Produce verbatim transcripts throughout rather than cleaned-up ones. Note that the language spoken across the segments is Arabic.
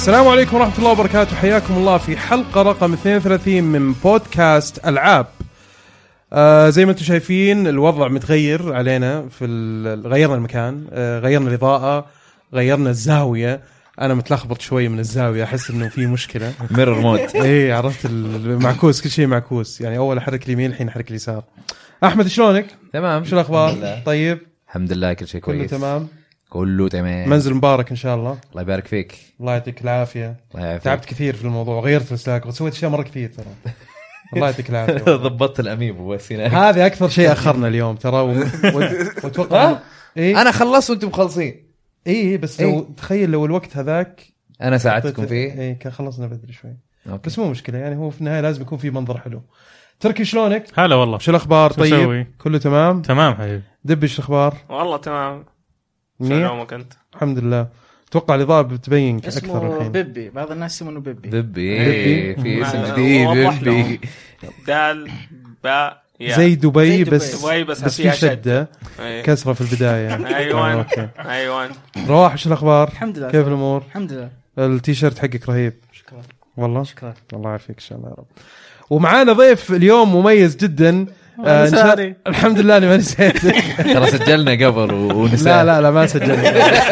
السلام عليكم ورحمة الله وبركاته. حياكم الله في حلقة رقم اثنين وثلاثين من بودكاست ألعاب. آه زي ما انتم شايفين الوضع متغير علينا في غيرنا المكان، آه غيرنا الإضاءة، غيرنا الزاوية. أنا متلخبط شوي من الزاوية، أحس إنه في مشكلة. ميرور مود. إيه عرفت المعكوس، كل شيء معكوس، يعني أول أحرك اليمين الحين أحرك اليسار. أحمد شلونك؟ تمام. شو الأخبار؟ طيب الحمد لله كل شيء كويس. كله تمام. كله تمام. منزل مبارك إن شاء الله. الله يبارك فيك. الله يعطيك العافية. الله يعافيك. تعبت كثير في الموضوع، غيرت السلاك وسويت أشياء مرة كثير ترى. الله يعطيك العافية. ضبطت الأميبو والسنان. هذا أكثر شيء أخرنا اليوم ترى. و... وتوقع إيه؟ أنا خلصت وأنتم مخلصين. إيه بس لو إيه؟ تخيل لو الوقت هذاك أنا ساعدتكم فيه. إيه كان خلصنا بدري شوي. أوكي. بس مو مشكلة، يعني هو في النهاية لازم يكون في منظر حلو. تركي شلونك؟ هلا والله. شو الأخبار؟ طيب مسوي؟ كله تمام؟ تمام حبيبي. دبي شو الأخبار؟ والله تمام. منيح كنت الحمد لله. توقع الإضاءة بتبين أكثر الحين. بيبي، بعض الناس يسمونه بيبي. بيبي. بيبي. في اسم ما- جديد وضح بيبي. دال باء يا. زي دبي زي بس دبي بس بس في فيها شدة أي. كسرة في البداية. أيوان أوكي. أيوان. رواح شو الأخبار؟ الحمد لله. كيف الأمور؟ الحمد لله. التيشيرت حقك رهيب. شكرا. والله شكرا. الله يعافيك إن شاء الله يا رب. ومعانا ضيف اليوم مميز جدا. آه إن شاء... الحمد لله أني ما نسيتك. ترى سجلنا قبل ونسينا. لا لا لا ما سجلنا.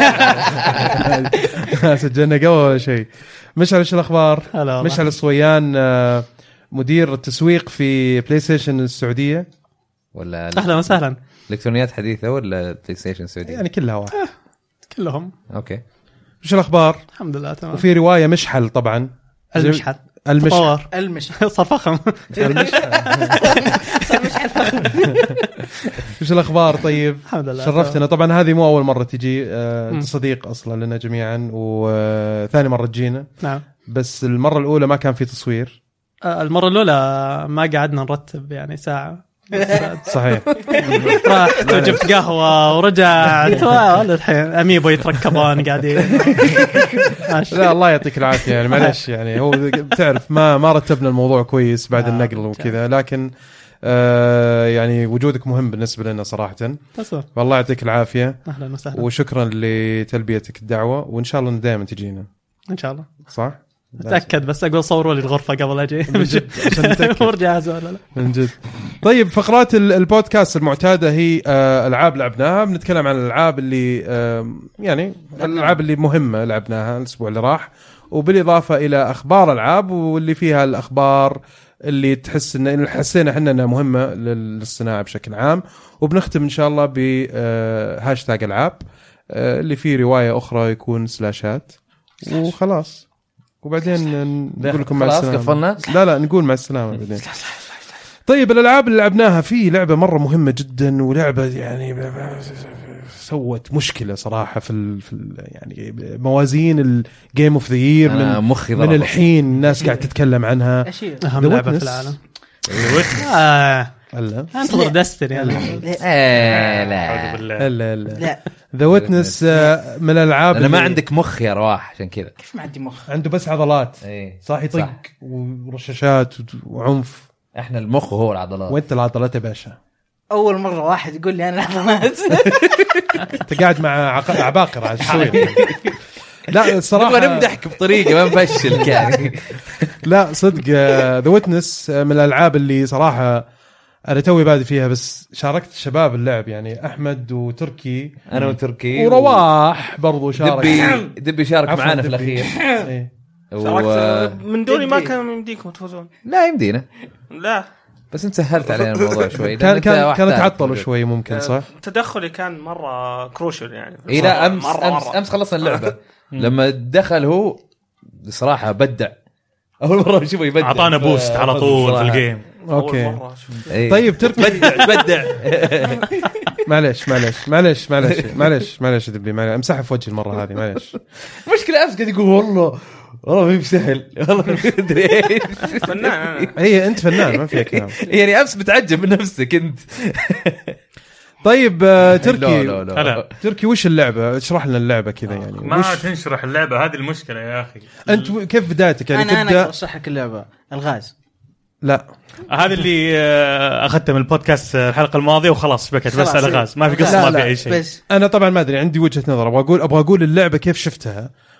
ما سجلنا قبل ولا شيء. مشعل شو الأخبار؟ مشعل الصويان، آه مدير التسويق في بلاي ستيشن السعودية. ولا أهلا وسهلا. الإلكترونيات حديثة ولا بلاي ستيشن سعودي؟ يعني كلها واحد. كلهم أوكي. شو الأخبار؟ الحمد لله تمام. وفي رواية مشحل طبعا. المشحل المشحل المشحل صار فخم. وش الأخبار؟ طيب الحمد لله شرفتنا. طبعا هذه مو أول مرة تجي، آه أنت صديق أصلا لنا جميعا، وثاني مرة تجينا. نعم. بس المرة الأولى ما كان في تصوير. آه، المرة الأولى ما قعدنا نرتب يعني ساعة. صحيح. رحت وجبت قهوة ورجعت ولا الحين أميبو يتركبون قاعدين. لا الله يعطيك العافية، يعني معلش يعني هو بتعرف ما ما رتبنا الموضوع كويس بعد النقل وكذا، لكن آه يعني وجودك مهم بالنسبة لنا صراحة. والله يعطيك العافية. أهلا وسهلا. وشكرا لتلبيتك الدعوة، وإن شاء الله دائما تجينا إن شاء الله. صح؟ تأكد بس أقول صوروا لي الغرفة قبل أجي. من جد عشان نتأكد. ورجع ولا لا؟ من جد. طيب فقرات البودكاست المعتادة هي آه ألعاب لعبناها. بنتكلم عن الألعاب اللي آه يعني الألعاب اللي مهمة لعبناها الأسبوع اللي راح، وبالإضافة إلى أخبار ألعاب واللي فيها الأخبار اللي تحس إن حسينا إحنا إنها مهمة للصناعة بشكل عام. وبنختم إن شاء الله بهاشتاج ألعاب آه اللي فيه رواية أخرى يكون سلاشات، وخلاص. وبعدين نقول لكم مع السلامة. قفلنا؟ لا لا نقول مع السلامة بعدين. طيب الألعاب اللي لعبناها، في لعبة مرة مهمة جدا، ولعبة يعني سوت مشكلة صراحة في ال في ال يعني موازين الجيم اوف ذا يير من مخي من الحين الناس قاعد تتكلم عنها. أهم لعبة في العالم. آه. لا انتظر دستني. لا لا لا لا ذا ويتنس من الألعاب. أنا ما عندك مخ يا رواح عشان كذا. كيف ما عندي مخ؟ عنده بس عضلات. ايه صح يطق ورشاشات وعنف. احنا المخ وهو العضلات. وانت العضلات يا باشا. اول مره واحد يقول لي انا العضلات. انت قاعد مع عباقرة على الشوي. لا الصراحه نبغى نمدحك بطريقه ما نفشل يعني. لا صدق ذا ويتنس من الالعاب اللي صراحه انا توي بادي فيها، بس شاركت الشباب اللعب يعني احمد وتركي. انا وتركي ورواح برضو شارك. دبي دبي شارك معانا في الاخير. ايه و... من دوني ما كان يمديكم تفوزون. لا يمدينا. لا بس انت سهلت علينا الموضوع شوي. كان كان كانت تعطلوا شوي ممكن صح. تدخلي كان مره كروشل يعني. اي لا امس مرة امس, مرة. أمس خلصنا اللعبه. لما دخل هو بصراحه بدع. اول مره اشوفه يبدع. اعطانا بوست على طول في الجيم. اوكي طيب تركي بدع بدع. معلش معلش معلش معلش معلش معلش دبي معلش امسحها في وجهي المره هذه معلش. مشكله امس قاعد يقول والله والله ما بسهل والله ما ادري ايش. فنان. هي انت فنان ما فيها كلام. يعني امس متعجب من نفسك انت. طيب تركي لا لا لا. تركي وش اللعبة؟ اشرح لنا اللعبة كذا يعني. ما وش... تنشرح اللعبة، هذه المشكلة يا أخي. أنت كيف بدايتك يعني؟ أنا تبدأ أنا أشرح لك اللعبة. الغاز. لا هذا اللي أخذته من البودكاست الحلقة الماضية وخلاص بكت بس على غاز، ما في قصة ما في أي شيء. أنا طبعا ما أدري، عندي وجهة نظر أبغى أقول أبغى أقول اللعبة كيف شفتها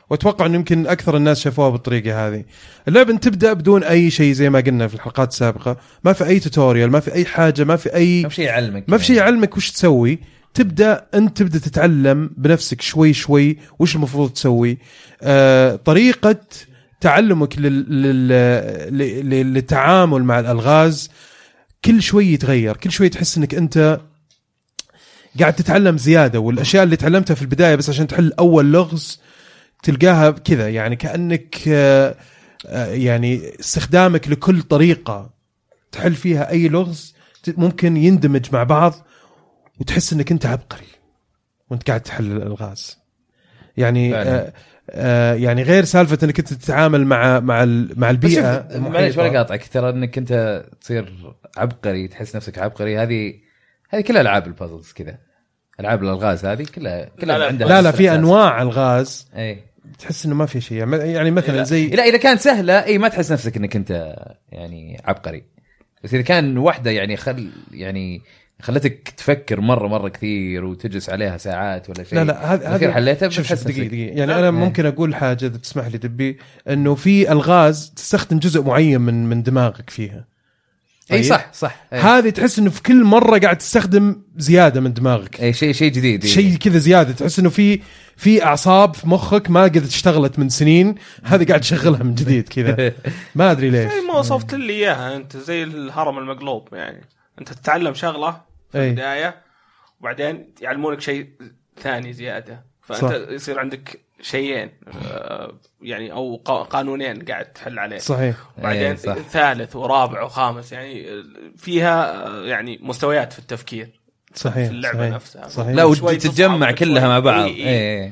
واتوقع انه يمكن اكثر الناس شافوها بالطريقه هذه. اللعبه انت تبدا بدون اي شيء زي ما قلنا في الحلقات السابقه، ما في اي توتوريال، ما في اي حاجه، ما في اي ما في شيء يعلمك ما في شيء يعلمك وش تسوي. تبدا انت تبدا تتعلم بنفسك شوي شوي وش المفروض تسوي. آه طريقه تعلمك لل... لل... للتعامل مع الالغاز كل شوي يتغير، كل شوي تحس انك انت قاعد تتعلم زياده، والاشياء اللي تعلمتها في البدايه بس عشان تحل اول لغز تلقاها كذا، يعني كانك آه يعني استخدامك لكل طريقه تحل فيها اي لغز ممكن يندمج مع بعض وتحس انك انت عبقري وانت قاعد تحل الالغاز. يعني آه آه يعني غير سالفه انك انت تتعامل مع مع مع البيئه. معليش ولا قاطعك، ترى انك انت تصير عبقري، تحس نفسك عبقري، هذه هذه كلها العاب البازلز كذا، العاب الالغاز هذه كلها كلها لا عندها لا, لا في انواع الغاز اي تحس انه ما في شيء، يعني مثلا زي لا اذا كانت سهله اي ما تحس نفسك انك انت يعني عبقري، بس اذا كان واحده يعني خل يعني خلتك تفكر مره مره كثير وتجلس عليها ساعات ولا شيء، لا لا هذا هذا حليتها بتحس دقيقه دقيقه يعني انا ممكن اقول حاجه اذا تسمح لي دبي، انه في الغاز تستخدم جزء معين من من دماغك فيها. اي صح صح أي. هذه تحس انه في كل مره قاعد تستخدم زياده من دماغك، اي شيء شيء جديد، شيء كذا زياده، تحس انه في في اعصاب في مخك ما قدرت اشتغلت من سنين، هذه قاعد تشغلها من جديد كذا ما ادري ليش. زي ما وصفت لي اياها انت، زي الهرم المقلوب، يعني انت تتعلم شغله في البدايه وبعدين يعلمونك شيء ثاني زياده، فانت صح. يصير عندك شيئين يعني او قانونين قاعد تحل عليه، صحيح. وبعدين ثالث ورابع وخامس، يعني فيها يعني مستويات في التفكير، صحيح، في اللعبه صحيح. نفسها، صحيح. لا وتتجمع كلها مع بعض. إيه. إيه.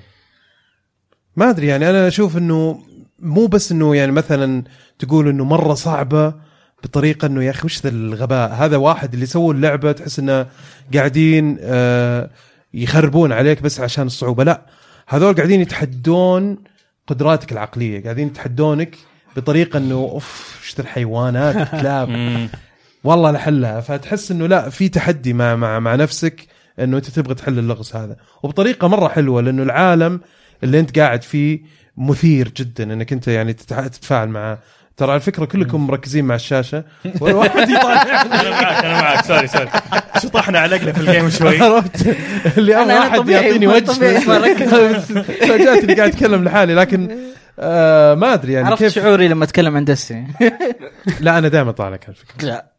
ما ادري يعني انا اشوف انه مو بس انه يعني مثلا تقول انه مره صعبه بطريقه انه يا اخي وش ذا الغباء هذا، واحد اللي سووا اللعبه تحس انه قاعدين آه يخربون عليك بس عشان الصعوبه، لا هذول قاعدين يتحدون قدراتك العقليه، قاعدين يتحدونك بطريقه انه اوف ايش ذا الحيوانات كلاب والله لحلها، فتحس انه لا في تحدي مع مع مع نفسك انه انت تبغى تحل اللغز هذا، وبطريقه مره حلوه لانه العالم اللي انت قاعد فيه مثير جدا انك انت يعني تتفاعل معه. ترى على فكره كلكم مركزين مع الشاشه والواحد يطالع. انا معك انا معك سوري سوري شطحنا علقنا في الجيم شوي اللي ابغى واحد يعطيني وجه فجأتني قاعد اتكلم لحالي، لكن آه ما ادري يعني عرفت كيف شعوري لما اتكلم عن دستني. لا انا دائما طالعك على فكره، لا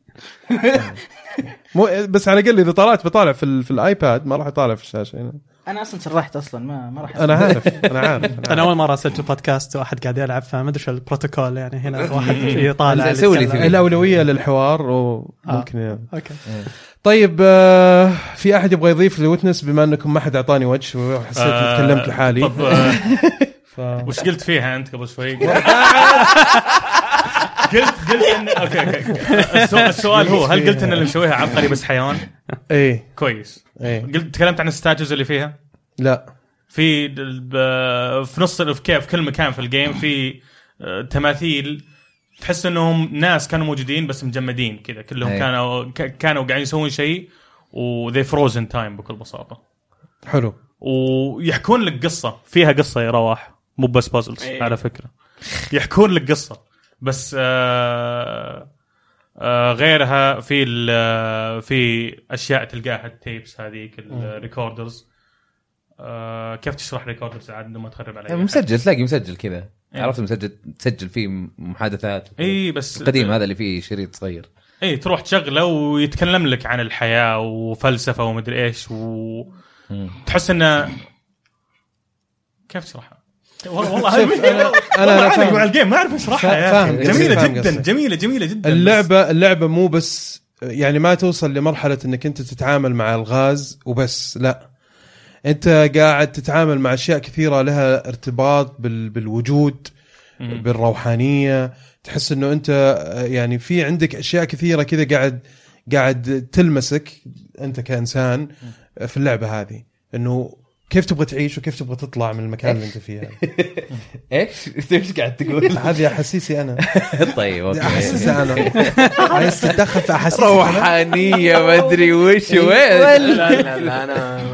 مو بس على الاقل اذا طلعت بطالع في في الايباد ما راح اطالع في الشاشه هنا. انا اصلا سرحت اصلا ما ما راح انا عارف انا عارف انا اول مره اسجل بودكاست واحد قاعد يلعب، فما ادري شو البروتوكول يعني هنا واحد يطالع الاولويه للحوار وممكن آه. اوكي طيب آه في احد يبغى يضيف لويتنس بما انكم ما حد اعطاني وجه وحسيت اني آه تكلمت لحالي. طب آه ف... وش قلت فيها انت قبل شوي؟ قلت قلت ان اوكي اوكي السؤال هو هل قلت ان اللي مسويها عبقري بس حيوان؟ ايه كويس. ايه قلت تكلمت عن الستاتوز اللي فيها؟ لا في في نص في كيف كل مكان في الجيم في تماثيل تحس انهم ناس كانوا موجودين بس مجمدين كذا كلهم أيه. كانوا كانوا قاعدين يسوون شيء وذي فروزن تايم بكل بساطه. حلو. ويحكون لك قصه فيها قصه يا رواح مو بس بازلز أيه. على فكره يحكون لك قصه بس آه آه غيرها في في اشياء تلقاها التيبس هذيك الريكوردرز. آه كيف تشرح ريكوردرز عاد ما تخرب علي؟ مسجل تلاقي مسجل كذا عرفت مسجل تسجل فيه محادثات. اي بس القديم هذا اللي فيه شريط صغير. اي تروح تشغله ويتكلم لك عن الحياه وفلسفه ومدري ايش وتحس انه كيف تشرحها والله انا انا فاهم على الجيم ما اعرف اشرحها يا جميله فاهم جدا قصدي. جميله جميله جدا. اللعبه اللعبه مو بس يعني ما توصل لمرحله انك انت تتعامل مع الغاز وبس، لا انت قاعد تتعامل مع اشياء كثيره لها ارتباط بال بالوجود بالروحانيه، تحس انه انت يعني في عندك اشياء كثيره كذا قاعد قاعد تلمسك انت كانسان في اللعبه هذه، انه كيف تبغى تعيش وكيف تبغى تطلع من المكان اللي انت فيه. ايش ايش قاعد تقول؟ هذه احاسيسي انا. طيب اوكي احاسيسي انا عايز تتدخل في احاسيسي روحانيه ما ادري وش وين. لا لا لا انا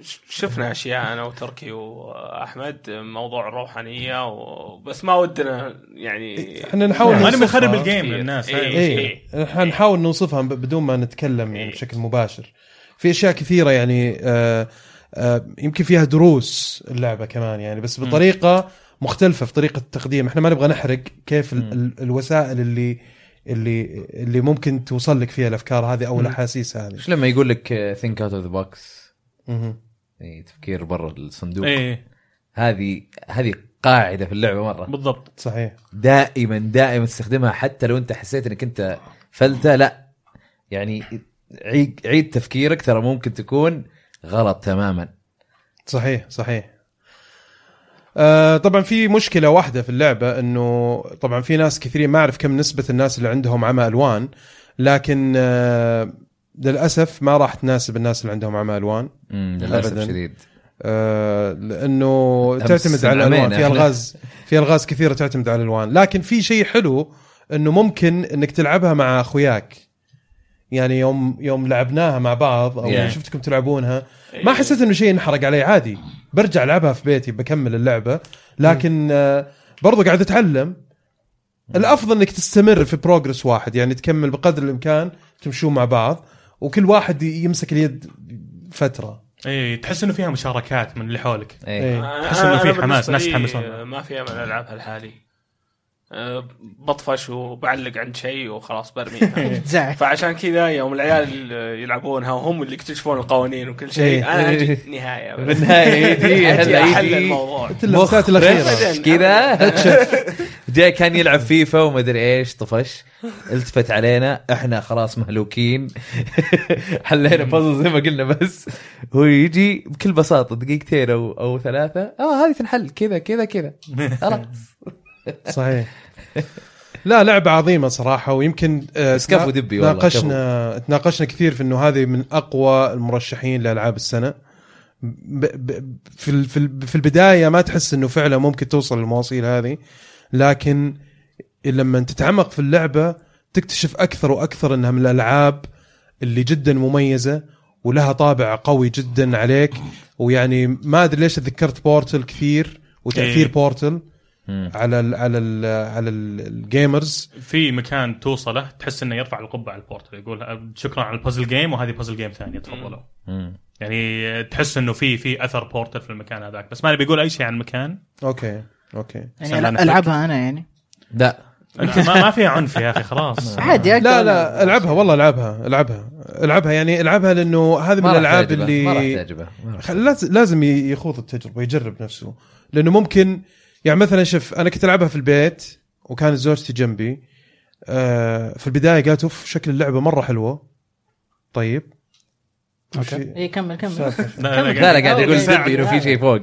شفنا اشياء انا وتركي واحمد موضوع الروحانيه و... بس ما ودنا يعني احنا نحاول ما نوصفها نخرب الجيم للناس. إيه ايه إيه. احنا نحاول نوصفها بدون ما نتكلم يعني بشكل مباشر. في اشياء كثيره يعني آه آه يمكن فيها دروس اللعبه كمان يعني، بس بطريقه مختلفه في طريقه التقديم. احنا ما نبغى نحرق كيف ال ال الوسائل اللي اللي اللي ممكن توصل لك فيها الافكار هذه او الاحاسيس هذه. ايش لما يقول لك think out of the box، اها اي تفكير برا الصندوق. ايه هذه هذه قاعده في اللعبه مره. بالضبط صحيح. دائما دائما تستخدمها حتى لو انت حسيت انك انت فلتة، لا يعني عيد عيد تفكيرك، ترى ممكن تكون غلط تماما. صحيح صحيح. آه طبعا في مشكلة واحدة في اللعبة، انه طبعا في ناس كثيرين، ما اعرف كم نسبة الناس اللي عندهم عمى الوان، لكن آه للاسف ما راح تناسب الناس اللي عندهم عمى الوان للاسف شديد. آه لانه تعتمد على الالوان، في الغاز في الغاز كثيرة تعتمد على الالوان. لكن في شيء حلو انه ممكن انك تلعبها مع اخوياك، يعني يوم يوم لعبناها مع بعض او yeah. شفتكم تلعبونها ما حسيت انه شيء انحرق علي، عادي برجع العبها في بيتي بكمل اللعبه. لكن آه برضو قاعد اتعلم. الافضل انك تستمر في بروجرس واحد، يعني تكمل بقدر الامكان، تمشون مع بعض وكل واحد يمسك اليد فتره. ايه تحس انه فيها مشاركات من اللي حولك. ايه تحس انه في حماس، ناس يتحمسون. ما في امل العبها الحالي، بطفش وبعلق عند شيء وخلاص برميها. فعشان كذا يوم العيال يلعبونها وهم اللي يكتشفون القوانين وكل شيء، انا اجي نهايه بالنهايه يجي احل الموضوع اللمسات الاخيره كذا. جاي كان يلعب فيفا وما ادري ايش، طفش التفت علينا، احنا خلاص مهلوكين حلينا بازل زي ما قلنا، بس هو يجي بكل بساطه دقيقتين او او ثلاثه، اه هذه تنحل كذا كذا كذا خلاص. صحيح. لا لعبة عظيمة صراحة، ويمكن سكافو دبي والله ناقشنا تناقشنا كثير في انه هذه من اقوى المرشحين لالعاب السنة. ب ب في في البداية ما تحس انه فعلا ممكن توصل للمواصيل هذه، لكن لما تتعمق في اللعبة تكتشف اكثر واكثر انها من الالعاب اللي جدا مميزة ولها طابع قوي جدا عليك. ويعني ما ادري ليش تذكرت بورتل كثير وتأثير بورتل على ال على ال على الجيمرز. في مكان توصله تحس انه يرفع القبعه على البورتل، يقول شكرا على البازل جيم وهذه بازل جيم ثانيه تفضلوا. يعني تحس انه في في اثر بورتل في المكان هذاك، بس ما بيقول اي شيء عن المكان. اوكي اوكي يعني العبها انا يعني لا ما ما فيها عنف يا اخي خلاص عادي. لا لا العبها والله، العبها العبها العبها يعني العبها، لانه هذه من الالعاب اللي ما راح تعجبه. لازم يخوض التجربه، يجرب نفسه. لانه ممكن يعني مثلا شوف، انا كنت العبها في البيت وكانت زوجتي جنبي. آه في البدايه قالت اوف شكل اللعبه مره حلوه. طيب اوكي اي كمل كمل. لا لا قاعد يقول دبي انه في شيء فوق.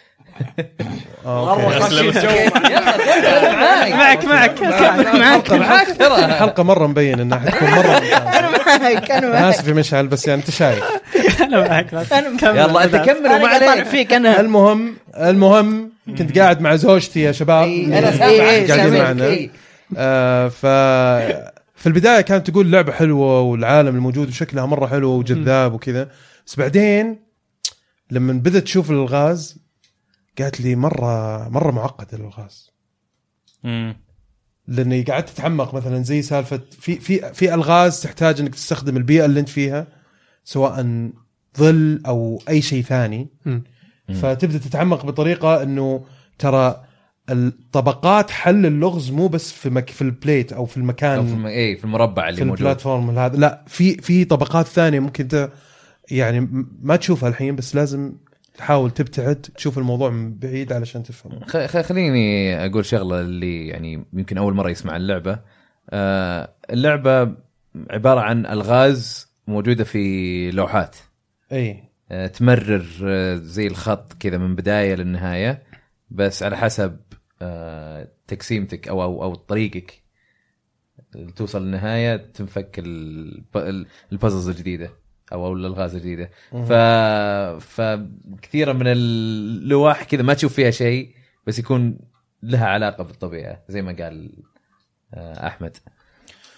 معك معك معك معك ترى الحلقه مره مبين انها حتكون مره انا معك انا معك اسف مشعل، بس يعني انت شايف. انا معك انا مكمل. يلا انت كمل وما عليك فيك. انا المهم المهم كنت قاعد مع زوجتي يا شباب، انا سامعك قاعدين معنا. آه ف في البدايه كانت تقول لعبه حلوه والعالم الموجود وشكلها مره حلو وجذاب وكذا، بس بعدين لما بدت تشوف الغاز قالت لي مره مره معقد الغاز. امم لاني قعدت اتعمق مثلا زي سالفه في في في الغاز تحتاج انك تستخدم البيئه اللي انت فيها، سواء ظل او اي شيء ثاني. م. فتبدا تتعمق بطريقه انه ترى الطبقات حل اللغز مو بس في مك في البليت او في المكان أو في الم... ايه في المربع اللي في موجود، البلاتفورم هذا، لا في في طبقات ثانيه ممكن ت... يعني ما تشوفها الحين، بس لازم تحاول تبتعد تشوف الموضوع من بعيد علشان تفهم. خ... خليني اقول شغله اللي يعني يمكن اول مره يسمع اللعبه. آه اللعبه عباره عن الغاز موجوده في لوحات، اي آه تمرر آه زي الخط كذا من بدايه للنهايه، بس على حسب آه تقسيمتك او او او طريقك توصل للنهايه تنفك البازلز الجديده او او الالغاز الجديده. ف فكثيرا من اللوح كذا ما تشوف فيها شيء، بس يكون لها علاقه بالطبيعه زي ما قال احمد.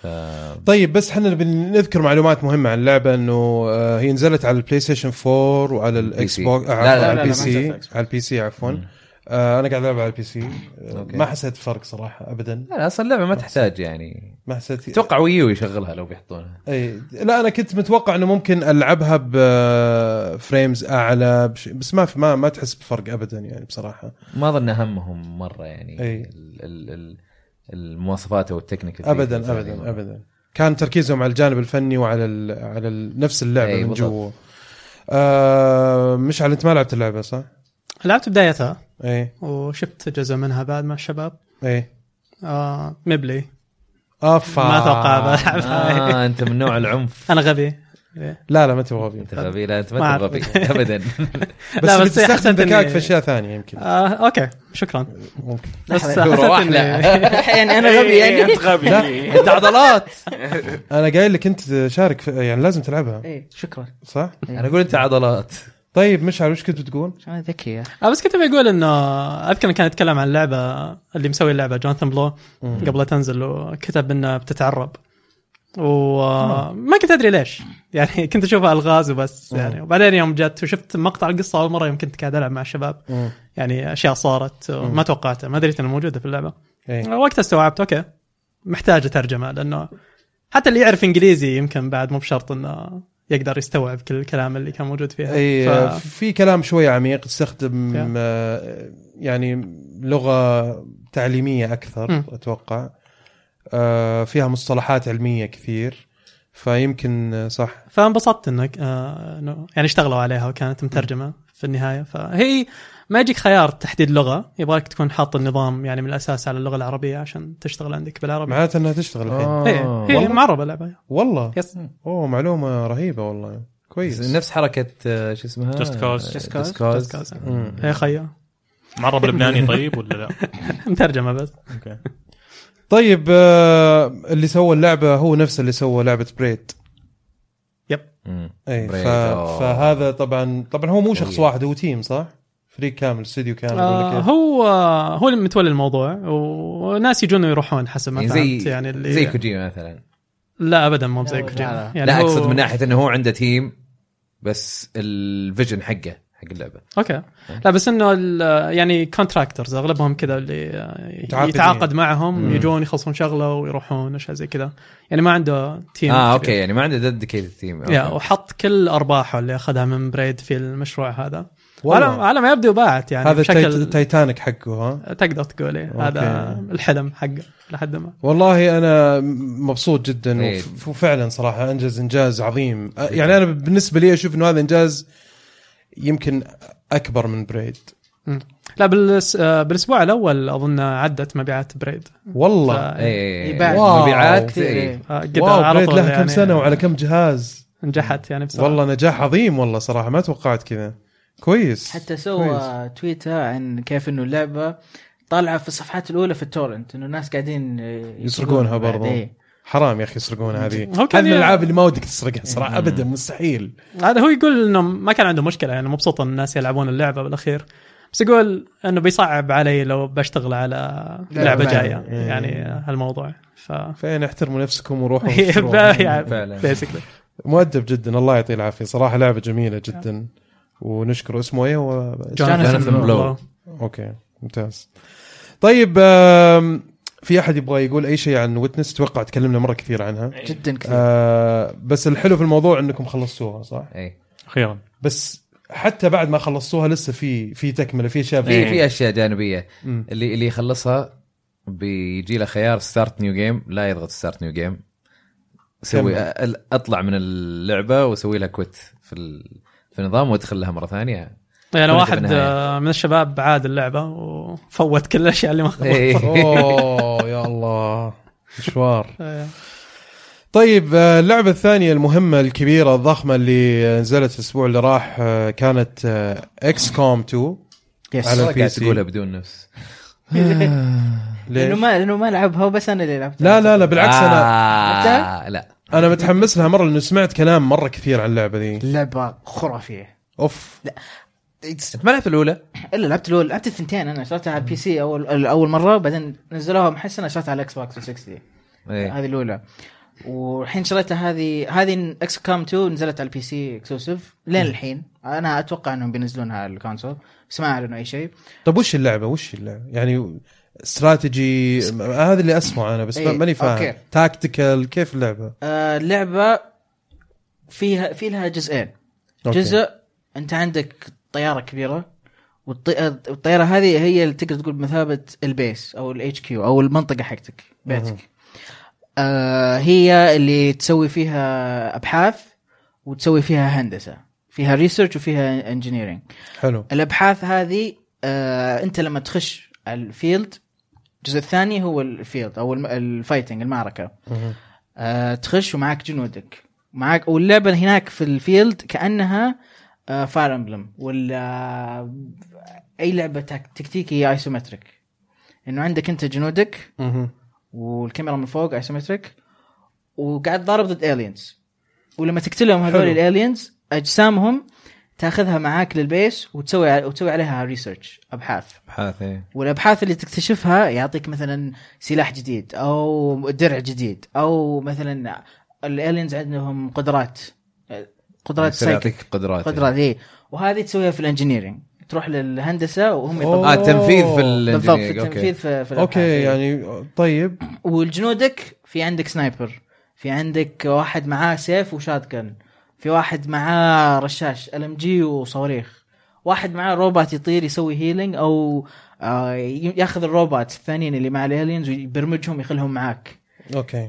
طيب بس احنا بنذكر معلومات مهمه عن اللعبه انه هي نزلت على البلاي ستيشن فور وعلى الاكس بوكس على البي سي على البي سي عفوا آه انا قاعد العب على البي سي ما حسيت فرق صراحه ابدا. لا اصلا اللعبه ما تحتاج يعني ما حسيت اتوقع ويو يشغلها لو بيحطونها. اي لا انا كنت متوقع انه ممكن العبها بفريمز اعلى بش... بس ما ما ما تحس بفرق ابدا يعني بصراحه. ما اظن همهم مره يعني أي. ال ال ال المواصفات او التكنيكال ابدا ابدا ابدا كان تركيزهم على الجانب الفني وعلى ال على ال نفس اللعبه من جوا. آه مش على انت ما لعبت اللعبه صح؟ لعبت بدايتها ايه وشفت جزء منها بعد مع الشباب. ايه آه مبلي افا ما اتوقع بلعبها. آه انت من نوع العنف. انا غبي. لا لا ما انت غبي. انت غبي. لا انت ما انت غبي ابدا. بس لا بس تستخدم ذكائك في اشياء ثانيه يمكن. آه اوكي شكرا. ممكن بس حسيت يعني انا غبي يعني انت غبي انت عضلات. انا قايل لك انت شارك يعني لازم تلعبها. ايه شكرا صح انا اقول انت عضلات. طيب مش عارف وش كنت بتقول. انا ذكي. اه بس كنت بقول انه اذكر كان يتكلم عن اللعبه اللي مسوي اللعبه جوناثان بلو قبل لا تنزل وكتب انها بتتعرب وما كنت ادري ليش يعني كنت اشوفها الغاز وبس يعني. وبعدين يوم جت وشفت مقطع القصه اول مره يوم كنت قاعد العب مع الشباب يعني اشياء صارت ما توقعتها ما دريت انها موجوده في اللعبه. وقتها استوعبت اوكي محتاجه ترجمه لانه حتى اللي يعرف انجليزي يمكن بعد مو بشرط انه يقدر يستوعب كل الكلام اللي كان موجود فيها. اي ف... في كلام شويه عميق استخدم آه يعني لغه تعليميه اكثر م. اتوقع آه فيها مصطلحات علميه كثير فيمكن صح. فانبسطت انك آه يعني اشتغلوا عليها وكانت مترجمه في النهايه. فهي ما يجيك خيار تحديد لغه يبغاك تكون حاط النظام يعني من الاساس على اللغه العربيه عشان تشتغل عندك بالعربي. معناته انها تشتغل الحين. آه. هي معربه اللعبه والله. يس. اوه معلومه رهيبه والله كويس. نفس حركه شو اسمها جست كوز. جست كوز يا خيا معرب لبناني طيب ولا لا؟ مترجمه بس. اوكي طيب آه اللي سوى اللعبه هو نفس اللي سوى لعبه بريد. يب اي ف... فهذا طبعا طبعا هو مو شخص واحد هو تيم صح فريق كامل استوديو كامل آه ولا كيف؟ هو هو اللي متولي الموضوع وناس يجون ويروحون حسب ما يعني فهمت يعني اللي زي كوجيما مثلا. لا ابدا مو زي كوجيما لا, يعني لا اقصد من ناحيه انه هو عنده تيم بس الفيجن حقه حق اللعبه. اوكي لا بس انه يعني كونتراكتورز اغلبهم كذا اللي يتعاقد معهم مم. يجون يخلصون شغله ويروحون اشياء زي كذا يعني ما عنده تيم. اه اوكي يعني ما عنده ديديكيتد تيم. يا وحط كل ارباحه اللي اخذها من بريد في المشروع هذا على على ما يبدو باعت يعني هذا بشكل تايتانيك حقه ها تقدر تقول إيه هذا الحلم حقه لحد ما. والله انا مبسوط جدا إيه. وفعلا صراحه انجز انجاز عظيم يعني انا بالنسبه لي اشوف انه هذا انجاز يمكن اكبر من بريد. م. لا بالس... بالاسبوع الاول اظن عدت مبيعات بريد والله. ف... اي مبيعات كثير. بريد لها كم يعني سنه وعلى كم جهاز نجحت يعني بصراحه. والله نجاح عظيم والله صراحه ما توقعت كذا. كويس. حتى سوى تويتر عن كيف انه اللعبه طالعه في الصفحات الاولى في التورنت انه الناس قاعدين يسرقونها برضه. ايه. حرام يا اخي يسرقونها هذه. هذه من الالعاب اللي ما ودك تسرقها صراحه ابدا مستحيل. هذا هو يقول انه ما كان عنده مشكله يعني مبسوط ان الناس يلعبون اللعبه بالاخير بس يقول انه بيصعب علي لو بشتغل على لعبه جايه يعني هالموضوع. ف فين احترموا نفسكم وروحوا يعني بيسكلي مؤدب جدا الله يعطيه العافيه صراحه لعبه جميله جدا ونشكره. اسمه ايه هو؟ جوناثان بلو. اوكي ممتاز. طيب في احد يبغى يقول اي شيء عن ويتنس؟ توقع تكلمنا مره كثير عنها جدا كثير. آه بس الحلو في الموضوع انكم خلصتوها صح؟ اي اخيرا. بس حتى بعد ما خلصتوها لسه في في تكمله في اشياء في في اشياء جانبيه م. اللي اللي يخلصها بيجي له خيار ستارت نيو جيم لا يضغط ستارت نيو جيم سوي اطلع من اللعبه وسوي لها كويت في ال... في النظام وادخل لها مره ثانيه. يعني واحد من الشباب عاد اللعبه وفوت كل الاشياء اللي ما خلصها. اوه يا الله مشوار. طيب اللعبه الثانيه المهمه الكبيره الضخمه اللي نزلت الاسبوع اللي راح كانت اكس كوم اثنين على البي سي. تقولها بدون نفس لانه ما لانه ما لعبها بس انا اللي لعبتها. لا لا لا بالعكس آه انا لا انا متحمس لها مره لانه سمعت كلام مره كثير عن اللعبه دي. اللعبه خرافيه. اوف. لا انت ما لعبت الاولى؟ الا لعبت الاولى لعبت الثنتين. انا اشتريتها على البي سي اول اول مره بعدين نزلوها محسنه اشتريتها على الاكس بوكس ثلاثمية وستين. إيه. هذه الاولى. والحين شريتها هذه هذه اكس كام تو نزلت على البي سي اكسكلوسيف لين الحين. انا اتوقع انهم بينزلونها على الكونسول بس ما اعلنوا اي شيء. طب وش اللعبه وش اللعبه يعني استراتيجي هذا اللي اسمعه انا بس إيه. ماني فاهم تاكتيكال كيف اللعبه؟ آه اللعبه فيها في لها جزئين. أوكي. جزء انت عندك طياره كبيره والطياره هذه هي اللي تقدر تقول بمثابه البيس او الاتش كيو او المنطقه حقتك بيتك. آه هي اللي تسوي فيها ابحاث وتسوي فيها هندسه فيها ريسيرش وفيها انجينيرينج. حلو. الابحاث هذه آه انت لما تخش على الفيلد الجزء الثاني هو الفيلد او الفايتنج المعركه. آه تخش ومعك جنودك معك واللعبه هناك في الفيلد كانها آه فاير امبلم ولا آه اي لعبه تكتيكيه ايسومتريك انه عندك انت جنودك والكاميرا من فوق ايسومتريك وقاعد ضارب ضد الينز ولما تقتلهم هذول الالينز اجسامهم تاخذها معاك للبيس وتسوي وتسوي عليها ريسيرش ابحاث ابحاث ايه. والابحاث اللي تكتشفها يعطيك مثلا سلاح جديد او درع جديد او مثلا الالينز عندهم قدرات قدرات سايكل يعطيك قدرات قدرات ايه وهذه تسويها في الانجينيرينج تروح للهندسه وهم اه تنفيذ في الانجينيرينج بالضبط التنفيذ في, في اوكي يعني طيب. والجنودك في عندك سنايبر في عندك واحد معاه سيف وشاتجن في واحد معاه رشاش ال ام جي وصواريخ واحد معاه روبوت يطير يسوي هيلينج او آه ياخذ الروبوت الثانيين اللي مع الالينز ويبرمجهم يخلهم معاك. اوكي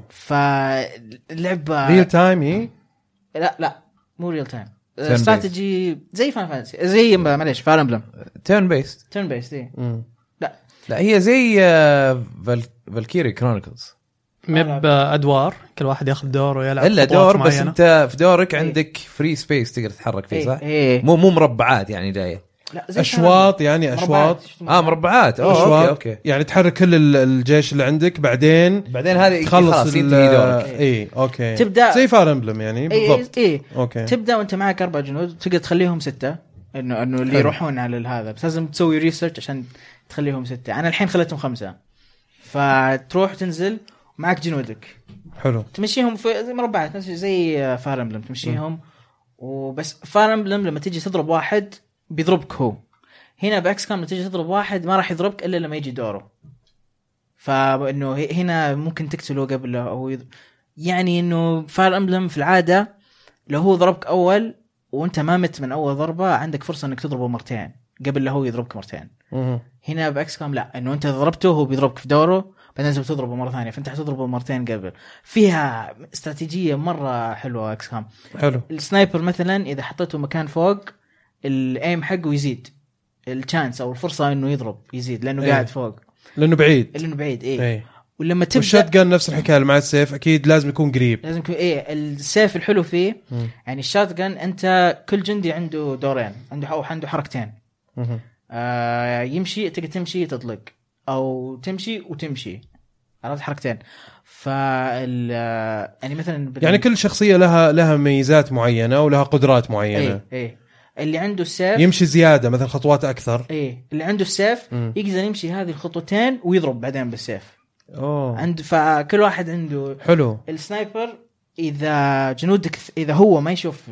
فاللعبه ريل تايم ايه لا لا مو ريل تايم استراتيجي زي فان فانسي زي معليش فاير امبلم تيرن بيست تيرن بيست ايه لا لا هي زي فالكيري كرونيكلز مب ادوار كل واحد ياخذ دور ويلعب الا دور بس معينة. انت في دورك عندك فري سبيس تقدر تتحرك فيه صح إيه. مو مو مربعات يعني جايه اشواط يعني اشواط اه مربعات اه أشواط. اوكي اوكي يعني تحرك كل الجيش اللي عندك بعدين بعدين هذه تخلص ينتهي دورك. اي اوكي تبدا زي فاير امبلم يعني بالضبط. اي إيه. اوكي تبدا وانت معك اربع جنود تقدر تخليهم ستة انه انه اللي حلو. يروحون على هذا بس لازم تسوي ريسيرش عشان تخليهم ستة. انا الحين خليتهم خمسة فتروح تنزل معك جنودك حلو تمشيهم في زي مربعات زي فاير امبلم تمشيهم م. وبس فاير امبلم لما تيجي تضرب واحد بيضربك هو. هنا باكس كام لما تيجي تضرب واحد ما راح يضربك الا لما يجي دوره فانه هنا ممكن تقتله قبل او يض... يعني انه فاير امبلم في العاده لو هو ضربك اول وانت ما مت من اول ضربه عندك فرصه انك تضربه مرتين قبل له هو يضربك مرتين. م- هنا باكس كام لا انه انت ضربته هو بيضربك في دوره بعدين لازم تضربه مره ثانيه فانت حتضربه مرتين قبل. فيها استراتيجيه مره حلوه اكس كام. حلو. السنايبر مثلا اذا حطيته مكان فوق الايم حقه يزيد الشانس او الفرصه انه يضرب يزيد لانه إيه. قاعد فوق لانه بعيد لانه بعيد ايه, إيه. ولما تبدا والشات جان نفس الحكايه مع السيف اكيد لازم يكون قريب لازم يكون ايه السيف الحلو فيه م. يعني الشات جان انت كل جندي عنده دورين عنده او عنده حركتين م- آه يمشي تقدر تمشي تطلق او تمشي وتمشي عرفت حركتين. فال يعني مثلا يعني كل شخصيه لها لها ميزات معينه ولها قدرات معينه. ايه ايه اللي عنده السيف يمشي زياده مثلا خطوات اكثر. ايه اللي عنده السيف م. يقدر يمشي هذه الخطوتين ويضرب بعدين بالسيف. اوه عند فكل واحد عنده حلو. السنايبر اذا جنودك اذا هو ما يشوف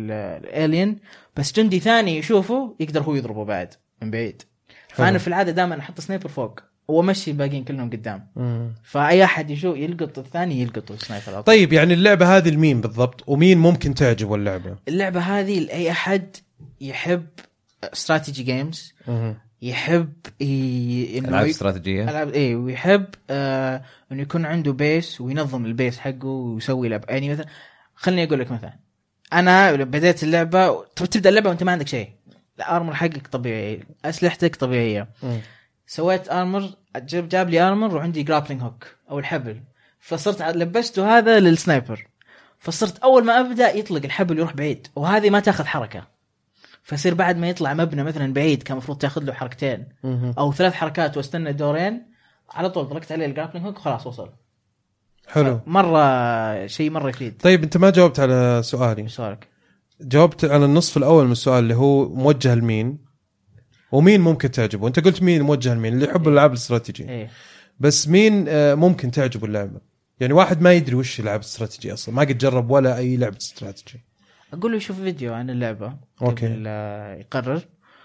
الالين بس جندي ثاني يشوفه يقدر هو يضربه بعد من بعيد. فانا في العاده دائما احط سنايبر فوق ومشي الباقيين كلهم قدام. مم. فاي احد يشوف يلقط الثاني يلقطه السنايبر. طيب يعني اللعبه هذه لمين بالضبط ومين ممكن تعجبه اللعبه؟ اللعبه هذه لاي احد يحب استراتيجي جيمز يحب ي... انه العاب استراتيجيه العاب ايه ويحب آه... انه يكون عنده بيس وينظم البيس حقه ويسوي لعب. يعني مثلا خلني اقول لك مثلا انا بديت اللعبه تبدا اللعبه وانت ما عندك شيء الارمر حقك طبيعي اسلحتك طبيعيه. م. سويت ارمر جاب جاب لي ارمر وعندي جرابلينج هوك او الحبل فصرت لبسته هذا للسنايبر فصرت اول ما ابدا يطلق الحبل يروح بعيد وهذه ما تاخذ حركه فصير بعد ما يطلع مبنى مثلا بعيد كان المفروض تاخذ له حركتين او ثلاث حركات واستنى دورين على طول ضربت عليه الجرابلينج هوك خلاص وصل. حلو مره شيء مره يفيد. طيب انت ما جاوبت على سؤالي. ايش سؤالك؟ جاوبت على النصف الاول من السؤال اللي هو موجه لمين ومين ممكن تعجبه. انت قلت مين موجه لمين اللي يحب الالعاب الاستراتيجيه. إيه؟ بس مين ممكن تعجبه اللعبه؟ يعني واحد ما يدري وش لعبة استراتيجي اصلا، ما قد جرب ولا اي لعبة استراتيجي، اقول له يشوف فيديو عن اللعبه أوكي. قبل لا يقرر.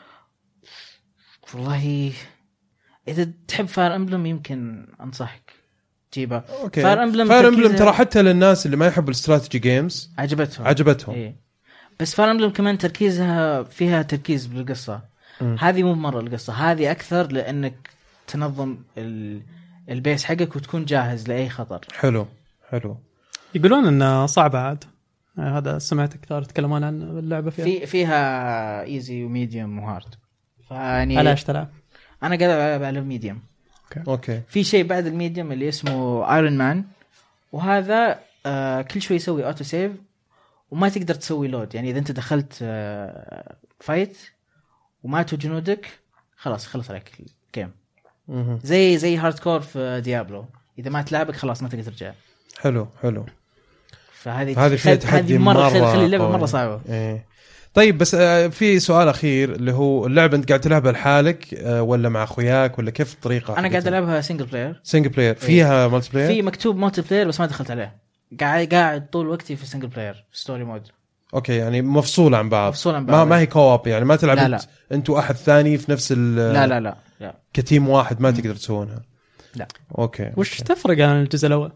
والله اذا تحب فاير امبلم يمكن انصحك تجيبها. اوكي فاير امبلم فاير امبلم ترى حتى للناس اللي ما يحبوا الاستراتيجي جيمز عجبتهم عجبتهم إيه. بس فاير امبلم كمان تركيزها فيها تركيز بالقصه. م. هذه مو مره القصه، هذه اكثر لانك تنظم ال... البيس حقك وتكون جاهز لاي خطر. حلو حلو. يقولون انه صعبه عاد، هذا سمعت كثار يتكلمون عن اللعبه فيها. في فيها ايزي وميديوم وهارد. فاني على ايش تلعب؟ انا قاعد العب على الميديوم. اوكي. في شيء بعد الميديوم اللي اسمه ايرون مان، وهذا آه كل شوي يسوي اوتو سيف وما تقدر تسوي لود. يعني اذا انت دخلت آه فايت وماتوا جنودك خلاص خلص عليك الجيم. مه. زي زي هاردكور في ديابلو، اذا ما تلعبك خلاص ما تقدر ترجع. حلو حلو. فهذه هذه فيها تحدي مرة, مرة خلي اللعبة قوي. مرة صعبة. إيه. طيب بس آه في سؤال أخير اللي هو اللعبة أنت قاعد تلعبها لحالك آه ولا مع أخوياك ولا كيف الطريقة؟ أنا قاعد ألعبها سينجل بلاير. سينجل بلاير فيها مالتي بلاير؟ في مكتوب مالتي بلاير بس ما دخلت عليه. قاعد قاعد طول وقتي في سينجل بلاير ستوري مود. أوكي يعني مفصولة عن بعض. مفصولة عن بعض. ما ما هي كواب يعني ما تلعب لا أنت أنت واحد ثاني في نفس ال لا لا لا, لا. كتيم واحد ما تقدر تسوونها. لا. أوكي. وش أوكي. تفرق عن الجزء الأول؟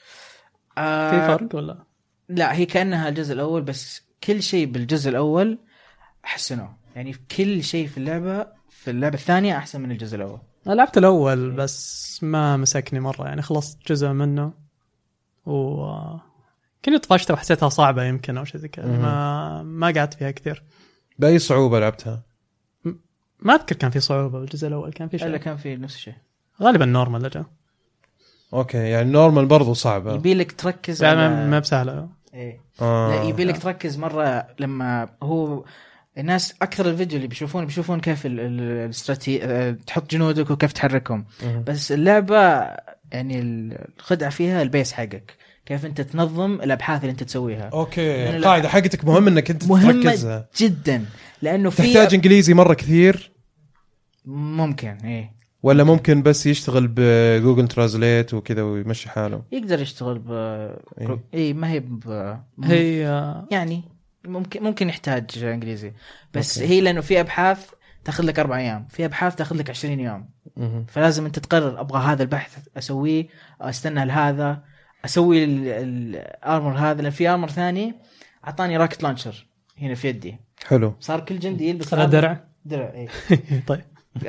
آه في فرق ولا؟ لا هي كأنها الجزء الأول بس كل شيء بالجزء الأول حسنوه. يعني كل شيء في اللعبة في اللعبة الثانية أحسن من الجزء الأول. أنا لعبت الأول بس ما مسكني مرة، يعني خلصت جزء منه و كني طفشت وحسيتها صعبة يمكن أو شيء زي كذا. ما ما قعدت فيها كثير. بأي صعوبة لعبتها؟ ما أذكر كان في صعوبة بالجزء الأول، كان في إلا شيء كان في نفس الشيء غالبا نورمال لجأ. أوكي يعني نورمال برضو صعبة. يبيلك تركز لا على... ما ما بسهلة. إيه. آه. لا يبيلك تركز مرة لما هو الناس أكثر الفيديو اللي بيشوفون بيشوفون كيف الاستراتيجية تحط جنودك وكيف تحركهم. مم. بس اللعبة يعني الخدعة فيها البيس حقك، كيف أنت تنظم الأبحاث اللي أنت تسويها. أوكي القاعدة حقتك مهم إنك أنت مهمة تركزها جدا لأنه في تحتاج إنجليزي مرة كثير ممكن إيه ولا ممكن بس يشتغل بجوجل ترانزليت وكذا ويمشي حاله. يقدر يشتغل ب إيه. إيه ما هي ب... هي يعني ممكن ممكن يحتاج إنجليزي بس أوكي. هي لأنه في أبحاث تاخذ لك أربع أيام، في أبحاث تاخذ لك عشرين يوم. مهم. فلازم أنت تقرر أبغى هذا البحث أسويه، أستنى لهذا أسوي الأرمر هذا. لأن في أرمر ثاني عطاني راكت لانشر هنا في يدي، حلو. صار كل جندي يلبس صار درع. درع إيه. طيب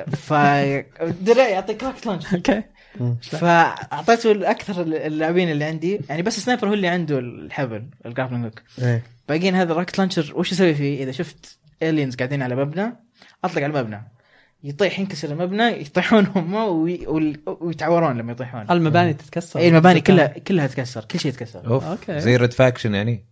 فدرع يعطيك راكت لانشر. اوكي. فأعطيته الأكثر اللاعبين اللي عندي، يعني بس سنايبر هو اللي عنده الحبل الجرابلينج هوك. إيه. باقيين هذا الراكت لانشر وش يسوي فيه؟ إذا شفت إيلينز قاعدين على مبنى أطلق على المبنى يطيح ينكسر المبنى يطيحون هم وي... ويتعورون لما يطيحون. المباني تتكسر. اي المباني كلها كلها تتكسر، كل شيء يتكسر. اوف أوكي. زي ريد فاكشن يعني.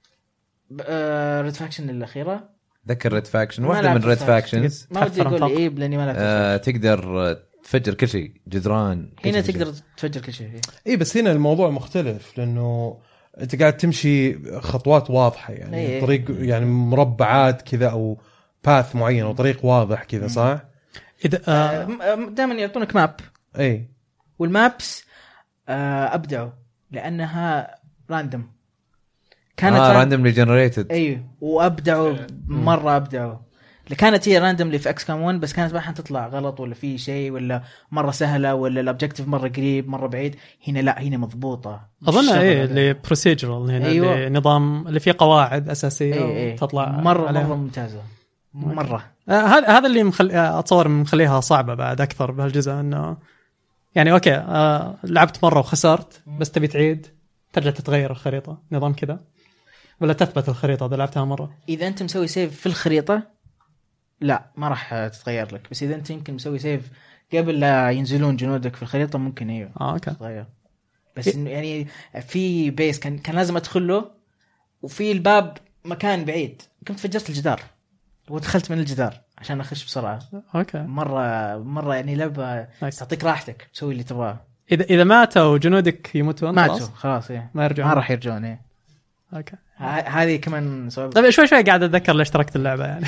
ريد فاكشن الاخيره ذكر ريد فاكشن ما واحده لعبت من ريد Red Faction. فاكشنز. ما ودي اقول ايه لاني ما لعبت. آه تقدر تفجر كل شيء، جدران كل هنا شيء. تقدر تفجر كل شيء. إيه بس هنا الموضوع مختلف لأنه أنت قاعد تمشي خطوات واضحة يعني إيه. طريق يعني مربعات كذا أو باث معين أو طريق واضح كذا صح؟ اذا آه دائما يعطونك ماب أي والمابس آه ابدعوا لانها راندوم كانت اه راند... راندوملي جنريتد. ايوه وابدعوا مره ابدعوا. كانت هي راندوملي في اكس كام واحد بس كانت ما تطلع غلط ولا في شيء ولا مره سهله ولا الاوبجكتيف مره قريب مره بعيد. هنا لا هنا مضبوطه اظن ايه اللي بروسيجرال هنا. أيوة. اللي نظام اللي فيه قواعد اساسيه أي أي. تطلع مره عليها. مره ممتازه مره. آه، هذا هذا اللي مخل... آه، اتصور مخليها صعبه بعد اكثر بهالجزء انه يعني اوكي آه لعبت مره وخسرت بس تبي تعيد ترجع تتغير الخريطه نظام كذا ولا تثبت الخريطه اذا لعبتها مره. اذا انت مسوي سيف في الخريطه لا ما راح تتغير لك، بس اذا انت يمكن مسوي سيف قبل لا ينزلون جنودك في الخريطه ممكن ايوه اه اوكي تتغير. بس انه يعني في بيس كان كان لازم ادخل له وفي الباب مكان بعيد كنت فجرت الجدار ودخلت من الجدار عشان اخش بسرعه. اوكي مره مره يعني لعبه نايس. تعطيك راحتك تسوي اللي تبغاه. اذا اذا ماتوا جنودك يموتون ماتوا خلاص خلاص ايه ما يرجعون ما راح يرجعون ايه. اوكي. ه- هذه كمان سبب. طيب شوي شوي قاعد اتذكر ليش تركت اللعبه يعني.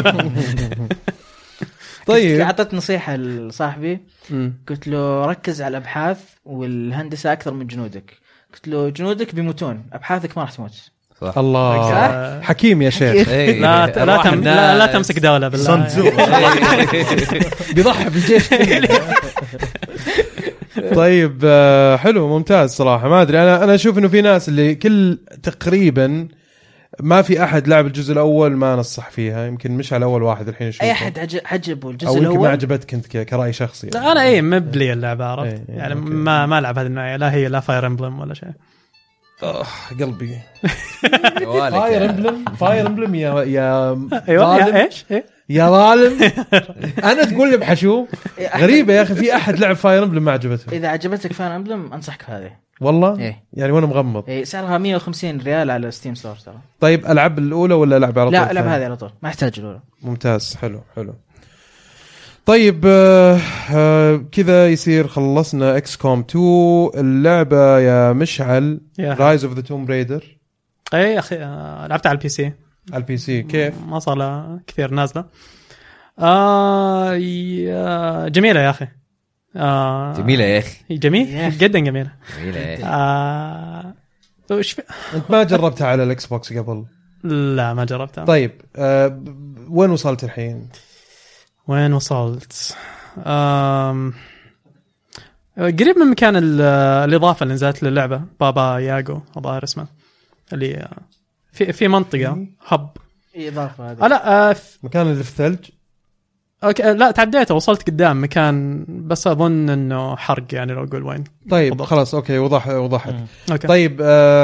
طيب اعطيت نصيحه لصاحبي مم. قلت له ركز على الابحاث والهندسه اكثر من جنودك. قلت له جنودك بيموتون، ابحاثك ما راح تموت. صح. الله صح؟ حكيم يا شيخ. إيه. لا ت- لا, تم لا لا تمسك دوله بالله. بيضحي بالجيش. طيب آه، حلو ممتاز صراحه. ما ادري انا انا اشوف انه في ناس اللي كل تقريبا ما في احد لعب الجزء الاول ما نصح فيها، يمكن مش على اول واحد الحين يشوفه، اي احد عج- عجبه الجزء او يمكن ما الاول. عجبتك انت ك- كراي شخصي يعني. لا انا ايه مبلي اللعبه عرفت إيه، إيه، يعني أوكي. ما ما العب هذه النوعيه، لا هي لا فاير امبلم ولا شيء. آه، قلبي جوالك فاير يا- امبلم فاير امبلم يا يا ايوه ظالم. يا ايش إيه؟ يا ظالم. انا تقول لي بحشو غريبه يا اخي، في احد لعب فاير امبلم ما عجبته اذا عجبتك فاير امبلم انصحك بهذه. والله إيه. يعني وانا مغمض. إيه سعرها مية وخمسين ريال على ستيم ستور ترى. طيب العب الاولى ولا العب على طول لا العب الثانية؟ هذه على طول ما يحتاج الاولى. ممتاز حلو حلو. طيب آه آه كذا يصير خلصنا اكس كوم تو. اللعبه يا مشعل يا رايز اوف ذا توم ريدر اي يا اخي آه، لعبتها على البي سي على البي سي كيف؟ ما صار لها كثير نازله. آه يا- جميله يا اخي. آه جميله يا اخي، جميل يا أخي. جدا جميله. جميله يا اخي. آه وش في... انت ما جربتها على الاكس بوكس قبل؟ لا ما جربتها. طيب آه ب- وين وصلت الحين؟ وين وصلت؟ آم... قريب من مكان ال- الإضافة اللي نزلت للعبة، بابا ياغو الظاهر اسمه، اللي في في منطقة هب. إيه اضافه هذه. آه لا آه ف... مكان اللي في الثلج؟ أوكي لا تعديته وصلت قدام مكان، بس أظن إنه حرق يعني لو أقول وين. طيب بالضبط. خلاص اوكي وضح وضحت. أوكي. طيب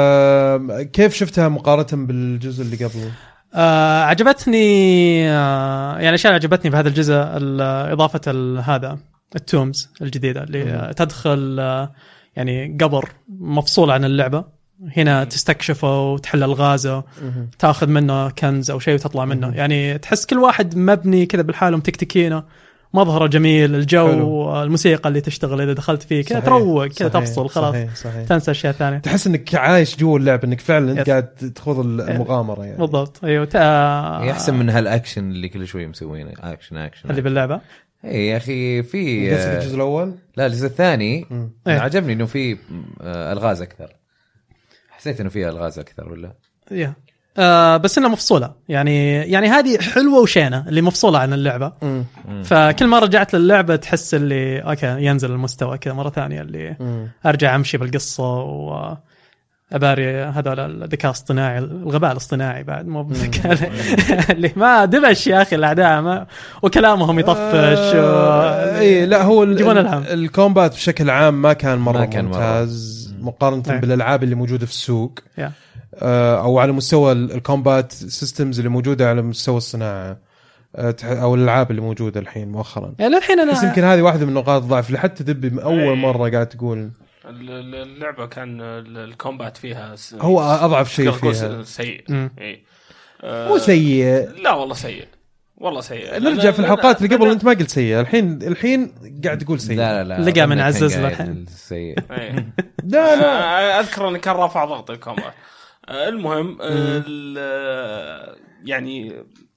آه كيف شفتها مقارنة بالجزء اللي قبله؟ آه عجبتني آه يعني الاشياء اللي عجبتني بهذا الجزء ال- اضافه ال- هذا التومز الجديده اللي مم. تدخل آه يعني قبر مفصول عن اللعبه، هنا تستكشفه وتحل الغازه، تاخذ منه كنز او شيء وتطلع منه. مم. يعني تحس كل واحد مبني كذا بالحاله متكتكينه، مظهره جميل، الجو حلو. الموسيقى اللي تشتغل اذا دخلت فيه كذا صحيح. تروق كذا صحيح. تفصل خلاص، صحيح. صحيح. تنسى اشياء ثانيه. تحس انك عايش جوا اللعبه، انك فعلا انت يس. قاعد تخوض المغامره يعني. بالضبط ايوه تا... هي احسن من هالاكشن اللي كل شوي مسوينه، اكشن اكشن اللي باللعبه. اي يا اخي في قصدك الجزء الاول؟ لا الجزء الثاني مم. إيه. عجبني انه في آه، الغاز اكثر، حسيت انه فيها الغاز اكثر ولا يا آه بس انها مفصوله يعني يعني هذه حلوه وشينه اللي مفصوله عن اللعبه. مم. فكل ما رجعت للعبه تحس اللي اوكي ينزل المستوى كذا مره ثانيه، اللي مم. ارجع امشي بالقصه و اباري هذول الذكاء الاصطناعي، الغباء الاصطناعي بعد مو بالذكاء اللي ما دبش يا اخي الاعداء ما وكلامهم يطفش و... آه اي لا هو ال- يجيبون الهم. الكومبات بشكل عام ما كان مره ما كان مرة. ممتاز مقارنه إيه. بالالعاب اللي موجوده في السوق. يا. آه او على مستوى ال- الكومبات سيستمز اللي موجوده على مستوى الصناعه، آه تح- او الالعاب اللي موجوده الحين مؤخرا. يعني الحين بس انا يمكن هذه واحده من نقاط الضعف اللي حتى دبي من اول إيه. مره قاعد تقول ال- ال- اللعبه كان ال- الكومبات فيها س- هو اضعف شيء تقدر تقول فيها. سيء. مم. اي مو سيء، لا والله سيء، والله سيء. نرجع في لا- الحلقات لا- اللي قبل لا- انت ما قلت سيء، الحين الحين قاعد تقول سيء. لا لا لا لقى من أظن عزز كان له قاعد الحين. سيء. إيه. لا لا أنا اذكر اني كان رافع ضغط الكومبات. آه، المهم آه، ال- آه، يعني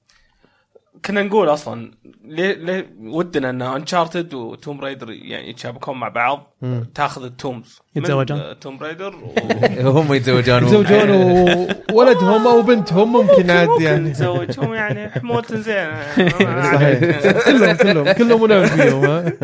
كنا نقول اصلا ليه ليه ودنا ان انشارتد وتوم رايدر يعني يتشابكون مع بعض، مم. تاخذ التومز يتزوجون. من، آه، توم رايدر و... هم يتزوجون يتزوجون وولدهم او بنتهم ممكن عاد ممكن يعني. يتزوجهم يعني حمولة زين. صحيح كلهم كلهم كلهم ولعب فيهم ها.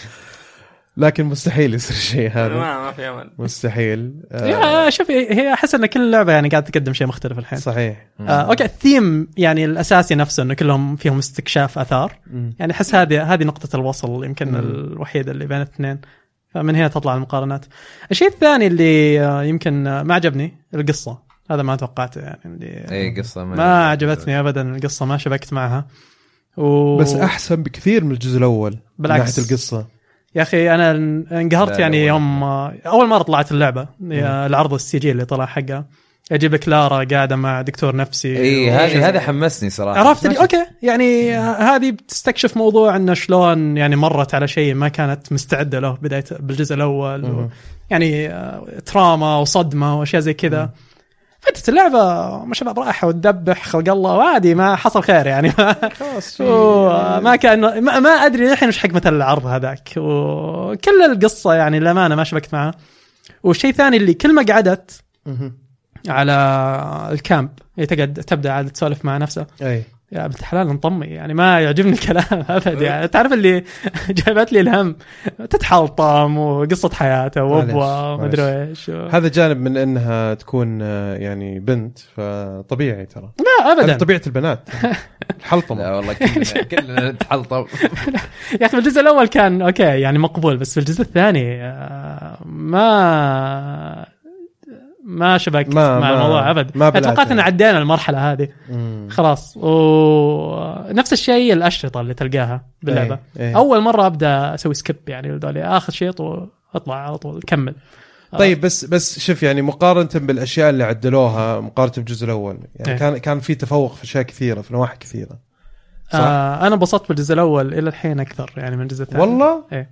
لكن مستحيل يصير شيء هذا، ما ما في امل. مستحيل. آه يا شوف هي احس ان كل لعبه يعني قاعد تقدم شيء مختلف الحين. صحيح. آه، اوكي الثيم يعني الاساسي نفسه انه كلهم فيهم استكشاف اثار، مم. يعني احس هذه هذه نقطه الوصل يمكن مم. الوحيده اللي بين الاثنين، فمن هنا تطلع المقارنات. الشيء الثاني اللي آه، يمكن آه، ما عجبني القصه، هذا ما توقعته يعني اللي اي قصه ما, ما عجبتني ابدا القصه، ما شبكت معها و... بس احسن بكثير من الجزء الاول بالعكس. من ناحيه القصه. يا اخي انا انقهرت لا، يعني لا، يوم آه، اول مره طلعت اللعبه يا العرض السي جي اللي طلع حقها، اجيب كلارا قاعده مع دكتور نفسي. اي هذه هذا حمسني صراحه. عرفت لي اوكي يعني آه، هذه بتستكشف موضوع انه شلون يعني مرت على شيء ما كانت مستعده له بدايه بالجزء الاول و يعني آه، تراما وصدمه واشياء زي كذا. فتت اللعبه ما شاء الله رايحه وتدبح خلق الله وعادي ما حصل خير يعني خلاص ما كان ما, ما ادري الحين وش حكمه العرض هذاك، وكل القصه يعني للامانه ما شبكت معها. والشيء الثاني اللي كل ما قعدت على الكامب تقعد تبدا عاد تسولف مع نفسها اي يا بنت الحلال انطمي يعني ما يعجبني الكلام ابد يعني تعرف اللي جابت لي الهم تتحلطم وقصه حياته وابوه ما ادري ايش و... هذا جانب من انها تكون يعني بنت فطبيعي ترى لا ابدا طبيعه البنات الحلطم لا والله كلنا كلنا نتحلطم يا اخي الجزء الاول كان اوكي يعني مقبول بس في الجزء الثاني ما ما شبكت ما مع ما الموضوع ابد ما توقعت ان عدينا المرحله هذه مم. خلاص ونفس الشيء الاشرطه اللي تلقاها باللعبه ايه ايه. اول مره ابدا اسوي سكيب يعني دولي اخذ شيء واطلع على طول كمل طيب بس بس شوف يعني مقارنه بالاشياء اللي عدلوها مقارنه بالجزء الاول يعني ايه. كان كان في تفوق في اشياء كثيره في نواحي كثيره صح؟ آه انا انبسطت بالجزء الاول الى الحين اكثر يعني من الجزء الثاني والله ايه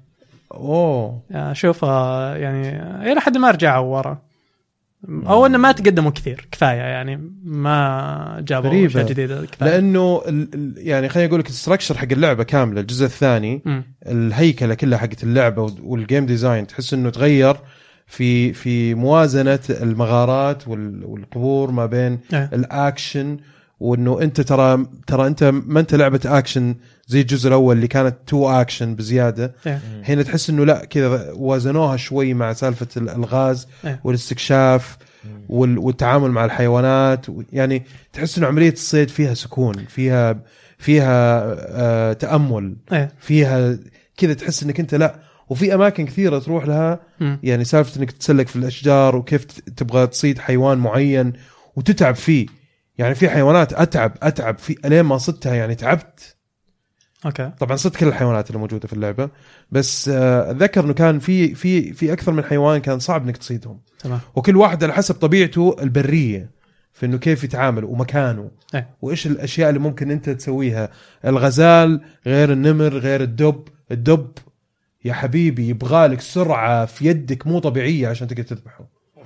اوه شوف يعني الى حد ما رجعوا ورا او انه ما تقدموا كثير كفايه يعني ما جابوا شيء جديد كفايه لانه ال يعني خليني اقول لك الستراكشر حق اللعبه كامله الجزء الثاني م. الهيكله كلها حقت اللعبه والجيم ديزاين تحس انه تغير في في موازنه المغارات والقبور ما بين اه. الاكشن وانه انت ترى ترى انت ما انت لعبه اكشن زي الجزء الاول اللي كانت تو اكشن بزياده اه. هنا تحس انه لا كذا وازنوها شوي مع سالفه الالغاز اه. والاستكشاف والتعامل مع الحيوانات يعني تحس انه عمليه الصيد فيها سكون فيها فيها آه تامل اه. فيها كذا تحس انك انت لا وفي اماكن كثيره تروح لها م. يعني سالفه انك تتسلق في الاشجار وكيف تبغى تصيد حيوان معين وتتعب فيه يعني في حيوانات اتعب اتعب في الين ما صدتها يعني تعبت اوكي طبعا صدت كل الحيوانات اللي موجوده في اللعبه بس اتذكر انه كان في في في اكثر من حيوان كان صعب انك تصيدهم تمام وكل واحد على حسب طبيعته البريه في انه كيف يتعامل ومكانه ايه. وايش الاشياء اللي ممكن انت تسويها الغزال غير النمر غير الدب الدب يا حبيبي يبغالك سرعه في يدك مو طبيعيه عشان تقدر تذبحه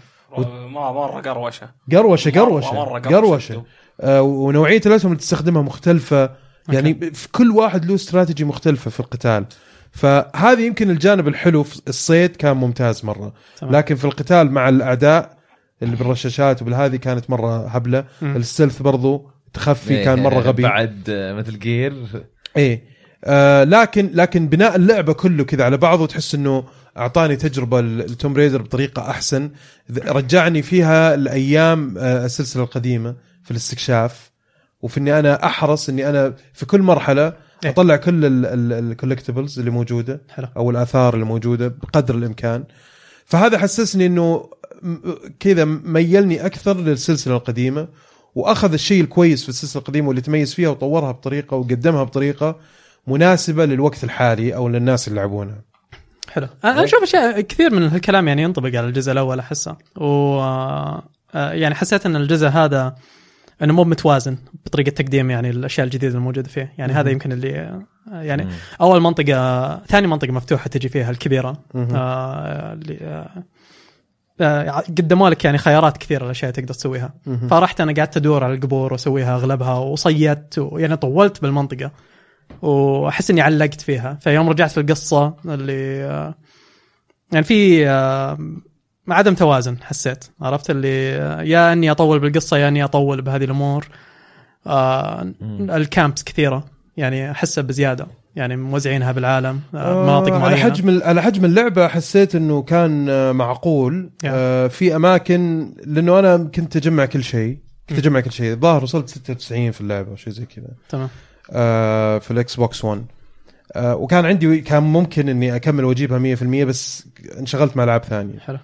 ما مره قروشه قروشه قروشه قروشه آه ونوعيه الاسهم اللي تستخدمها مختلفه يعني أوكي. في كل واحد له استراتيجي مختلفه في القتال فهذه يمكن الجانب الحلو في الصيد كان ممتاز مره تمام. لكن في القتال مع الاعداء اللي بالرشاشات وبالهذه كانت مره هبله الستيلث برضو تخفي كان مره غبي بعد مثل جير ايه آه لكن لكن بناء اللعبه كله كذا على بعضه وتحس انه اعطاني تجربه التوم ريدر بطريقه احسن رجعني فيها الايام آه السلسله القديمه في الاستكشاف وفي اني انا احرص اني انا في كل مرحله اطلع كل الكولكتبلز اللي موجوده او الاثار اللي موجوده بقدر الامكان فهذا حسسني انه كذا ميلني اكثر للسلسله القديمه واخذ الشيء الكويس في السلسله القديمه واللي تميز فيها وطورها بطريقه وقدمها بطريقه مناسبه للوقت الحالي او للناس اللي يلعبونها. حلو انا اشوف اشياء كثير من هالكلام يعني ينطبق على الجزء الاول احسه و يعني حسيت ان الجزء هذا انه مو متوازن بطريقه تقديم يعني الاشياء الجديده الموجوده فيه يعني م- هذا يمكن اللي يعني م- اول منطقه ثاني منطقه مفتوحه تجي فيها الكبيره آه اللي آه قدموا لك يعني خيارات كثيره الاشياء تقدر تسويها م- فرحت انا قعدت ادور على القبور واسويها اغلبها وصيدت ويعني طولت بالمنطقه واحس اني علقت فيها فيوم رجعت في القصه اللي آه يعني في آه عدم توازن حسيت عرفت اللي يا اني اطول بالقصه يا اني اطول بهذه الامور آه الكامبس كثيره يعني احسها بزياده يعني موزعينها بالعالم آه مناطق معينه على حجم على حجم اللعبه حسيت انه كان معقول آه في اماكن لانه انا كنت اجمع كل شيء كنت اجمع كل شيء الظاهر وصلت ستة وتسعين في اللعبه او شيء زي كذا تمام آه في الاكس بوكس ون آه وكان عندي كان ممكن اني اكمل واجيبها مية في المية بس انشغلت مع العاب ثانيه. حلو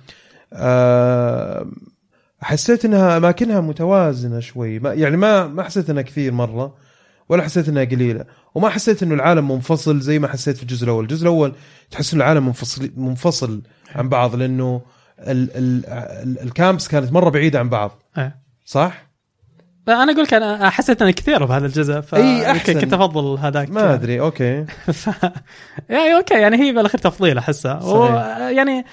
أه حسيت انها اماكنها متوازنه شوي ما يعني ما ما حسيت انها كثير مره ولا حسيت انها قليله وما حسيت انه العالم منفصل زي ما حسيت في الجزء الاول. الجزء الاول تحس ان العالم منفصل منفصل عن بعض لانه ال ال ال الكامبس كانت مره بعيده عن بعض صح. انا اقول لك انا حسيت اني كثير بهذا الجزء فكنت افضل هذاك ما ادري اوكي ف... يعني اوكي يعني هي بالاخير تفضيل احسها يعني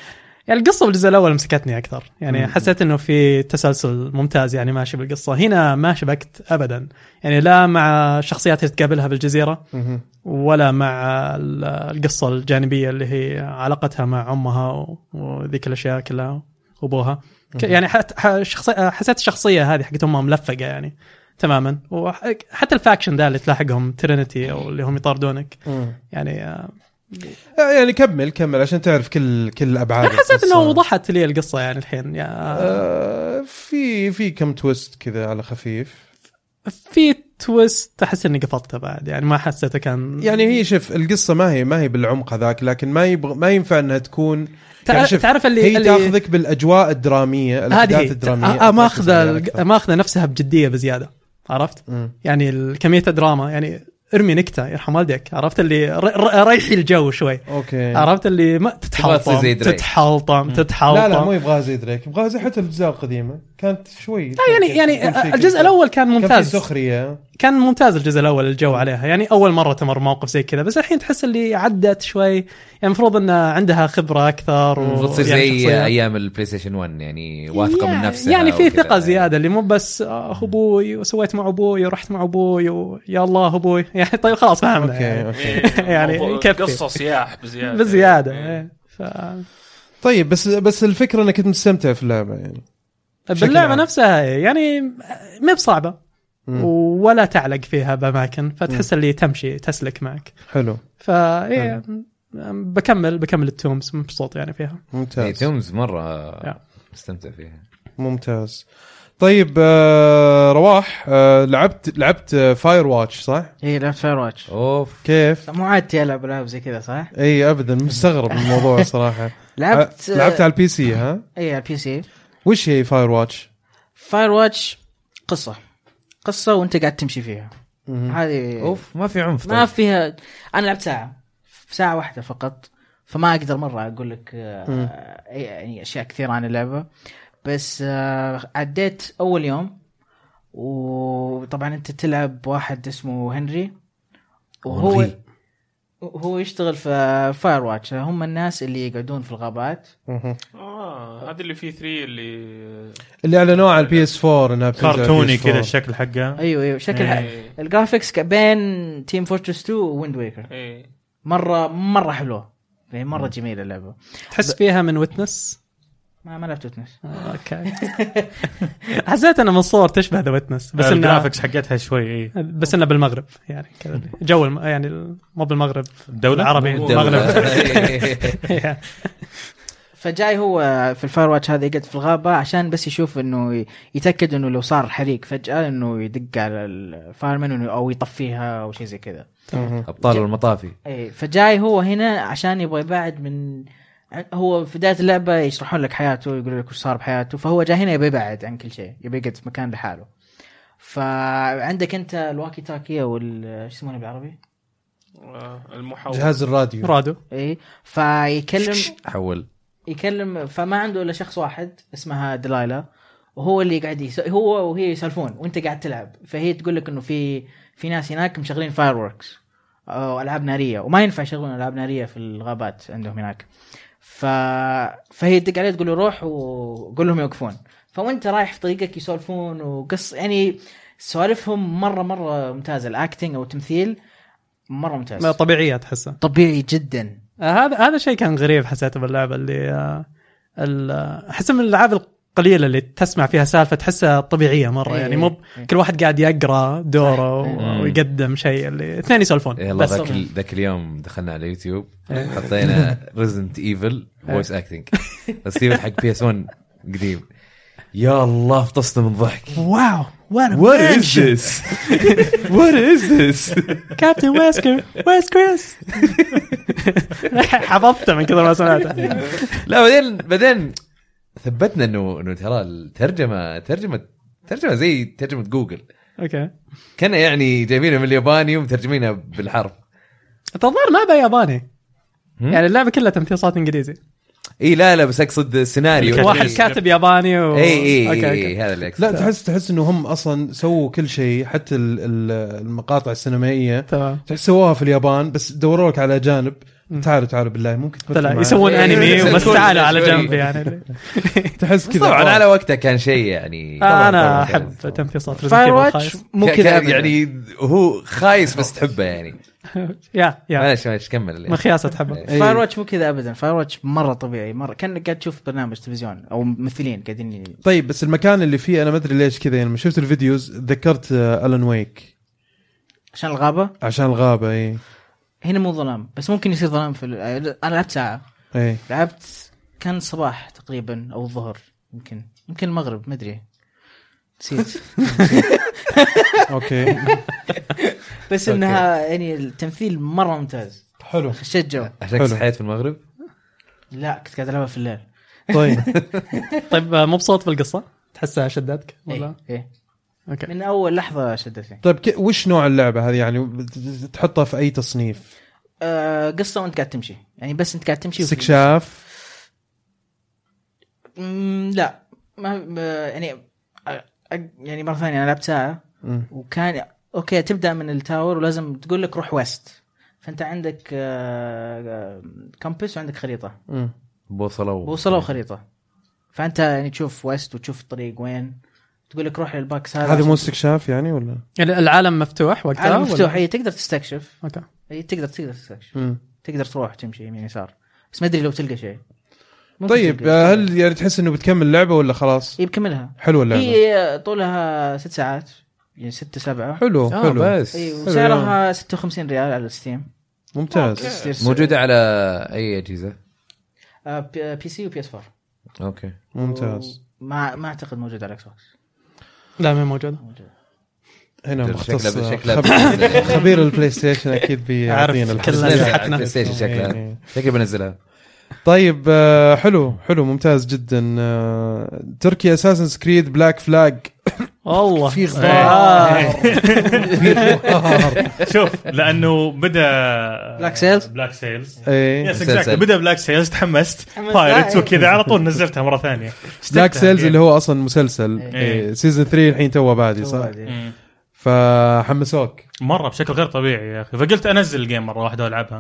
يعني القصه بالجزء الاول مسكتني اكثر يعني حسيت انه في تسلسل ممتاز يعني ماشي بالقصه. هنا ما شبكت ابدا يعني لا مع الشخصيات اللي تقابلها بالجزيره ولا مع القصه الجانبيه اللي هي علاقتها مع امها وذيك الاشياء كلها وابوها يعني حسيت الشخصيه هذه حقت امها ملفقه يعني تماما. وحتى الفاكشن ده اللي تلاحقهم ترينيتي او اللي هم يطاردونك يعني يعني كمل كمل عشان تعرف كل كل ابعاد. انا حسيت انه وضحت لي القصه يعني الحين يا آه في في كم تويست كذا على خفيف. في تويست احس اني قفلتها بعد يعني ما حسيته كان يعني هي شوف القصه ما هي ما هي بالعمق هذاك لكن ما يبغ ما ينفع انها تكون تعرف, تعرف اللي هي اللي تاخذك بالاجواء الدراميه الاحداث الدراميه ما اخذ ما اخذ نفسها بجديه بزياده عرفت م. يعني كميه الدراما يعني ارمي نكته يرحم والديك عرفت اللي ريحي الجو شوي اوكي عرفت اللي ما تتحلطم تتحلطم تتحلطم لا لا مو يبغى زي دريك يبغى زي حتى الأجزاء القديمه كانت شوي لا يعني يعني الجزء الاول كان ممتاز كان في سخريه كان ممتاز الجزء الاول الجو عليها يعني اول مره تمر موقف زي كذا بس الحين تحس اللي عدت شوي يعني المفروض ان عندها خبره اكثر وتصير زي شخصية. ايام البلاي ستيشن واحد يعني واثقه يعني من نفسها يعني في ثقه زياده اللي مو بس آه ابوي وسويت مع ابوي ورحت مع ابوي ويا الله ابوي يعني طيب خلاص فهمنا أوكي. يعني, أوكي. يعني كيف قصه سياح بزياده بزياده يعني. ف... طيب بس بس الفكره انك كنت مستمتع في اللعبه يعني باللعبه نفسها يعني ما بصعبه ولا تعلق فيها باماكن فتحس اللي تمشي تسلك معك حلو ف بكمل بكمل التومز مبسوط يعني فيها ممتاز تومز مره مستمتع فيها ممتاز. طيب آه رواح آه لعبت لعبت فاير واتش صح؟ اي لعبت فاير واتش. اوف كيف؟ مو عادتي العب العاب زي كذا صح؟ اي ابدا مستغرب من الموضوع صراحه. لعبت لعبت على البي سي ها؟ اي على البي سي. وش هي فاير واتش؟ فاير واتش قصه قصه وانت قاعد تمشي فيها. هذه اوف ما في عنف. ما فيها. انا لعبت ساعه ساعه واحده فقط فما اقدر مره اقول لك يعني اشياء كثيره عن اللعبه بس عديت اول يوم وطبعا انت تلعب واحد اسمه هنري وهو هو يشتغل في فاير واتش. هم الناس اللي يقعدون في الغابات. اه هذا اللي فيه ثلاثة اللي اللي على نوع البي اس فور انها كرتوني كذا الشكل حقه. ايوه ايوه شكل ايه. الجرافيكس بين تيم فورترس تو وويند ويكر. ايه. مره مره حلوه يعني مره جميله اللعبه. تحس فيها من ويتنس؟ ما ما لعبت ويتنس. اوكي. حسيت انا من الصور تشبه ذا ويتنس بس الجرافيكس حقتها شوي ايه. بس انه بالمغرب يعني كذا جو الم... يعني مو بالمغرب الدوله العربي المغرب. فجاي هو في الفاير واتش هذا يقعد في الغابه عشان بس يشوف انه يتاكد انه لو صار حريق فجاه انه يدق على الفايرمان او يطفيها او شيء زي كذا. ابطال المطافي. اي فجاي هو هنا عشان يبغى يبعد من هو في بداية اللعبة يشرحون لك حياته يقولوا لك وش صار بحياته فهو جاي هنا يبي يبعد عن كل شيء يبي يقعد في مكان لحاله. فعندك أنت الواكي تاكي أو ايش يسمونه بالعربي المحول جهاز الراديو راديو إيه فيكلم حول يكلم فما عنده إلا شخص واحد اسمها دلايلا وهو اللي قاعد يس... هو وهي يسالفون وأنت قاعد تلعب فهي تقول لك إنه في في ناس هناك مشغلين فاير ووركس أو ألعاب نارية وما ينفع يشغلون ألعاب نارية في الغابات عندهم هناك. ف... فهي تدق عليه تقول له روح وقول لهم يوقفون فوانت رايح في طريقك يسولفون وقص يعني سوالفهم مره مره ممتازه. الاكتنج او التمثيل مره ممتاز طبيعيه تحسه طبيعي جدا. آه هذا هذا شيء كان غريب حسيته باللعبه اللي آه احس من الالعاب القليله اللي تسمع فيها سالفه تحسها طبيعيه مره أيه يعني مو أيه. كل واحد قاعد يقرا دوره أيه. ويقدم شيء اللي اثنين يسولفون. بس ذاك ذاك اليوم دخلنا على يوتيوب حطينا ريزنت ايفل فويس اكتنج ستيفن حق بي اس واحد قديم يا الله فطست من ضحك. واو what is this what is this كابتن ويسكر ويس كريس. حفظته من كثر ما سمعته. لا بعدين بعدين ثبتنا انه انه ترى الترجمه ترجمه ترجمه زي ترجمه جوجل. اوكي كان يعني جايبينها من الياباني ومترجمينها بالحرف. الظاهر ما بقى ياباني يعني اللعبه كلها تمثيل صوت انجليزي. اي لا لا بس اقصد السيناريو واحد كاتب ياباني و... اي اي أوكي أوكي. هذا اللي لا تحس تحس انه هم اصلا سووا كل شيء حتى المقاطع السينمائيه تمام تحس سووها في اليابان بس دوروا لك على جانب تعالوا تعالوا بالله ممكن لا يسوون انمي وبس تعالوا على جنب يعني تحس كذا طبعا على وقتها كان شيء يعني آه انا احب تمثيل صوت فاير واتش مو كذا يعني هو خايس بس تحبه يعني يا يا معلش معلش كمل مخياسه تحبه. فاير واتش مو كذا ابدا. فاير واتش مره طبيعي مره كان قاعد تشوف برنامج تلفزيون او ممثلين قاعدين. طيب بس المكان اللي فيه انا ما ادري ليش كذا يعني شفت الفيديوز ذكرت ألان ويك عشان الغابه عشان الغابه. اي هنا مو ظلام بس ممكن يصير ظلام في ال... انا لعبت ساعه اي لعبت كان الصباح تقريبا او الظهر يمكن يمكن المغرب ما ادري نسيت. اوكي بس انها يعني التمثيل مره ممتاز حلو خشيت جو. عشان صحيت في المغرب لا كنت قاعد العبها في الليل. طيب طيب مبسوط بالقصه تحسها شدتك ولا إيه؟ إيه. اوكي من اول لحظه شدتني. طيب ك... وش نوع اللعبه هذه يعني تحطها في اي تصنيف؟ آه قصه وانت قاعد تمشي يعني بس انت قاعد تمشي استكشاف مم لا ما ما- يعني أ- أ- يعني مره ثانيه انا لعبت ساعه م. وكان اوكي تبدا من التاور ولازم تقول لك روح ويست فانت عندك آه كامبس وعندك خريطه م. بوصله و... بوصله وخريطه فانت يعني تشوف ويست وتشوف الطريق وين تقول لك روح للباكس هذا. هذه مو استكشاف يعني ولا؟ يعني العالم مفتوح وقتها عالم ولا؟ مفتوح هي تقدر تستكشف اوكي هي تقدر تقدر تستكشف م. تقدر تروح تمشي يمين يسار بس ما ادري لو تلقى شيء. ممكن طيب تلقى. هل يعني تحس انه بتكمل لعبه ولا خلاص؟ هي بكملها. حلوه اللعبه هي طولها ست ساعات يعني ستة سبعة. حلو آه حلو بس اي وسعرها ستة وخمسين ريال على الستيم. ممتاز موجوده على اي اجهزه؟ آه بي بي سي وبي اس فور. اوكي ممتاز. ما ما اعتقد موجود على الاكس بوكس. لا ما موجوده. هنا مختص شكله شكله خبير, خبير البلاي ستيشن اكيد بيعطينا عارف كل الحل. نزحتنا. بلاي ستيشن شكلها إيه. شكلي بنزلها. طيب آه، حلو حلو ممتاز جدا. آه، تركي اساسن سكريد بلاك فلاج والله في غبار في غبار. شوف لانه بدا بلاك سيلز؟ بلاك سيلز ايه يس مسلسل. اكزاكتلي بدا بلاك سيلز تحمست تحمست. بايرتس آه، وكذا على طول نزلتها مره ثانيه. بلاك سيلز اللي هو اصلا مسلسل إيه. سيزون ثلاثة الحين تو بادي صح مم. فحمسوك مره بشكل غير طبيعي يا اخي فقلت انزل الجيم مره واحده والعبها.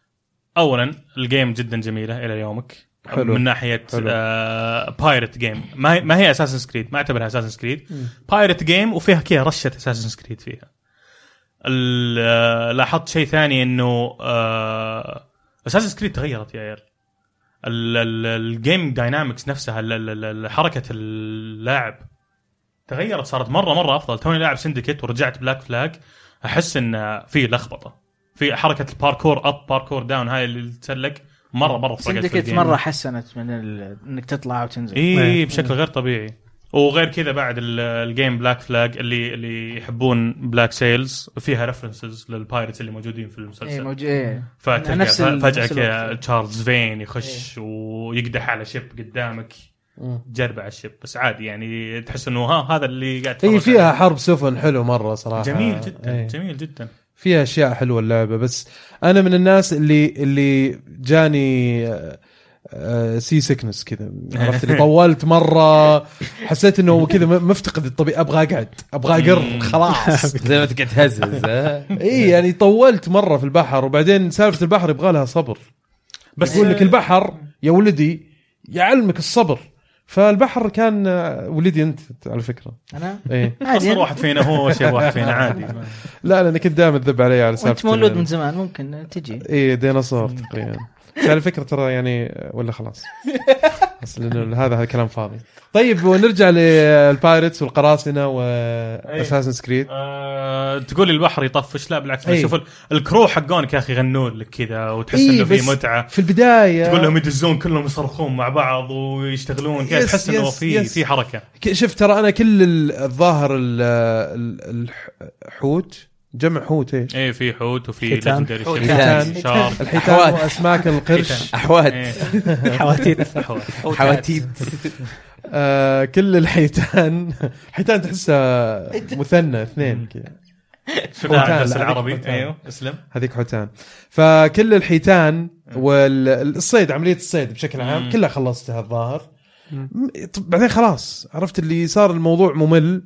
اولا الجيم جدا جميله الى يومك حلو. من ناحيه حلو. آه بايرت جيم ما هي ما هي اساسن سكريد ما اعتبرها اساسن سكريد بايرت جيم وفيها كذا رشه اساسن سكريد فيها. ال- آه، لاحظت شيء ثاني انه آه اساسن سكريد تغيرت يا عيال. ال- ال- الجيم داينامكس نفسها ال- ال- ال- حركه اللاعب تغيرت صارت مره مره افضل. توني لاعب سندكيت ورجعت بلاك فلاج احس ان في لخبطه في حركه الباركور اب باركور داون هاي اللي تسلق مره مره فرقت في سندكيت الجيم. مره حسنت من ال... انك تطلع وتنزل. اي بشكل غير طبيعي. وغير كذا بعد ال- الجيم بلاك فلاج اللي اللي يحبون بلاك سيلز فيها ريفرنسز للبايرتس اللي موجودين في اي المسلسل. موجود ايه فتلقى نفس ال- فجاه نفس كذا الوقت. تشارلز فين يخش ويقدح على شيب قدامك جرب على الشيب بس عادي يعني تحس انه ها هذا اللي قاعد هي تتفرج فيها عليه. حرب سفن حلو مره صراحه. جميل جدا إيه. جميل جدا. فيها اشياء حلوه اللعبه بس انا من الناس اللي اللي جاني آه، آه، سي سيكنس كذا عرفت اللي طولت مره حسيت انه كذا م- مفتقد الطبيعي ابغى اقعد ابغى اقر خلاص. زي ما تقعد تهزز ها؟ اي يعني طولت مره في البحر وبعدين سالفه البحر يبغى لها صبر. بس يقول لك البحر يا ولدي يعلمك الصبر. فالبحر كان آه، ولدي انت على فكره. انا ايه عادي اصغر واحد فينا هو شيء واحد فينا عادي. لا لانك كنت دائما تذب علي على سالفه وانت مولود ال- من زمان ممكن تجي. ايه ديناصور تقريبا. بس على فكره ترى يعني ولا خلاص بس لانه هذا هذا كلام فاضي. طيب ونرجع للبايرتس والقراصنه واساسن سكريد. أه تقول لي البحر يطفش لا بالعكس أي. شوف ال- الكرو حقونك يا اخي يغنون لك كذا وتحس إيه انه في بس متعه. في البدايه تقول لهم يدزون كلهم يصرخون مع بعض ويشتغلون كذا يس، تحس انه يس، في يس. في حركه. ك- شفت ترى انا كل ال- الظاهر ال- ال- الحوت جمع حوت ايش ايه في حوت وفي حيتان. legendary حيتان. shell، شارك الحيتان أحوات. واسماك القرش احوات إيه. حواتيت أحوات. حواتيت آه كل الحيتان حيتان تحسها مثنى اثنين كذا. شو ذا حوتان، بس لا، العربي حوتان. ايوه اسلم. هذيك حوتان. فكل الحيتان والصيد عمليه الصيد بشكل عام مم. كلها خلصتها الظاهر. م- طب بعدين خلاص عرفت اللي صار الموضوع ممل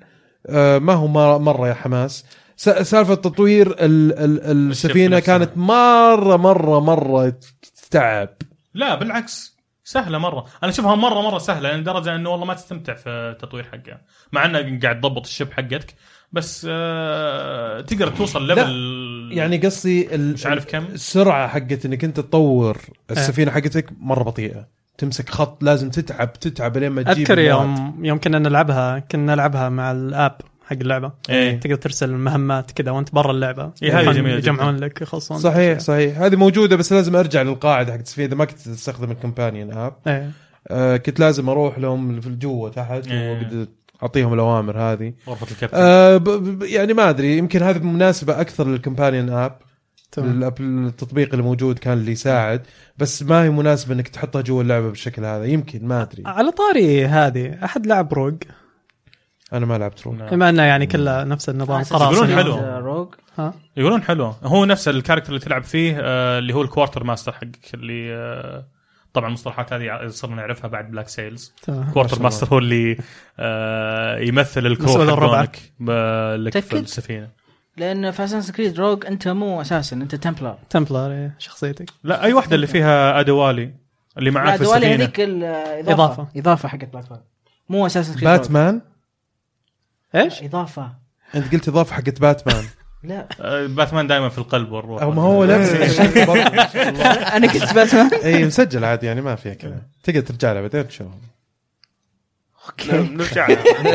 آه ما هو مره يا حماس. سالفه تطوير ال ال السفينه كانت مره مره مره تعب. لا بالعكس سهله مره، انا اشوفها مره مره سهله لدرجه انه والله ما تستمتع في التطوير حقها مع انك قاعد تضبط الشب حقتك بس آه تقدر توصل ليفل يعني قصدي مش عارف كم السرعه حقت انك انت تطور السفينه حقتك مره بطيئه، تمسك خط لازم تتعب تتعب لين ما تجيب. اذكر يوم يوم كنا نلعبها كنا نلعبها مع الاب حق اللعبه ايه. تقدر ترسل مهمات كذا وانت برا اللعبه إيه هذه جميله يجمعون لك يخلصون. صحيح صحيح هذه موجوده بس لازم ارجع للقاعده حق السفينه اذا ما كنت استخدم الكمبانيون اب. ايه. آه كنت لازم اروح لهم في الجوه تحت ايه. اعطيهم الاوامر هذه غرفه الكابتن. آه ب ب يعني ما ادري يمكن هذه مناسبه اكثر للكمبانيون اب. التطبيق اللي موجود كان اللي يساعد بس ما هي مناسبه انك تحطها جوا اللعبه بالشكل هذا. يمكن ما ادري. على طاري هذه احد لعب روج؟ انا ما لعبت روج بما انه يعني كلها نفس النظام قراصنة. يقولون حلو روج ها يقولون حلو. هو نفس الكاركتر اللي تلعب فيه آه اللي هو الكوارتر ماستر حقك اللي آه طبعا المصطلحات هذه صرنا نعرفها بعد بلاك سيلز. كوارتر ماستر هو اللي آه يمثل الكرو حقك لك في السفينه. لان في اساس كريد روج انت مو اساسا انت تمبلر تمبلر شخصيتك. لا اي واحده اللي فيها ادوالي اللي معاك في السفينه هذيك الاضافه اضافه اضافه حقت بلاك فلاج مو اساسا كريد باتمان. ايش اضافه؟ انت قلت اضافه حقت باتمان. لا باتمان دائما في القلب والروح. او ما هو نفس انا كنت باتمان. اي مسجل عادي يعني ما فيها كلام تقدر ترجع له بعدين تشوف. اوكي نرجع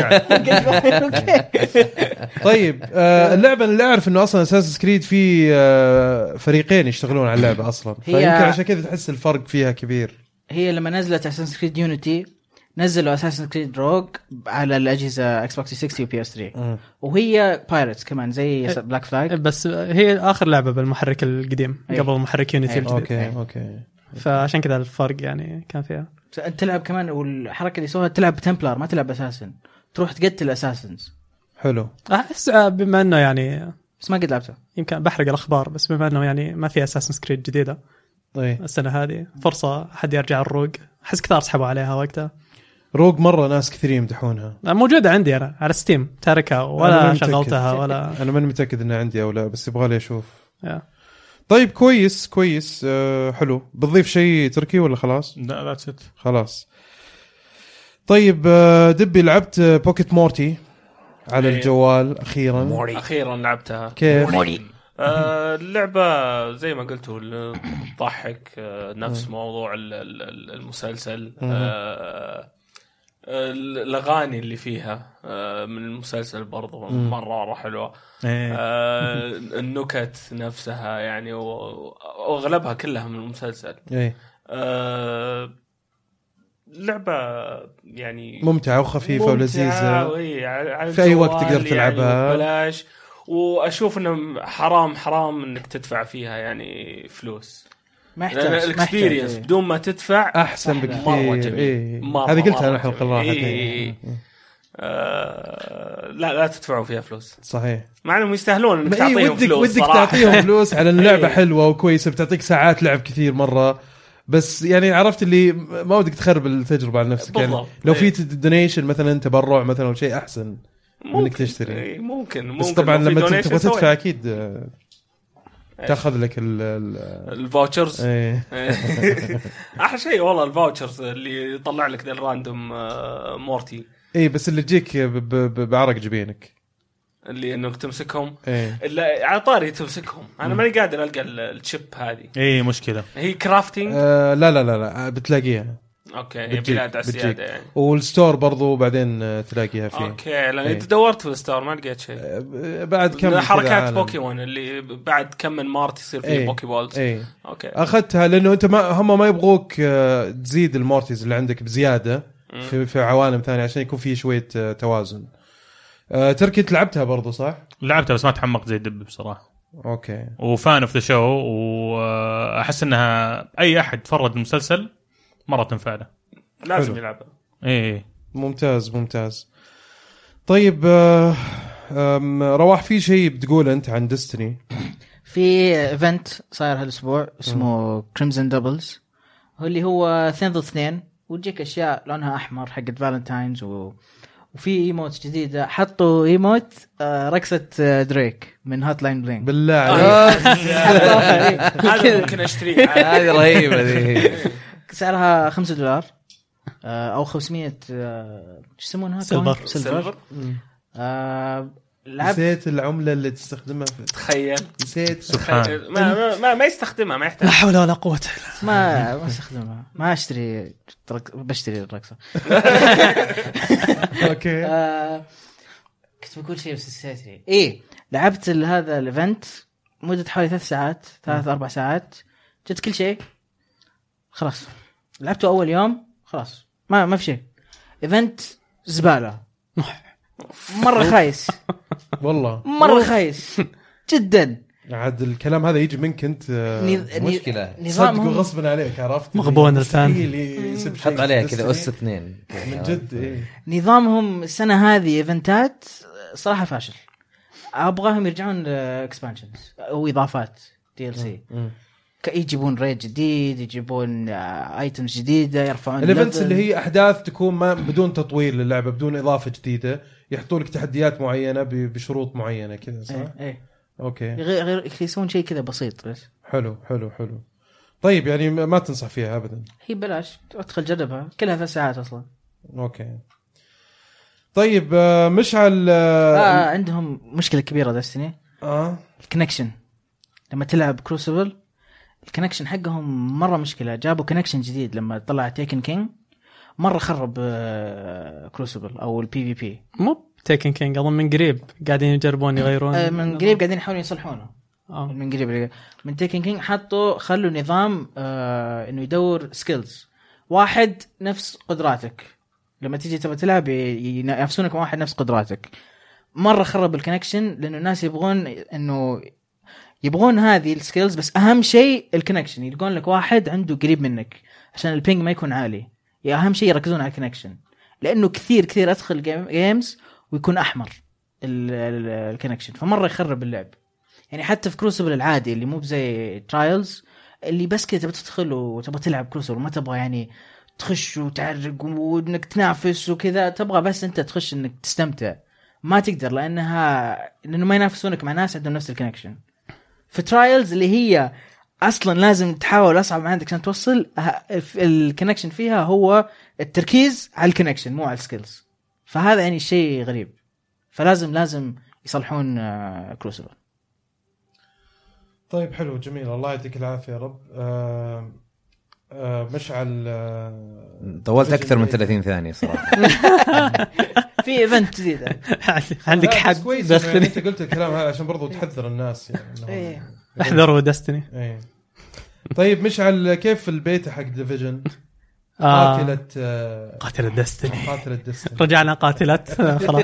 طيب آه اللعبه اللي اعرف انه اصلا اساس كريد في آه فريقين يشتغلون على اللعبه اصلا فيمكن عشان كذا تحس الفرق فيها كبير. هي لما نزلت اساس كريد يونيتي نزلوا اساس كريد روج على الاجهزه اكس بوكس ثلاثمية وبي اس ثلاثة وهي بايرتس كمان زي بلاك فلاج بس هي اخر لعبه بالمحرك القديم أيه. قبل محرك يونيتي أيه. الجديد. اوكي أيه. اوكي فعشان كذا الفرق يعني كان فيها. انت تلعب كمان والحركه اللي سووها تلعب بتمبلر ما تلعب اساسن تروح تقتل اساسنز. حلو. احس بما انه يعني بس ما قد لعبته يمكن بحرق الاخبار بس بما انه يعني ما في اساسن كريد جديده طيب السنه هذه فرصه حد يرجع الروج. احس كثار سحبوا عليها وقتها. روج مره ناس كثير يمدحونها. موجوده عندي انا على ستيم تاركها ولا شغلتها ولا انا ماني متاكد انها عندي او لا بس يبغى لي اشوف. yeah. طيب كويس كويس أه حلو. بتضيف شيء تركي ولا خلاص؟ لا ذاتس ات خلاص. طيب أه دبي لعبت بوكيت مورتي على الجوال اخيرا. موري. اخيرا لعبتها. كيف؟ موري. آه اللعبه زي ما قلتوا تضحك آه نفس م. موضوع المسلسل آه الاغاني اللي فيها آه من المسلسل برضو مره مره حلوه. آه النكت نفسها يعني واغلبها كلها من المسلسل. آه لعبه يعني ممتعه وخفيفه ممتعة ولذيذه في اي وقت تقدر تلعبها يعني بلاش. واشوف انه حرام حرام انك تدفع فيها يعني فلوس. ما يحتاج الاكسبيرينس بدون ما تدفع احسن بكثير. إيه. هذه قلتها انا الحلقه الراحه. إيه. آه لا لا تدفعوا فيها فلوس. صحيح مع انهم يستاهلون انك تعطيهم تعطيهم فلوس. ودك تعطيهم فلوس على اللعبه حلوه وكويسه بتعطيك ساعات لعب كثير مره بس يعني عرفت اللي ما ودك تخرب التجربه على نفسك. يعني لو في دونيشن مثلا تبرع مثلا او شيء احسن انك تشتري. ممكن ممكن بس طبعا لما تبغى تدفع اكيد تاخذ لك الفاوتشرز. احلى شيء والله الفاوتشرز اللي يطلع لك ذا الراندوم مورتي. اي بس اللي تجيك بعرق جبينك اللي انك تمسكهم. إيه؟ اللي على طاري تمسكهم انا ماني قادر القى الشيب هذه. اي مشكله هي كرافتنج. آه لا لا لا لا بتلاقيها. اوكي بلاد السياده يعني. والستور برضو بعدين تلاقيها فيه. اوكي لان إيه؟ دورت في الستور ما لقيت شيء. بعد كم حركات بوكيمون اللي بعد كم من مارت يصير فيه إيه؟ بوكي بولز. إيه؟ اوكي اخذتها لانه انت ما هم ما يبغوك تزيد المورتيز اللي عندك بزياده في في عوالم ثانيه عشان يكون في شويه توازن. أه تركي لعبتها برضو صح؟ لعبتها بس ما تحمقت زي الدب بصراحه. اوكي. وفان اوف ذا شو واحس انها اي احد فرد المسلسل مره تنفع له لازم يلعبها. ايه ممتاز ممتاز. طيب أه رواح في شيء بتقول انت عن ديستني؟ في ايفنت صاير هالاسبوع اسمه كريمزن دبلز هو اللي هو اثنين ضد اثنين وتجيك اشياء لونها احمر حقت فالنتاينز و وفي ايموت جديده حطوا ايموت آه رقصه آه دريك من هوت لاين بلينك بالله عليك هذا ممكن اشتريه. هذه رهيبه ذي. سعرها خمسة دولار آه او خمسمية آه ايش يسمونها سيلفر. سيلفر آه لعب نسيت العمله اللي تستخدمها في... تخيل نسيت سبحان ما ما ما يستخدمها ما لا يحتاج. حول ولا قوه الا ما ما استخدمها ما اشتري ترك... بشتري الرقصه. اوكي آه كنت بقول شيء بس نسيت. ايه لعبت هذا الايفنت مده حوالي ثلاث ساعات ثلاث اربع ساعات جت كل شيء خلاص. لعبته اول يوم خلاص ما ما في شيء. ايفنت زباله مره خايس والله مره خايس جدا. عاد الكلام هذا يجي منك انت نظ- مشكلة. صدق نظامهم غصبا عليك عرفت مغبون مستحيل يسب شيء حط عليها في كذا دستني. اس اثنين من جد إيه. نظامهم السنه هذه ايفنتات صراحه فاشل. ابغاهم يرجعون اكسبانشنز او اضافات دي ال سي. مم. يجيبون ريد جديد يجيبون ايتمز جديده يرفعون الايفنتس level. اللي هي احداث تكون ما بدون تطوير للعبه بدون اضافه جديده يحطوا لك تحديات معينه ب- بشروط معينه كذا صح ايه ايه اوكي غير غير يسوون شيء كذا بسيط بس. حلو حلو حلو طيب يعني ما ما تنصح فيها ابدا هي بلاش ادخل جربها كلها ثلاث ساعات اصلا. اوكي طيب آه، مشعل آه اه, عندهم مشكله كبيره دستني آه. الكونكشن. لما تلعب كروسبل الكونكشن حقهم مره مشكله. جابوا كونكشن جديد لما طلع تيكن كينج مره خرب آه كروسبل او البي في بي. مو تيكن كينج اظن من قريب قاعدين يجربون يغيرون آه من قريب قاعدين يحاولون يصلحونه. آه. من قريب من تيكن كينج حطوا خلوا نظام آه انه يدور سكيلز واحد نفس قدراتك. لما تيجي تبغى تلعب ينافسونك واحد نفس قدراتك. مره خرب الكونكشن لانه الناس يبغون انه يبغون هذه السكيلز بس اهم شيء الكونكشن. يلقون لك واحد عنده قريب منك عشان البينج ما يكون عالي. يا اهم شيء يركزون على الكونكشن لانه كثير كثير ادخل جيمز ويكون احمر الكونكشن فمره يخرب اللعب. يعني حتى في كروسبل العادي اللي مو زي ترايلز اللي بس كذا تبغى تدخل وتبغى تلعب كروسبل ما تبغى يعني تخش وتعرق وانك تنافس وكذا. تبغى بس انت تخش انك تستمتع. ما تقدر لانها لانه ما ينافسونك مع ناس عندهم نفس الكونكشن. في ترايلز اللي هي اصلا لازم تحاول اصعب عندك عشان توصل الكونكشن فيها هو التركيز على الكونكشن مو على السكيلز. فهذا يعني شيء غريب. فلازم لازم يصلحون كروسبل. طيب حلو جميل الله يعطيك العافيه يا رب. آه آه مشعل آه طولت اكثر من ثلاثين ثانيه صراحه. في ايفنت جديد عندك لا، حق بس كويس دستني يعني انت قلت الكلام هذا عشان برضو تحذر الناس يعني إنه- إيه. احذروا دستني. ايه طيب مشعل كيف البيت حق ديفيجن آه. قاتلة آه قاتلة دستني قاتلة ديستني رجعنا قاتلة آه، خلاص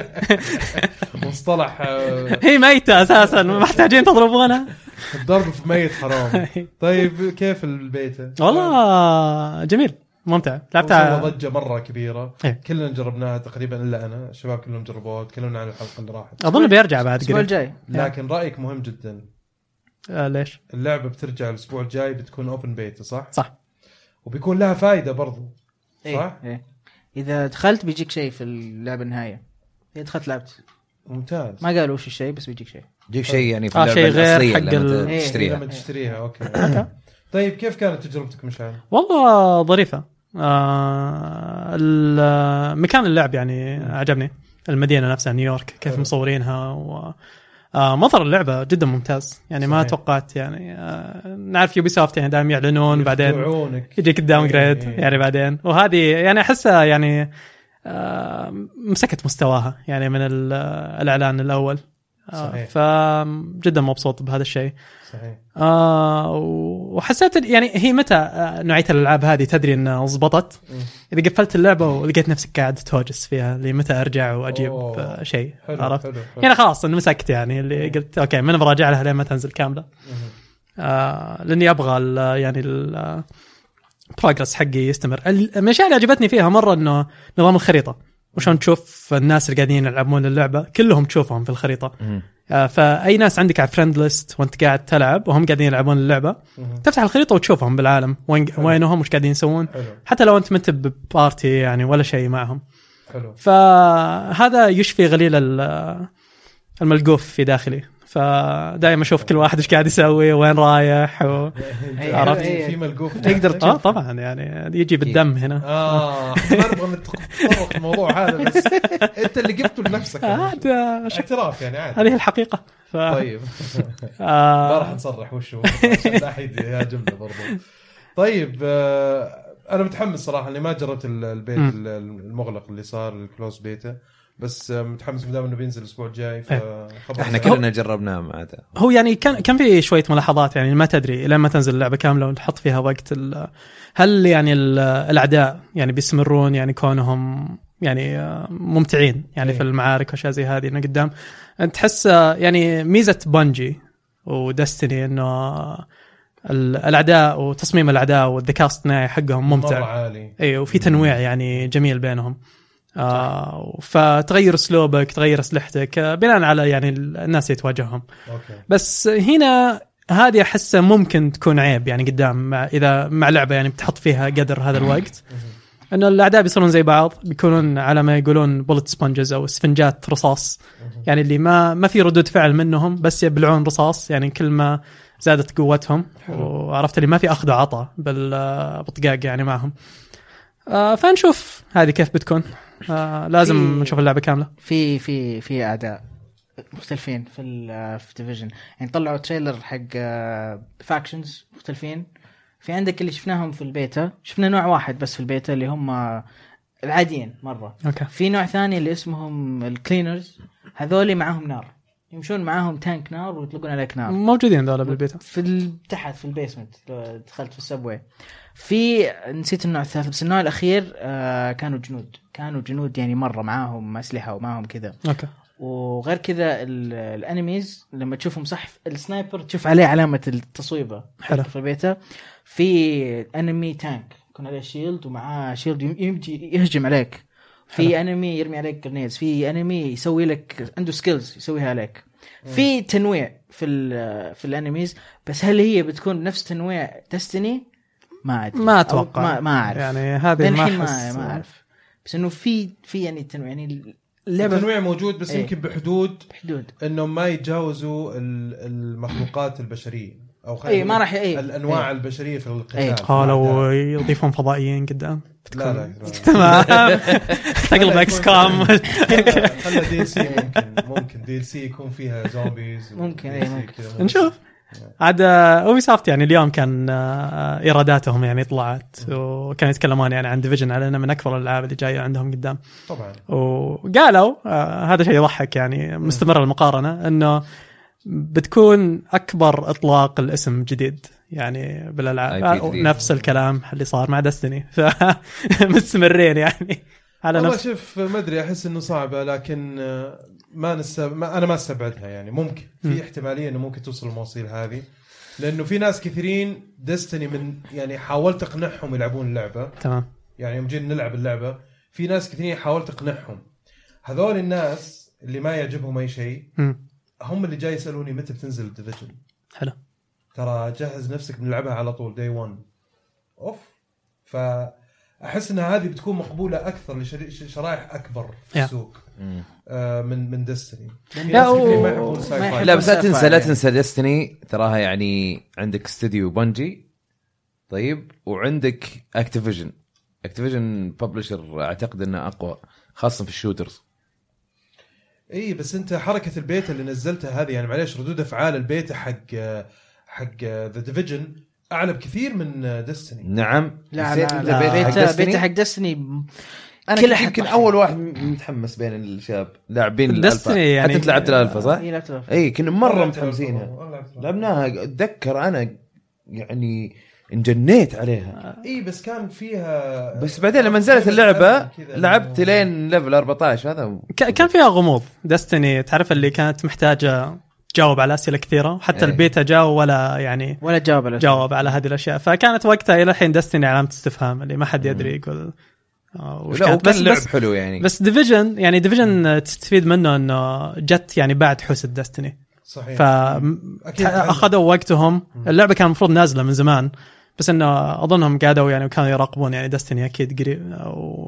مصطلح آه هي ميتة اساسا محتاجين تضربونها. الضرب في ميت حرام. طيب كيف البيت والله جميل ممتع لعبتها ضجة مرة كبيرة. إيه. كلنا جربناها تقريبا إلا أنا الشباب كلهم جربوها تكلمنا عن الحلقة اللي راحت. اظن بيرجع بعد الاسبوع قريب. الجاي. لكن رأيك مهم جدا. آه ليش اللعبة بترجع الأسبوع الجاي بتكون أوبن بيتا صح؟ صح وبيكون لها فايدة برضو إيه. صح؟ إيه. اذا دخلت بيجيك شيء في اللعبه النهايه. اذا دخلت لعبت ممتاز. ما قالوا وش الشيء بس بيجيك شيء. جيك شيء يعني في آه، اللعبه شيء غير الاصليه حق لما ال- إيه. تشتريها. لما تشتريها أوكي. طيب كيف كانت تجربتك مشعل؟ والله ظريفة. آه ال- مكان اللعب يعني عجبني. المدينة نفسها نيويورك كيف حلو. مصورينها و آه منظر اللعبة جدا ممتاز يعني ما صحيح. توقعت يعني آه نعرف يوبي سوفت يعني دائما يعلنون بعدين يخدعونك. يجيك الداون جريد إيه. يعني بعدين وهذه يعني أحسها يعني آه مسكت مستواها يعني من ال- الإعلان الأول. آه صحيح. فجدا مبسوط بهذا الشيء. صحيح. آه وحسيت يعني هي متى آه، نوعية الألعاب هذه تدري إنها ضبطت إذا قفلت اللعبة ولقيت نفسك قاعد توجس فيها اللي متى أرجع وأجيب أوه. آه، شيء حلو عرفت حلو, حلو. يعني خلاص إنه مسكت يعني اللي قلت أوكي من براجع لها لين ما تنزل كاملة. آه لأني أبغى ال- يعني البروجرس حقي يستمر. الأشياء اللي عجبتني فيها مرة إنه نظام الخريطة وشون تشوف الناس اللي قاعدين يلعبون اللعبة كلهم تشوفهم في الخريطة. آه فأي ناس عندك على فريند ليست وانت قاعد تلعب وهم قاعدين يلعبون اللعبة تفتح الخريطة وتشوفهم بالعالم وين وينهم وش قاعدين يسوون حلو. حتى لو انت منت ببارتي يعني ولا شيء معهم. حلو. فهذا يشفي غليل الملقوف في داخلي، فدائما اشوف كل واحد ايش قاعد يسوي وين رايح و... عرفت في ملقوف تقدر اه طبعا يعني يجي بالدم هنا. اه ما نبغى نتطرق الموضوع هذا، بس انت اللي جبته لنفسك هذا اعتراف يعني عادي، هذه الحقيقه. ف... طيب ما راح نصرح وش هو عشان لا احد يهاجمنا برضو. طيب آه انا متحمس صراحه اني ما جربت البيت م. المغلق اللي صار الكلوز بيتا، بس متحمس مدام انه بينزل الاسبوع الجاي. احنا كلنا جربناه معه. هو يعني كان كان في شويه ملاحظات، يعني ما تدري لما تنزل اللعبه كامله ونحط فيها وقت، هل يعني الاعداء يعني بيستمرون يعني كونهم يعني ممتعين يعني أيه. في المعارك واشياء زي هذه انه قدام تحس يعني ميزه بونجي ودستني انه الاعداء وتصميم الاعداء والذكاء الاصطناعي حقهم ممتع مرة عالي. اي وفي تنويع يعني جميل بينهم. آه فتغير اسلوبك تغير اسلحتك بناء على يعني الناس اللي تواجههم. أوكي. بس هنا هذه احسها ممكن تكون عيب يعني قدام مع اذا مع لعبه يعني بتحط فيها قدر هذا الوقت انه الاعداء بيصيرون زي بعض، بيكونون على ما يقولون بولت سبونجز او اسفنجات رصاص، يعني اللي ما ما في ردود فعل منهم بس يبلعون رصاص يعني كل ما زادت قوتهم. وعرفت اللي ما في اخذ وعطاء بالبطقاق يعني معهم. آه فنشوف هذه كيف بتكون. آه لازم نشوف اللعبه كامله. في في في اعداء مختلفين في في ديفيجن، يعني طلعوا تريلر حق فاكشنز مختلفين. في عندك اللي شفناهم في البيتا، شفنا نوع واحد بس في البيتا اللي هم العاديين مره. أوكي. في نوع ثاني اللي اسمهم الكلينرز، هذول معاهم نار، يمشون معاهم تانك نار ويطلقون عليك نار. موجودين دول بالبيتا في تحت في البيسمنت لو دخلت في السبوي. في نسيت النوع الثالث بس النوع الأخير آه كانوا جنود كانوا جنود يعني مرة معاهم أسلحة ومعاهم كذا. أوكي. وغير كذا الانميز لما تشوفهم صح السنايبر تشوف عليه علامة التصويبة في البيتا. في انمي تانك يكون عليه شيلد ومعاه شيلد يمجي يهجم عليك. في انمي يرمي عليك جرنيدز. في انمي يسوي لك عنده سكيلز يسويها عليك. في تنويع في في الانميز، بس هل هي بتكون نفس تنويع دستني؟ ما أدري. ما اتوقع ما, ما اعرف يعني هذه ما ما, ما اعرف، بس انه في في يعني تنويع يعني اللعبه التنويع موجود بس ايه؟ يمكن بحدود بحدود انهم ما يتجاوزوا المخلوقات البشريه او اي ما راح ايه؟ الانواع ايه؟ البشريه في القتال. ايه؟ اه لو يضيفون فضائيين قدام لا لا تمام تقلب اكس كام. خلنا دي ال سي ممكن ممكن دي ال سي يكون فيها زومبيز ممكن ايه ممكن نشوف. عاد اوبي سوفت يعني اليوم كان ايراداتهم يعني طلعت وكانوا يتكلمون يعني عن ديفيجن على انه من اكبر الالعاب اللي جايه عندهم قدام طبعا. وقالوا آه هذا شيء يضحك يعني مستمر المقارنه انه بتكون اكبر اطلاق الاسم جديد يعني بالالعاب، نفس الكلام اللي صار مع دستني فمستمرين يعني على والله نفس. شوف ما ادري احس انه صعبه لكن ما نستب... ما انا ما استبعدها يعني ممكن في م. احتماليه انه ممكن توصل المواصيل هذه، لانه في ناس كثيرين دستني من يعني حاولت اقنعهم يلعبون اللعبه تمام يعني يوم جينا نلعب اللعبه في ناس كثيرين حاولت اقنعهم. هذول الناس اللي ما يعجبهم اي شيء هم اللي جاي يسالوني متى بتنزل الديفيجن. حلو ترى جهز نفسك بنلعبها على طول داي واحد اوف. فاحس ان هذه بتكون مقبوله اكثر لشرائح اكبر في السوق آه من من دستني. لا, و... لا بس لا تنسى لا تنسى دستني تراها يعني عندك استوديو بونجي طيب وعندك اكتيفيجن. اكتيفيجن ببلشر اعتقد انه اقوى خاصه في الشوترز. اي بس انت حركه البيتا اللي نزلتها هذه يعني معليش ردود افعال البيتا حق حق ذا ديفيجن اعلى بكثير من دستني. نعم لا لا, لا. بيتا بيتا حق دستني انا كل يمكن اول واحد متحمس بين الشباب لاعبين الالفا يعني حتى انت لعبت الالفا صح؟ اي لعبت الالفا اي كنا مره متحمسينها لعبناها. اتذكر انا يعني انجنيت عليها. اي بس كان فيها بس بعدين لما نزلت اللعبه لعبت لين ليفل أربعة عشر هذا كان فيها غموض. دستني تعرف اللي كانت محتاجه تجاوب على اسئله كثيره حتى أيه. البيتا جاء ولا يعني ولا جاوب على جاوب على هذه الاشياء فكانت وقتها الى الحين دستني علامه استفهام اللي ما حد يدري يقول وش كانت. بس لعب حلو يعني. بس ديفيجن يعني ديفيجن تستفيد منه انه جت يعني بعد حوسه دستني صحيح. فاخذوا وقتهم. اللعبه كان المفروض نازله من زمان بس انه اظنهم قاعدوا يعني وكانوا يراقبون يعني دستني اكيد قريب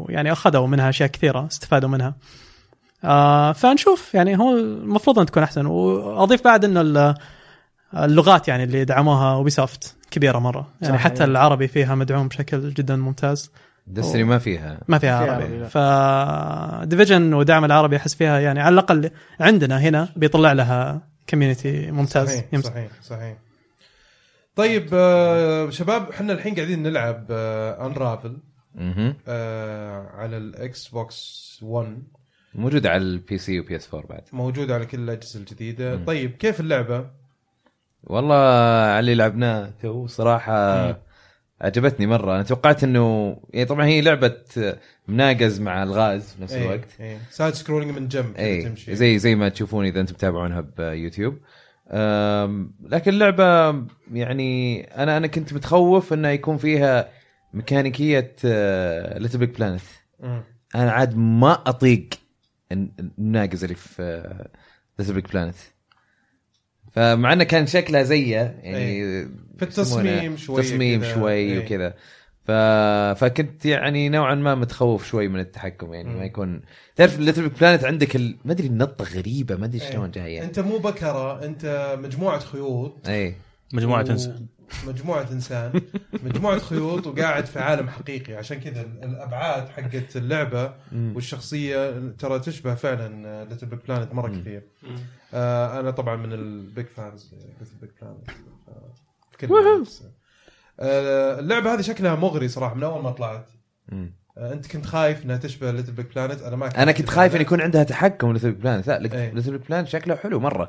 ويعني اخذوا منها اشياء كثيره استفادوا منها. آه فنشوف يعني هو المفروض ان تكون احسن. واضيف بعد انه اللغات يعني اللي دعموها اوبيسوفت كبيره مره يعني حتى العربي فيها مدعوم بشكل جدا ممتاز. دستني ما فيها ما فيها فيها عربي, عربي ف ديفيجن ودعم العربي احس فيها يعني على الاقل عندنا هنا بيطلع لها كوميونتي ممتاز. صحيح يمس... صحيح صحيح. طيب آه شباب احنا الحين قاعدين نلعب آه انرافل آه على الاكس بوكس ون، موجود على البي سي وبي اس فور بعد، موجود على كل الاجهزه الجديده. مم. طيب كيف اللعبه؟ والله على اللي لعبناه تو صراحه مم. عجبتني مره. انا توقعت انه يعني طبعا هي لعبه مناقز مع الغاز في نفس أيه. الوقت ايه سايد سكرولينج من جنب أيه. تمشي زي زي ما تشوفون اذا انتم تتابعونها بيوتيوب. لكن اللعبه يعني انا انا كنت متخوف انه يكون فيها ميكانيكيه ليتل بيج بلانت. انا عاد ما اطيق الناقز اللي في ليتل بيج بلانت، فمع انه كان شكلها زيه يعني أيه. في التصميم شوي تصميم شوي أيه. وكذا ف... فكنت يعني نوعا ما متخوف شوي من التحكم يعني م. ما يكون تعرف ليتل بيج بلانت عندك ال... ما ادري النطه غريبه ما ادري شلون أيه. جايه. انت مو بكره، انت مجموعه خيوط اي مجموعه و... انسان مجموعه انسان مجموعه خيوط وقاعد في عالم حقيقي. عشان كذا الابعاد حقت اللعبه والشخصيه ترى تشبه فعلا ليتل بيج بلانت مره كثير. آه انا طبعا من البيج فانز ليتل بيج بلانت. آه اللعبه هذه شكلها مغري صراحه من اول ما طلعت. آه انت كنت خايف انها تشبه ليتل بيج بلانت؟ انا ما كنت انا كنت خايف ان يكون عندها تحكم ليتل بيج بلانت. لا ليتل بيج بلانت شكله حلو مره،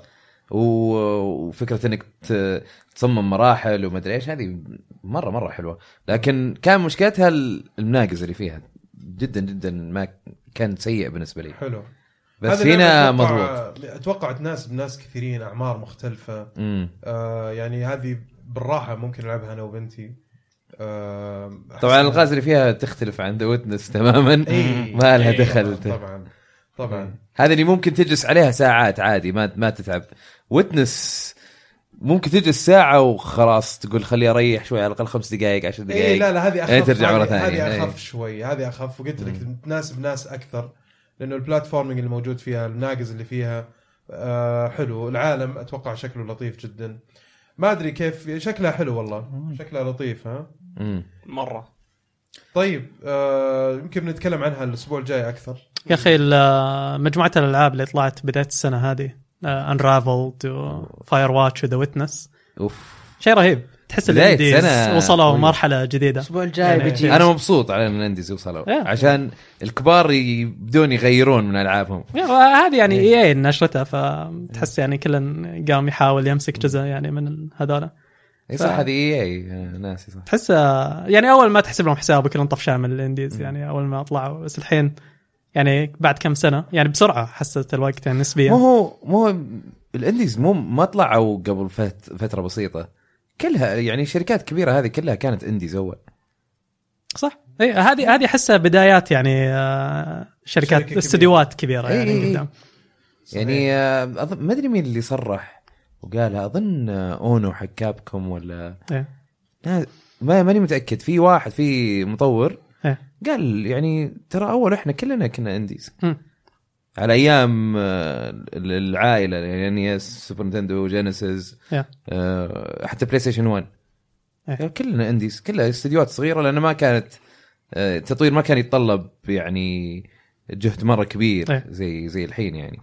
وفكره انك تصمم مراحل وما ادري ايش هذه مره مره حلوه. لكن كان مشكلتها المناقز اللي فيها جدا جدا ما كان سيء بالنسبه لي. حلو بس هنا مضبوط. اتوقع تناسب ناس كثيرين اعمار مختلفه. آه يعني هذه بالراحه ممكن العبها انا وبنتي. آه طبعا الغاز اللي فيها تختلف عن ذا ويتنس تماما. ايه ما لها ايه دخل طبعا طبعا. هذا اللي ممكن تجلس عليها ساعات عادي ما ما تتعب. ويتنس ممكن تجلس ساعة وخلاص تقول خلي أريح شوي على الأقل خمس دقائق عشر دقائق. إيه لا لا هذه أخف. يعني ترجع مرة ثانية. هذه أخف شوي هذه أخف وقلت لك تناسب ناس أكثر لأنه البلاتفورمينج اللي موجود فيها الناقز اللي فيها آه حلو. العالم أتوقع شكله لطيف جدا. ما أدري كيف شكلها حلو والله شكلها لطيف ها مم. مرة. طيب آه يمكن نتكلم عنها الأسبوع الجاي أكثر. يا أخي مجموعة الألعاب اللي طلعت بداية السنة هذه Unraveled وفاير واتش وذا ويتنس شيء رهيب. تحس الانديز وصلوا مرحلة جديدة. الأسبوع الجاي يعني بيجي. أنا مبسوط على أن الانديز وصلوا عشان الكبار يبدون يغيرون من ألعابهم. هذه يعني إيه نشرتها فتحس يعني كلن قام يحاول يمسك جزء يعني من هذولا. ف... صح هذه اي ناسي صح. تحس يعني أول ما تحسب لهم حساب كلهم طفشان من الانديز يعني أول ما طلعوا بس الحين يعني بعد كم سنة يعني بسرعة حسيت الوقت يعني نسبيا. مو هو مو الانديز مو ما طلعوا قبل فت... فترة بسيطة كلها يعني شركات كبيرة هذه كلها كانت انديز أول. صح إيه هذه هذه حسها بدايات يعني آه شركات استديوهات كبيرة يعني إيه قدام. يعني آه أظن ما أدري مين اللي صرح وقالها أظن أونو حق كابكوم ولا إيه. ما ماني متأكد. في واحد في مطور إيه. قال يعني ترى أول إحنا كلنا كنا انديز م. على أيام العائلة يعني سوبر نينتندو جينيسيس yeah. حتى بلاي ستيشن واحد yeah. كلنا انديز كلها استديوهات صغيرة لأن ما كانت تطوير ما كان يتطلب يعني جهد مرة كبير yeah. زي زي الحين يعني.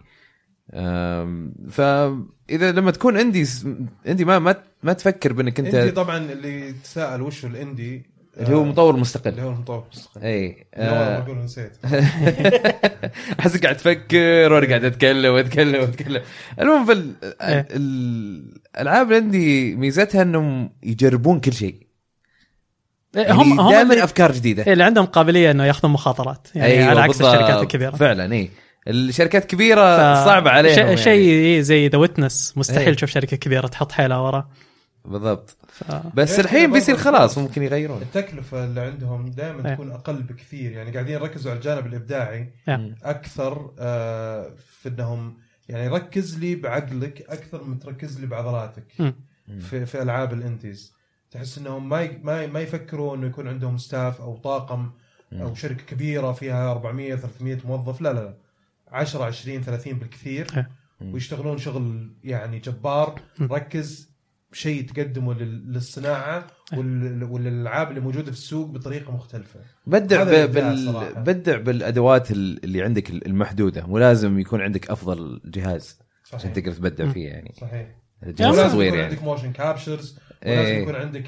فإذا لما تكون انديز اندي ما ما ما تفكر بأنك أنت اندي طبعا اللي تساءل وش الاندي اللي هو مطور مستقل. اللي هو مطور مستقل. اي انا اقول نسيت. احس قاعد افكر وانا قاعد اتكلم واتكلم واتكلم. المهم في الالعاب عندي ميزتها انهم يجربون كل شيء. يعني هم هم دائما افكار جديده. اللي عندهم قابليه انه ياخذون مخاطرات يعني أيوة على عكس الشركات الكبيره. فعلا اي الشركات كبيره ف... صعبه عليهم. شيء يعني. زي ذا ويتنس مستحيل أيه. تشوف شركه كبيره تحط حيلها ورا. بالضبط. ف... بس الحين بيصير خلاص ممكن يغيرون. التكلفة اللي عندهم دائما yeah. تكون أقل بكثير يعني قاعدين يركزوا على الجانب الإبداعي yeah. أكثر آه في أنهم يعني ركز لي بعقلك أكثر من تركز لي بعضلاتك mm. في في ألعاب الإنديز. تحس أنهم ما ما ما يفكروا إنه يكون عندهم ستاف أو طاقم او شركه كبيره فيها أربعمية ثلاثمية موظف، لا لا لا عشرة عشرين ثلاثين بالكثير، ويشتغلون شغل يعني جبار. ركز شيء تقدمه للصناعه والالعاب اللي موجوده في السوق بطريقه مختلفه. بدع بال... بدع بالادوات اللي عندك المحدوده، مو لازم يكون عندك افضل جهاز عشان تقدر تبدع فيه يعني. صحيح. جهاز لازم صغير يكون يعني. عندك موشن كابشرز، ولازم ايه. يكون عندك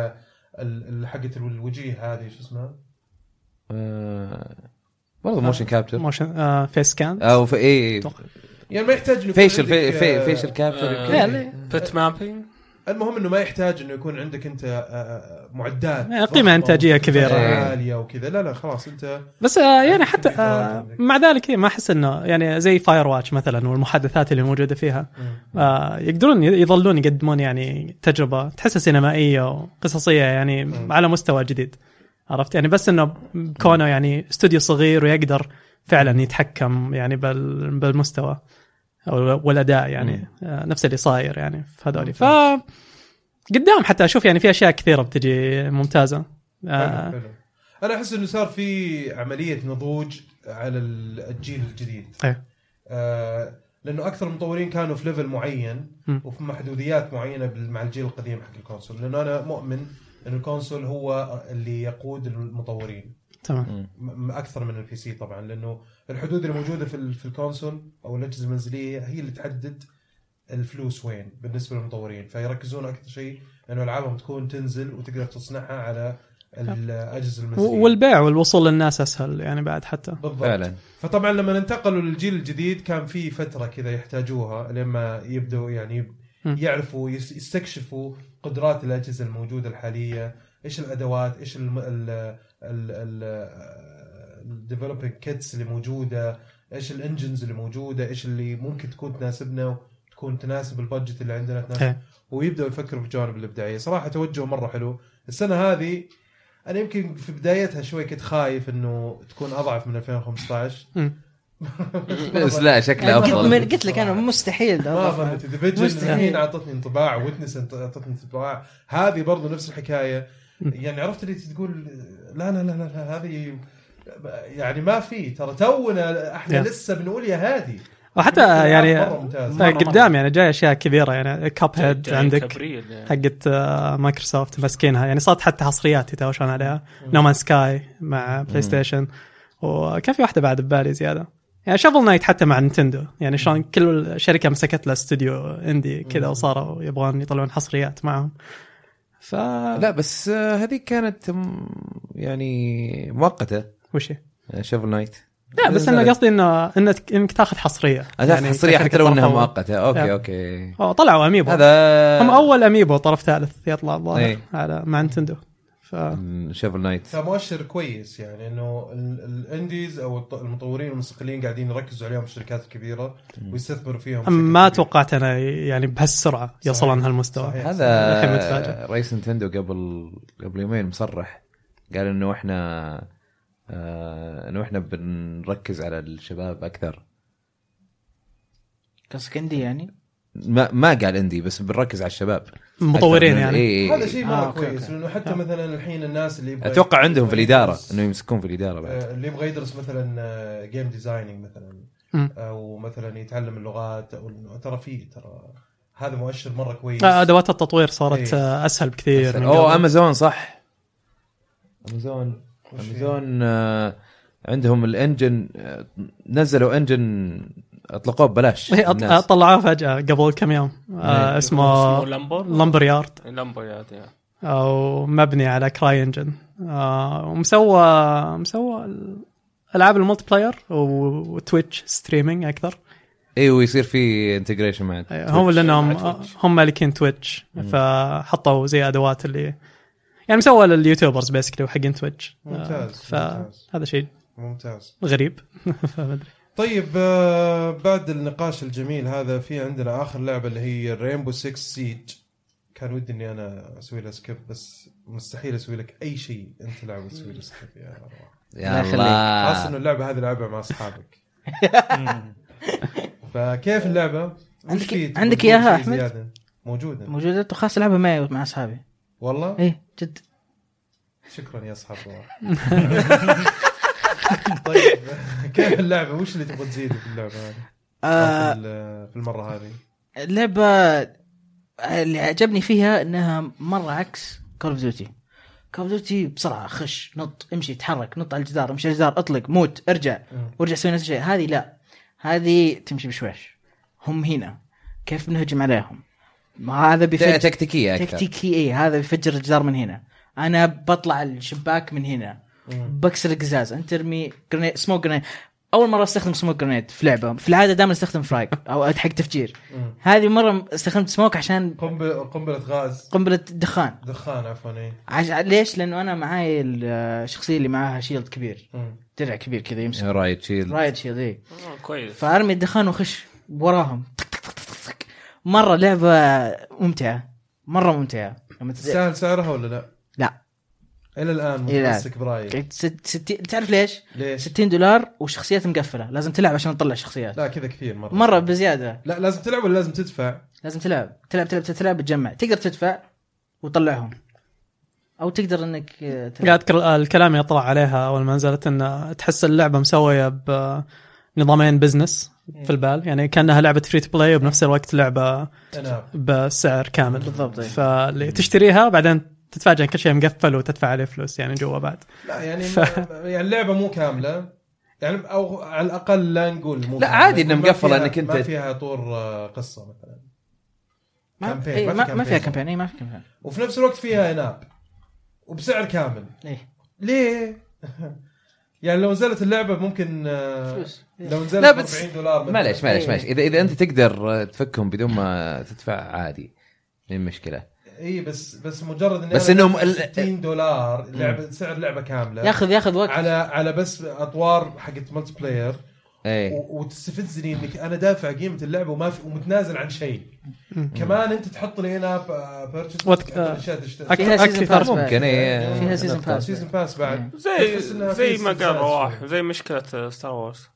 ال حقه الوجيه هذه شو اسمها آه... والله موشن كابتشر، موشن آه فيس سكان او في ايه يعني ما يحتاج انه فيشل في في فيشل كابتشر بت مابينج. المهم انه ما يحتاج انه يكون عندك انت معدات قيمه انتاجيه كبيره عاليه وكذا، لا لا خلاص انت بس يعني حتى آه مع ذلك ما احس انه يعني زي فاير واتش مثلا والمحادثات اللي موجوده فيها آه يقدرون يظلون يقدمون يعني تجربه تحسها سينمائيه وقصصيه يعني م. على مستوى جديد، عرفت يعني. بس انه كونه يعني استوديو صغير ويقدر فعلا يتحكم يعني بالمستوى والاداء يعني آه نفس اللي صاير يعني في هذول. ف قدام حتى اشوف يعني في اشياء كثيره بتجي ممتازه. آه حلو حلو. انا احس انه صار في عمليه نضوج على الجيل الجديد. أيه. آه لانه اكثر المطورين كانوا في ليفل معين م. وفي محدوديات معينه مع الجيل القديم حق الكونسول، لانه انا مؤمن ان الكونسول هو اللي يقود المطورين تمام اكثر من البي سي طبعا، لانه الحدود اللي موجوده في في الكونسول او الاجهزه المنزليه هي اللي تحدد الفلوس وين بالنسبه للمطورين، فيركزون اكثر شيء انه العابهم تكون تنزل وتقدر تصنعها على الاجهزه المنزليه، والبيع والوصول للناس اسهل يعني بعد حتى بالضبط. فعلا. فطبعا لما انتقلوا للجيل الجديد كان في فتره كذا يحتاجوها لما يبدوا يعني يعرفوا يستكشفوا قدرات الاجهزه الموجوده الحاليه، ايش الادوات، ايش ال ال الديفلوبينج كيتس اللي موجوده، ايش الانجنز اللي موجوده، ايش اللي ممكن تكون تناسبنا تكون تناسب البادجت اللي عندنا تناسب، ويبداوا يفكروا في الجوانب الابداعيه. صراحه توجه مره حلو السنه هذه. انا يمكن في بدايتها شوي كنت خايف انه تكون اضعف من ألفين وخمسة عشر بس لا شكله افضل. قلت لك انا مستحيل ما فهمت ديفيجن الحين اعطتني انطباع، ويتنس اعطتني انطباع، هذه برضو نفس الحكايه يعني. عرفت اللي تقول لا لا لا لا هذه يعني ما في ترى تونا احنا لسه بنقول يا هادي. وحتى يعني قدام يعني جاي اشياء كبيره يعني كاب هيد عندك حقت مايكروسوفت ماسكينها يعني، صارت حتى حصريات يتهاوشون عليها. نومان سكاي مع بلاي ستيشن، وكان في واحده بعد ببالي زياده يعني شافل نايت حتى مع نينتندو يعني شلون كل شركه مسكت لها استوديو اندي كذا وصاروا يبغون يطلعون حصريات معهم. ف لا بس هذه كانت يعني مؤقته. وش شافل نايت؟ لا بس انا قصدي انه انك انك تاخذ حصريه يعني حصريه حتى لو انها مؤقته. اوكي يعني. اوكي اه طلعوا اميبو، هذا هم اول اميبو طرف ثالث يطلع الظاهر ايه. على مع نينتندو. ف شافل نايت فمؤشر كويس يعني انه الانديز او المطورين المستقلين قاعدين يركزوا عليهم الشركات الكبيره ويستثمروا فيهم. ما توقعت انا يعني بهالسرعه يوصلون هالمستوى. هذا رئيس نينتندو قبل قبل يومين مصرح قال انه احنا آه انه احنا بنركز على الشباب اكثر. قصدك اندي يعني؟ ما ما قال اندي بس بنركز على الشباب المطورين يعني. إيه هذا شيء مره آه كويس لانه حتى مثلا الحين الناس اللي يبغى اتوقع عندهم في الاداره انه يمسكون في الاداره بعد. آه اللي يبغى يدرس مثلا جيم ديزايننج مثلا او مثلا يتعلم اللغات او ترى فيه ترى هذا مؤشر مره كويس. ادوات التطوير صارت إيه. اسهل بكثير. او امازون صح امازون امازون آه عندهم الانجن آه نزلوا انجن اطلقوه ببلاش. طلعوه فجاه قبل كم يوم آه اسمه لامبر يارد لامبر يارد او مبني على كراي انجن آه ومسوى مسوى العاب الملتي بلاير وتويتش ستريمينج اكثر. ايوه يصير في انتجريشن مع هم لانهم هم مالكين تويتش فحطوا زي ادوات اللي يعني مسوى لليوتيوبرز بيسكلي وحقين تويتش. ممتاز. فهذا شيء ممتاز غريب. طيب بعد النقاش الجميل هذا في عندنا آخر لعبة اللي هي رينبو سيكس سيج. كان ودي إني أنا أسوي لها سكيب بس مستحيل أسوي لك أي شيء أنت لعبة تسوي لها سكيب يا أروح. يا الله. خاصة إنه اللعبة هذه لعبة مع أصحابك. فكيف اللعبة؟ عندك عندك إياها أحمد؟ موجودة موجودة. خاص لعبة معي مع أصحابي والله. إيه جد. شكرا يا اصحاب. طيب كيف اللعبه؟ وش اللي تبغى تزيده في اللعبه هذه آه في المره هذه؟ اللعبه اللي عجبني فيها انها مره عكس كول اوف ديوتي. كول اوف ديوتي بسرعه خش نط امشي تحرك نط على الجدار امشي على الجدار اطلق موت ارجع وارجع سوي نفس الشيء. هذه لا، هذه تمشي بشويش. هم هنا كيف بنهجم عليهم؟ ما هذا بيفجر تكتيكيه اكثر. تكتيكيه هذا بيفجر الجدار من هنا، انا بطلع الشباك من هنا بكسر القزاز، انت ترمي جرنيد سموك جرنيد. اول مره استخدم سموك جرنيد في لعبه، في العاده دائما استخدم فرايك او حق تفجير. هذه مره استخدمت سموك عشان قنبله قنبله غاز قنبله دخان دخان عفوا. ايه عش... ليش؟ لانه انا معاي الشخصيه اللي معاها شيلد كبير، درع كبير كذا يمسك رايد شيلد رايد شيلد ايه كويس. فارمي الدخان وخش وراهم. مره لعبه ممتعه مره ممتعه. تستاهل سعرها ولا لا؟ لا الى الان متمسك برايك. ستين تعرف ليش؟ ليش؟ ستين دولار وشخصيات مقفله، لازم تلعب عشان تطلع شخصيات. لا كذا كثير مره مره بزياده. لا لازم تلعب ولا لازم تدفع؟ لازم تلعب تلعب تلعب تلعب تجمع. تقدر تدفع وتطلعهم او تقدر انك قاعد الكلام يطلع عليها اول ما نزلت ان تحس اللعبه مسويه بنظامين بزنس في البال، يعني كانها لعبه فري تو بلاي وبنفس الوقت لعبه بسعر كامل بالضبط. فاللي تشتريها بعدين تتفاجئ كل شيء مقفل وتدفع عليه فلوس يعني جوا بعد. لا يعني ف... يعني اللعبه مو كامله يعني، او على الاقل لا نقول مو لا عادي انه مقفله انك انت ما فيها طور قصه مثلا ما, ما, ما, ما فيها كامبين. اي ما في كامبين وفي نفس الوقت فيها اناب وبسعر كامل. ليه ليه؟ يعني لو نزلت اللعبه ممكن فلوس. لو نزلت أربعين دولار معليش معليش معليش اذا اذا انت تقدر تفكهم بدون ما تدفع عادي من مشكله. اي بس بس مجرد ان بس انهم ستين دولار لعبه سعر لعبه كامله ياخذ ياخذ وقت على على بس اطوار حقت ملتي بلاير. اي وتستفزني انك انا دافع قيمه اللعبه وما في ومتنازل عن شيء كمان انت تحط لي هنا بيرتشيز فيها اكثر ممكن. ايه فيها سيزون باس سيزون باس بعد زي زي ما قال رواح زي مشكله ستار وورز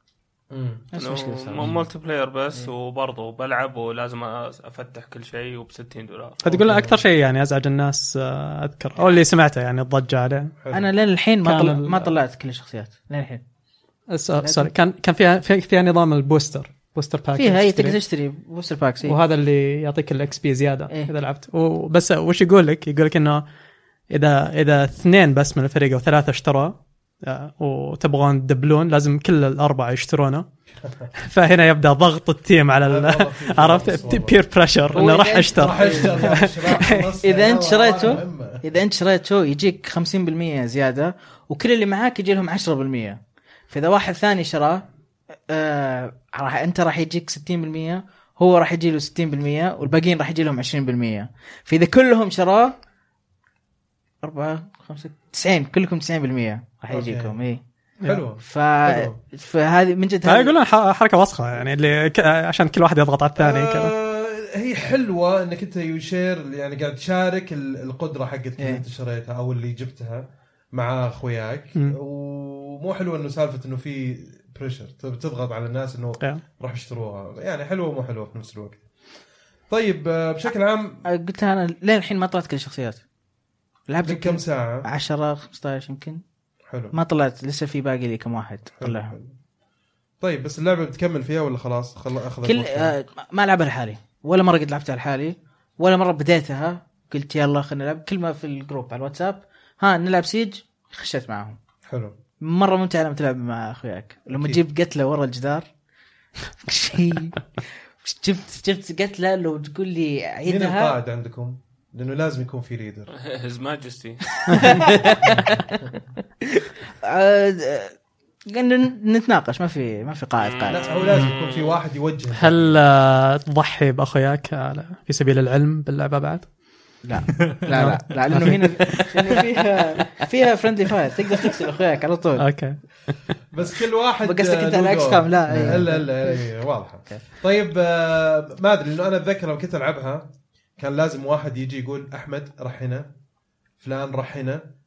ملتي بلاير بس وبرضه بلعب ولازم افتح كل شيء وبستين دولار. فتقول له اكثر شيء يعني ازعج الناس اذكر او اللي سمعته يعني الضجه عليه. انا لين الحين ما طلع ما طلعت كل الشخصيات لين الحين. سوري كان كان فيها فيها نظام البوستر بوستر باك فيها هي تقدر تشتري بوستر باكس وهذا اللي يعطيك الاكس بي زياده إيه؟ اذا لعبت وبس. وش يقول لك؟ يقول لك انه اذا اذا اثنين بس من الفريق او ثلاثه اشتروا وتبغون تدبلون لازم كل الاربعه يشترونه. فهنا يبدا ضغط التيم على عرفت بير بريشر انه راح اشتري. اذا انت شريته اذا انت شريته يجيك خمسين بالمية زياده وكل اللي معاك يجي لهم عشرة بالمية. فاذا واحد ثاني شراه آه راح انت راح يجيك ستين بالمية هو راح يجي له ستين بالمية والباقيين راح يجي لهم عشرين بالمية. فاذا كلهم شراه أربعة خمسة تسعين كلكم تسعين بالمية راح يجيكم. اي حلو. ف... فهذه من جد هاي يقولون حركه وسخه يعني اللي ك... عشان كل واحد يضغط على الثاني آه كذا. هي حلوه انك انت يشير يعني قاعد تشارك القدره حقتك اللي انت شريتها او اللي جبتها مع اخوياك. ومو حلوه انه سالفه انه في بريشر تضغط على الناس انه راح يشتروها. يعني حلوه ومو حلوه في نفس الوقت. طيب بشكل عام قلت انا لين الحين ما طلعت كل الشخصيات. لعبت كم ساعه؟ عشرة خمسة عشر يمكن. حلو. ما طلعت لسه في باقي لي كم واحد طلعهم. طيب بس اللعبه بتكمل فيها ولا خلاص خل اخذت كل آه ما العبها لحالي ولا مره قد لعبتها لحالي ولا مره بديتها قلت يلا خلينا نلعب. كل ما في الجروب على الواتساب ها نلعب سيج خشيت معهم. حلو. مره ممتع لما تلعب مع اخوياك لما تجيب قتله ورا الجدار شيء. جبت جبت قتله لو تقول لي عيدها. مين القائد عندكم؟ لانه لازم يكون في ليدر. هز ماجستي. قلنا نتناقش ما في ما في قائد قائد. لا هو لازم يكون في واحد يوجه. هل تضحي باخوياك في سبيل العلم باللعبه بعد؟ لا لا لا, لا لانه هنا لانه فيها فيها فريندلي فاير تقدر تقتل اخوياك على طول. اوكي بس كل واحد قصدك انت على اكس كام. لا لا لا واضحه. طيب ما ادري لانه انا اتذكر لما كنت العبها كان لازم واحد يجي يقول احمد رح هنا فلان رح هنا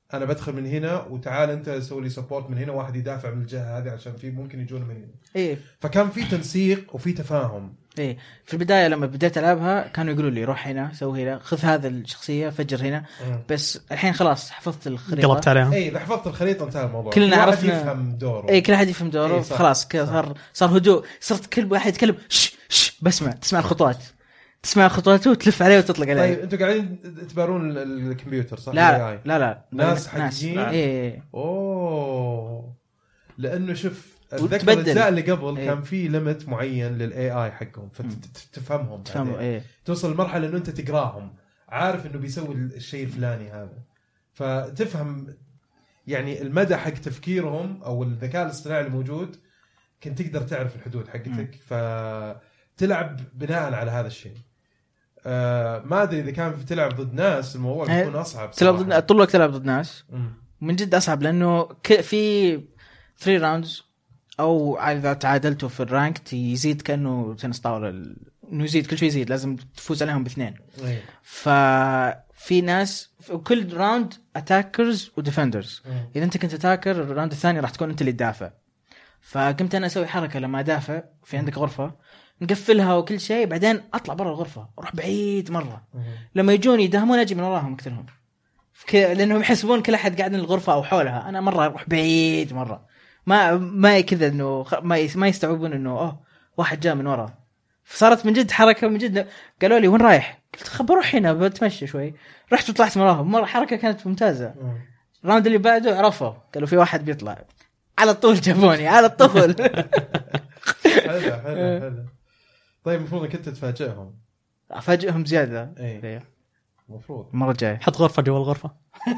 انا بدخل من هنا وتعال انت سوي لي سبورت من هنا، واحد يدافع من الجهه هذه عشان في ممكن يجون من هنا. ايه فكان في تنسيق وفي تفاهم. ايه في البدايه لما بديت العبها كانوا يقولوا لي روح هنا سوي هنا خذ هذا الشخصيه فجر هنا. مم. بس الحين خلاص حفظت الخريطه قلبت عليهم. اي اذا حفظت الخريطه انتهى الموضوع. كلنا كل واحد عرفنا- يفهم دوره. ايه كل احد يفهم دوره. إيه، صح. خلاص كذا صح. صار صار هدوء. صرت كل واحد يتكلم ش ش بسمع تسمع الخطوات تسمع خطواته وتلف عليه وتطلق عليه. طيب انتوا قاعدين تبارون ال- الكمبيوتر صح؟ لا ال إيه آي. لا لا ناس ناس حقيقيين؟ ايه اوه لانه شوف اتذكر وتبدل. الاجزاء اللي قبل إيه. كان في ليمت معين للاي اي حقهم فتفهمهم تفهم ايه توصل لمرحله انه انت تقراهم عارف انه بيسوي الشيء الفلاني هذا فتفهم يعني المدى حق تفكيرهم او الذكاء الاصطناعي الموجود كنت تقدر تعرف الحدود حقتك فتلعب بناء على هذا الشيء. آه ما ادري اذا كان تلعب ضد ناس الموضوع إيه. بيكون اصعب تلعب صراحة. ضد طول الوقت تلعب ضد ناس مم. من جد اصعب لانه ك... في ثلاثة راوندز او اذا تعادلتوا في الرانك يزيد كانه تنس طاوله ال... انه يزيد كل شيء يزيد لازم تفوز عليهم باثنين. إيه. ففي ناس في كل راوند اتاكرز وديفندرز. مم. اذا انت كنت اتاكر الراوند الثاني راح تكون انت اللي تدافع. فقمت انا اسوي حركه لما ادافع في عندك غرفه نقفلها وكل شيء بعدين اطلع برا الغرفه اروح بعيد مره. مم. لما يجوني يدهمون اجي من وراهم اقتلهم ك... لانهم يحسبون كل احد قاعد من الغرفه او حولها. انا مره اروح بعيد مره ما ما كذا انه خ... ما ي... ما يستوعبون انه اوه واحد جاء من ورا. فصارت من جد حركه من جد. قالوا لي وين رايح؟ قلت خب بروح هنا بتمشى شوي. رحت وطلعت وراهم مره حركه كانت ممتازه. مم. الراوند اللي بعده عرفوا قالوا في واحد بيطلع على طول جابوني على طول. حلو حلو حلو. طيب المفروض انك انت تفاجئهم. افاجئهم زياده. ايه المفروض. المره الجايه حط غرفه جوا الغرفه.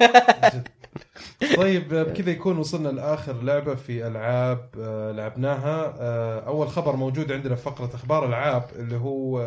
طيب بكذا يكون وصلنا لاخر لعبه في العاب آه، لعبناها. آه، اول خبر موجود عندنا في فقره اخبار العاب اللي هو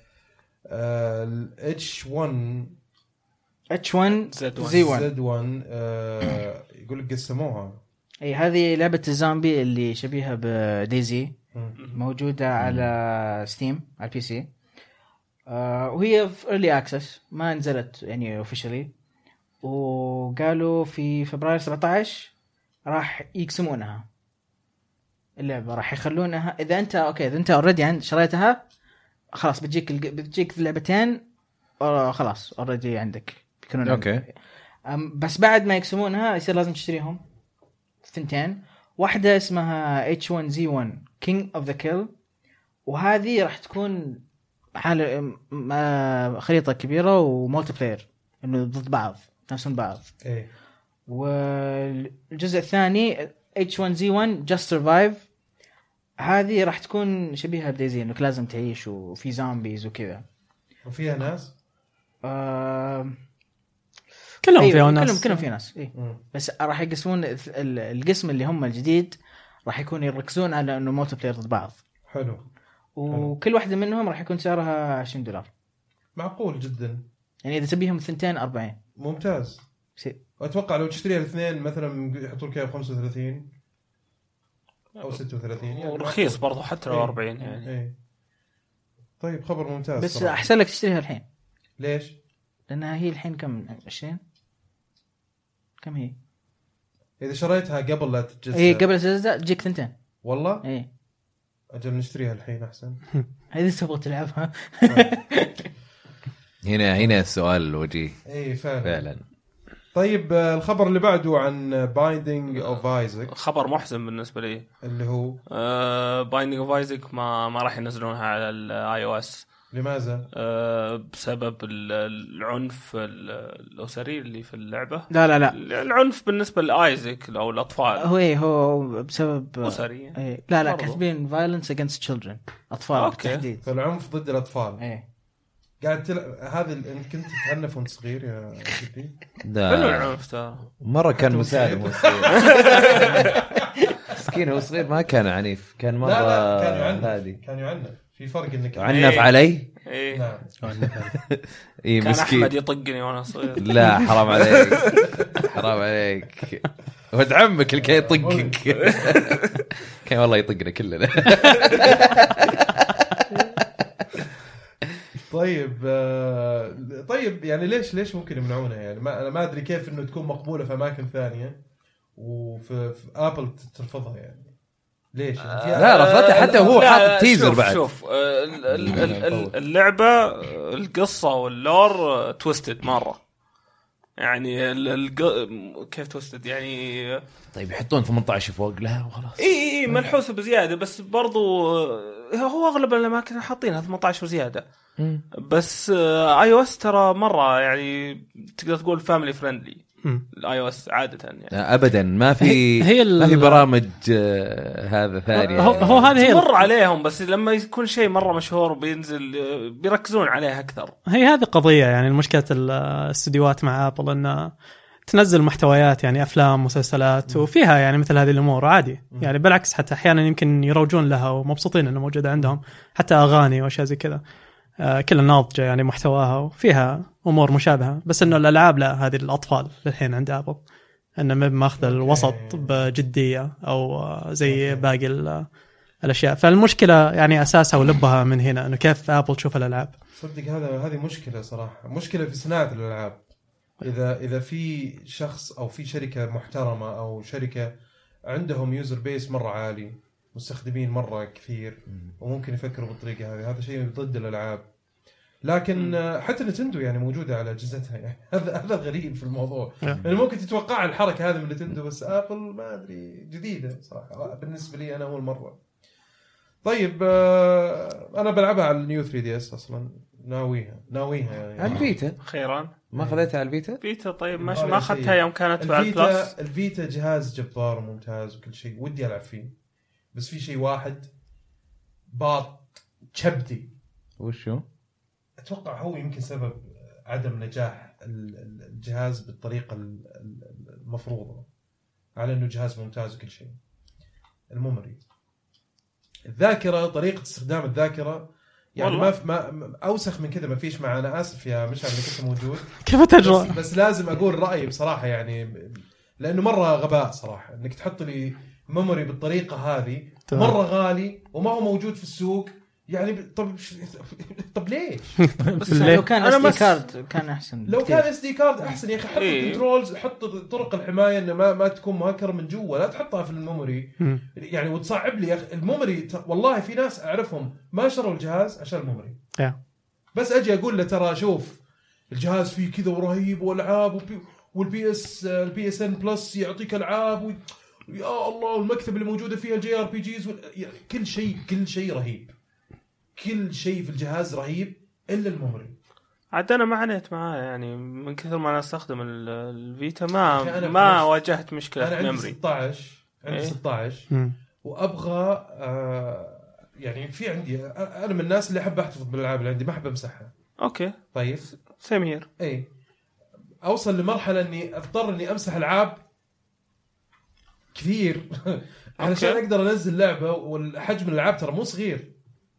اتش واحد اتش واحد زد واحد. زي واحد. زد واحد. آه، يقول لك قسموها. اي هذه لعبه الزومبي اللي شبيهه بديزي مم. موجوده على ستيم على البي سي. آه وهي في ايرلي اكسس ما نزلت يعني اوفيشلي. وقالوا في فبراير سبعة عشر راح يقسمونها اللعبه. راح يخلونها اذا انت اوكي اذا انت اوريدي عند شريتها خلاص بتجيك الج- بتجيك اللعبتين. آه خلاص اوريدي عندك بيكونون اوكي. عندك. أم بس بعد ما يقسمونها يصير لازم تشتريهم ثنتين. واحدة اسمها اتش واحد زي واحد King of the Kill وهذه راح تكون حالة م- خريطة كبيرة ومولتي بلاير انه ضد بعض نفسهم بعض. ايه والجزء الثاني اتش واحد زي واحد Just Survive هذه راح تكون شبيهة بديزي انك لازم تعيش وفي زومبيز وكذا. وفيها ناس. آه كلهم أيوة فيها ناس. كلهم كلهم في ناس إيه. مم. بس راح يقسمون ال- القسم اللي هم الجديد راح يكون يركزون على انه مولتي بلاير ضد بعض. حلو وكل واحدة منهم راح يكون سعرها عشرين دولار. معقول جدا. يعني اذا تبيهم ثنتين أربعين. ممتاز. شيء. واتوقع لو تشتريها الاثنين مثلا يحطوا لك اياها ب خمسة وثلاثين او ستة وثلاثين يعني ورخيص معقول. برضو حتى لو إيه. أربعين يعني. ايه. طيب خبر ممتاز بس صراحة. احسن لك تشتريها الحين ليش؟ لانها هي الحين كم عشرين كم هي؟ اذا شريتها قبل لا تتجزأ. هي قبل تجزء تجيك ثنتين. والله ايه اجل نشتريها الحين احسن. هذه تبغى تلعبها. هنا هنا السؤال الوجيه ايه فعلا. فعلا. طيب آه، الخبر اللي بعده عن بايندينج اوف ايزك خبر محزن بالنسبة لي. اللي هو بايندينج اوف ايزك ما ما راح ينزلونها على الاي او اس لماذا؟ بسبب ال- العنف ال- الاسري اللي في اللعبة. لا لا لا العنف بالنسبة لايزك او الاطفال هو ايه هو بسبب اسري. ايه لا لا برضو. كاتبين violence against children اطفال أوكي. بالتحديد. فالعنف ضد الاطفال. ايه قاعد تلعب هذا ال- انت كنت تتعنف وانت صغير يا جدي؟ حلو ده العنف ترى. مره كان حتى مسالم وهو هو صغير. مسكين هو صغير ما كان عنيف كان مره لا لا كان يعنف. هادي. كان يعنف. في فرق انك عنف إيه. علي. ايه نعم. اي كان مسكين. احمد يطقني وانا صغير. لا حرام عليك حرام عليك ولد عمك اللي كان يطقك. كان والله يطقنا كلنا. طيب آه طيب يعني ليش ليش ممكن يمنعونها يعني ما انا ما ادري كيف انه تكون مقبوله في اماكن ثانيه وفي في ابل ترفضها يعني ليش يعني لا رفضتها حتى هو حاط تيزر بعد. شوف اللعبه القصه واللور تويستد مره يعني الق... كيف تويستد يعني طيب يحطون ثمانية عشر فوق لها وخلاص. اي اي ملحوسه بزياده بس برضو هو اغلب الاماكن حاطينها ثمانية عشر زياده بس اي او اس ترى مره يعني تقدر تقول فاميلي فريندلي الاي او اس عاده يعني ابدا ما في هي ما في برامج هذا ثانيه هو, هو هذه هي مر عليهم بس لما يكون شيء مره مشهور بينزل بيركزون عليه اكثر. هي هذه قضيه يعني المشكله الاستديوهات مع ابل ان تنزل محتويات يعني افلام مسلسلات وفيها يعني مثل هذه الامور عادي يعني بالعكس حتى احيانا يمكن يروجون لها ومبسوطين انه موجوده عندهم حتى اغاني واشياء زي كذا كل ناضجه يعني محتواها وفيها امور مشابهه بس انه الالعاب لا هذه الاطفال للحين عند ابل انه ما ماخذ الوسط بجديه او زي باقي الاشياء فالمشكله يعني اساسها ولبها من هنا انه كيف ابل تشوف الالعاب. صدق هذا هذه مشكله صراحه مشكله في صناعه الالعاب اذا اذا في شخص او في شركه محترمه او شركه عندهم يوزر بيس مره عالي مستخدمين مرة كثير وممكن يفكروا بالطريقة هذه هذا شيء ضد الألعاب لكن م. حتى نتندو يعني موجودة على أجهزتها يعني هذا هذا غريب في الموضوع يعني ممكن تتوقع الحركة هذه من نتندو بس آبل ما أدري جديدة صراحة بالنسبة لي أنا أول مرة. طيب أنا بلعبها على النيو ثري دي إس أصلا ناويها ناويها يعني على الفيتا خيران ما خذيتها على الفيتا فيتا طيب ما ما أخذتها يوم كانت على البلس. الفيتا جهاز جبار وممتاز وكل شيء ودي ألعب فيه بس في شيء واحد باط كبدي وشو اتوقع هو يمكن سبب عدم نجاح الجهاز بالطريقه المفروضه على انه جهاز ممتاز وكل شيء. الميموري الذاكره طريقه استخدام الذاكره يعني ما, ما اوسخ من كذا ما فيش مع انا اسف يا مشعل انك كنت موجود كيف تجربه بس, بس لازم اقول رايي بصراحه يعني لانه مره غباء صراحه انك تحط لي ميموري بالطريقه هذه مره غالي وما هو موجود في السوق يعني طب طب ليش بس لو كان اس دي كارد كان احسن لو كان اس دي كارد احسن يا اخي حط إيه؟ كنترولز حط طرق الحمايه انه ما ما تكون مهكره من جوا لا تحطها في الميموري يعني وتصعب لي يا اخي الميموري والله في ناس اعرفهم ما شروا الجهاز عشان الميموري بس اجي اقول له ترى شوف الجهاز فيه كذا ورهيب والعاب والبي اس البي اس ان بلس يعطيك العاب و... يا الله والمكتب اللي موجوده فيها الجي ار بي جيز وال... يعني كل شيء كل شيء رهيب كل شيء في الجهاز رهيب الا الميموري. عاد انا ما عانيت معاه يعني من كثر ما انا استخدم الفيتا ما ما واجهت مشكله أنا ميموري. عندي ستة عشر عندي إيه؟ ستة عشر وابغى آه يعني في عندي انا من الناس اللي احب احتفظ بالالعاب اللي عندي ما احب امسحها. اوكي طيب سيم هير. اي اوصل لمرحله اني اضطر اني امسح العاب كثير علشان اقدر انزل لعبه والحجم الالعاب ترى مو صغير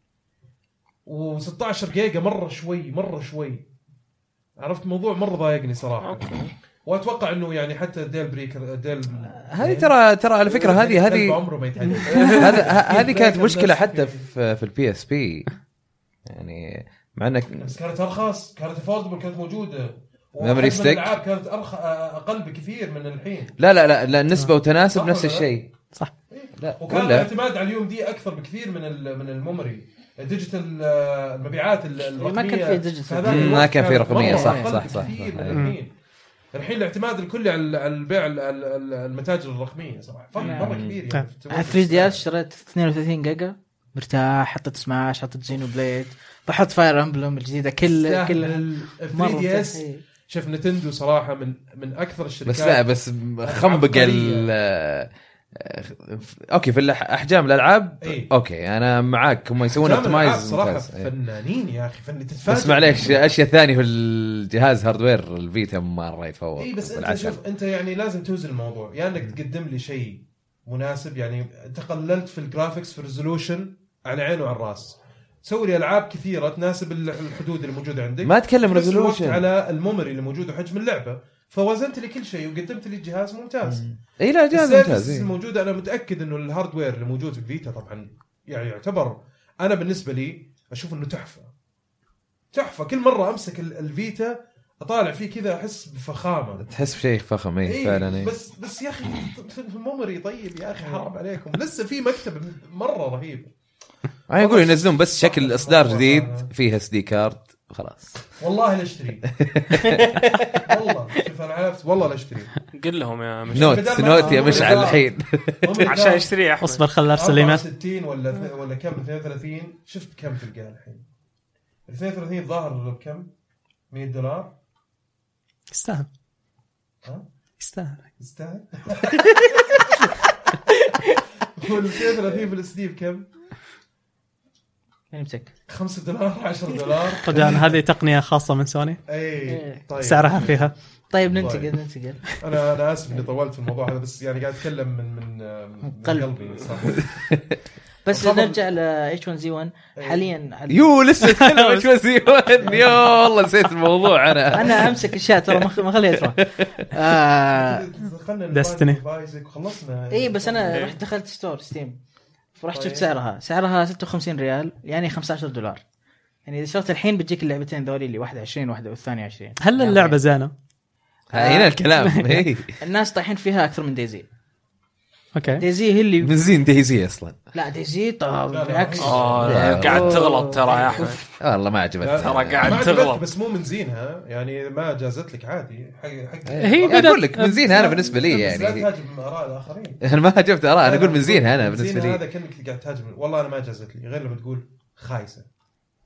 و16 جيجا مره شوي مره شوي عرفت الموضوع مره ضايقني صراحه. أوكي. واتوقع انه يعني حتى ديل بريكر ديل هذه ترى ترى على فكره هذه هذه عمره ما يتعدل هذا هذه كانت مشكله حتى في في البي اس بي يعني مع انك بس كانت ارخص كانت افوردبل كانت موجوده ميموري ستيك الالعاب كانت ارخص اقل بكثير من الحين. لا لا لا لا النسبه وتناسب نفس الشيء صح. لا وكان الاعتماد على اليوم دي اكثر بكثير من من الميموري الديجيتال المبيعات الرقميه ما كان في ديجيتال ما كان في رقميه صح صح صح الحين الحين الاعتماد الكلي على البيع المتاجر الرقميه صراحه فرق مره كبير يعني. على ثري دي اس اشتريت اثنين وثلاثين جيجا مرتاح حطيت سماش حطيت زينو بليد بحط فاير امبلم الجديده كل كل ثري دي اس. شوف نتندو صراحه من من اكثر الشركات بس لا بس خنبق ال اوكي في احجام الالعاب ايه؟ اوكي انا معاك هم يسوون اوبتمايز صراحه فنانين يا اخي فن تتفاجئ بس معليش اشياء ثانيه في الجهاز هاردوير الفيتا مره يتفوق. اي بس انت شوف انت يعني لازم توزن الموضوع يعني انك تقدم لي شيء مناسب يعني تقللت في الجرافيكس في الريزولوشن على عينه وعلى الراس سوي لي العاب كثيره تناسب الحدود اللي موجوده عندك ما اتكلم ريزولوشن على الميموري اللي موجود وحجم اللعبه فوزنت لي كل شيء وقدمت لي جهاز ممتاز. اي لا جهاز ممتاز الموجود انا متاكد انه الهاردوير اللي موجود في الفيتا طبعا يعني يعتبر انا بالنسبه لي اشوف انه تحفه تحفه. كل مره امسك الفيتا اطالع فيه كذا احس بفخامه، تحس بشيء فخم. اي إيه فعلا. إيه. بس بس يا اخي الميموري طيب يا اخي حرام عليكم، لسه في مكتب مره رهيب. انا اقول ينزلون بس شكل اصدار جديد فيها اس دي كارد خلاص. والله لا اشتري والله شوف انا عرفت والله لا اشتري. قل لهم يا مش نوت نوت يا مشعل الحين عشان اشتري يا احمد. اصبر خل ارسل ايميل. ستين ولا ولا كم اثنين وثلاثين شفت كم تلقاه الحين اثنين وثلاثين ظاهر بكم مية دولار. يستاهل ها يستاهل يستاهل. وال اثنين وثلاثين بالاس دي بكم؟ يعني مسك خمسة دولار عشرة دولار. رجال هذه تقنيه خاصه من سوني. اي طيب سعرها فيها. طيب ننتقل ننتقل انا انا اسف اني طولت في الموضوع هذا بس يعني قاعد اتكلم من من, من قلب. قلبي صح. بس نرجع ل إتش ون زي ون حاليا. يو لسه تكلم شو زي ون. يا والله نسيت الموضوع. انا انا امسك الشات ترى ما خليها تروح. آه دستني خلصنا. اي بس انا رحت دخلت ستور ستيم فرحت شفت سعرها سعرها ستة وخمسين ريال يعني خمسة عشر دولار. يعني اذا شريت الحين بتجيك اللعبتين ذولي اللي واحد وعشرين واحده والثانيه عشرين. هل اللعبه زينه؟ هنا الكلام. إيه. الناس طايحين فيها اكثر من ديزي. اوكي ديزي هي اللي من زين ديزي اصلا. لا ديزي طب بالعكس اه قاعد تغلط ترى يا احمد. والله ما عجبتني ترى قاعد تغلط تغلط بس مو من زينها يعني ما جازت لك عادي حق حق. هي بدأت اقول لك من زينها انا بالنسبه لي لا يعني. تهاجم اراء الاخرين. انا ما هاجمت اراء انا اقول من زينها انا بالنسبه لي. هذا كانك قاعد تهاجم والله انا ما جازت لي غير لما تقول خايسه.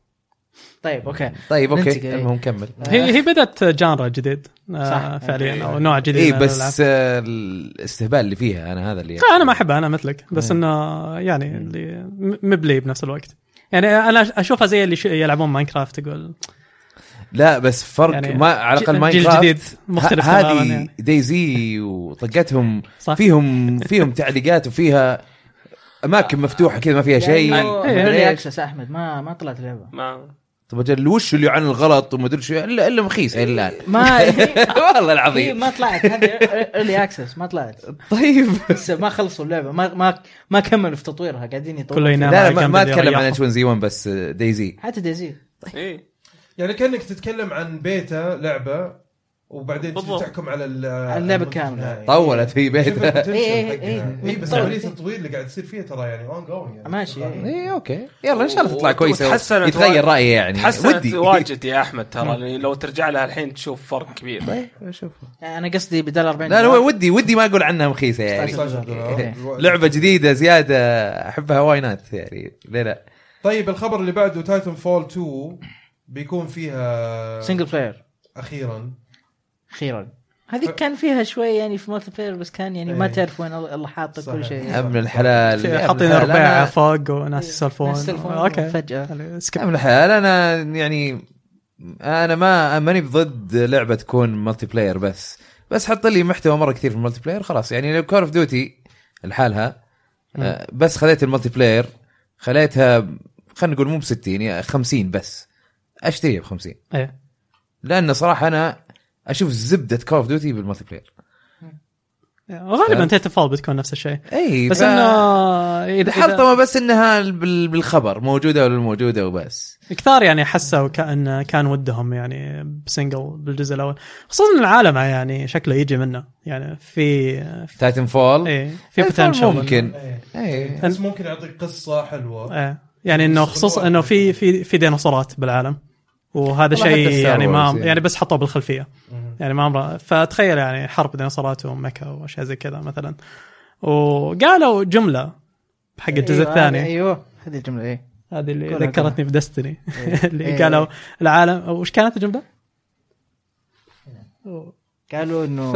طيب اوكي طيب اوكي المهم كمل. هي هي بدات جانرا جديد صح. فعليا او نوع جديد. اي بس آه الاستهبال اللي فيها انا هذا اللي انا ما احبها انا مثلك بس انه يعني اللي مبلي بنفس الوقت. يعني انا اشوفها زي اللي يلعبون ماينكرافت تقول لا بس فرق يعني ما على الاقل ماينكرافت جديد مختلف هذه يعني. دايزي وطقتهم فيهم فيهم تعليقات وفيها اماكن مفتوحه كذا ما فيها شيء. ايرلي اكسس احمد ما ما طلعت اللعبه. ما طب اجل وش اللي عن الغلط وما ادري شو الا الا مخيس الان. ما والله العظيم ما طلعت هذه ايرلي اكسس ما طلعت. طيب بس ما خلصوا اللعبه ما ما ما كملوا في تطويرها قاعدين يطوروا. لا ما, ما اتكلم عن اتش ون زي ون بس دايزي حتى دايزي. ايه يعني كأنك تتكلم عن بيتا لعبة وبعدين تحكم على اللعبة كاملة. طولت في بيتا. ايه ايه ايه بس عملية التطوير اللي قاعد تصير فيها ترى يعني اون جوينج يعني ماشي. ايه اوكي يلا ان شاء الله تطلع كويسة يتغير رأيي يعني ودي واجد يا احمد ترى لو ترجع لها الحين تشوف فرق كبير. طيب شوف انا قصدي بدل أربعين لا لا ودي ودي ما اقول عنها مخيسة يعني لعبة جديدة زيادة احبها واينات يعني ليه لا. طيب الخبر اللي بعده تايتن فول تو بيكون فيها سينجل بلاير اخيرا اخيرا. هذه كان فيها شوي يعني في مالتي بلاير بس كان يعني ما تعرف وين الله حاط كل شيء. من الحلال حاطين اربعه فوق وناس يسولفون اوكي فجاه من الحلال. انا يعني انا ما ماني بضد لعبه تكون مالتي بلاير بس بس حط لي محتوى مره كثير في المالتي بلاير خلاص. يعني لو كول اوف ديوتي لحالها بس خليت المالتي بلاير خليتها خلينا نقول مو ب ستين يعني خمسين بس اشتريها ب خمسين. ايه لان صراحه انا اشوف زبده كول اوف ديوتي بالمالتي بلاير. غالبا تيتا فول بتكون نفس الشيء. اي بس ف... انه اذا حطوا بس انها بالخبر موجوده ولا موجوده وبس. كثار يعني حسوا كان كان ودهم يعني بسنجل بالجزء الاول خصوصا العالم يعني شكله يجي منه يعني في تايتن فول ايه في بوتنشل ممكن ايه بس ممكن يعطيك قصه حلوه. ايه يعني انه خصوصا انه في في في ديناصورات بالعالم وهذا شيء يعني ما يعني بس حطوه بالخلفيه يعني ما أمر. فتخيل يعني حرب ديناصورات ومكا واشياء زي كذا مثلا. وقالوا جمله حق الجزء أيوة الثاني. ايوه هذه الجمله ايه هذه اللي ذكرتني بدستني اللي إيه قالوا العالم وش كانت الجمله قالوا انه ف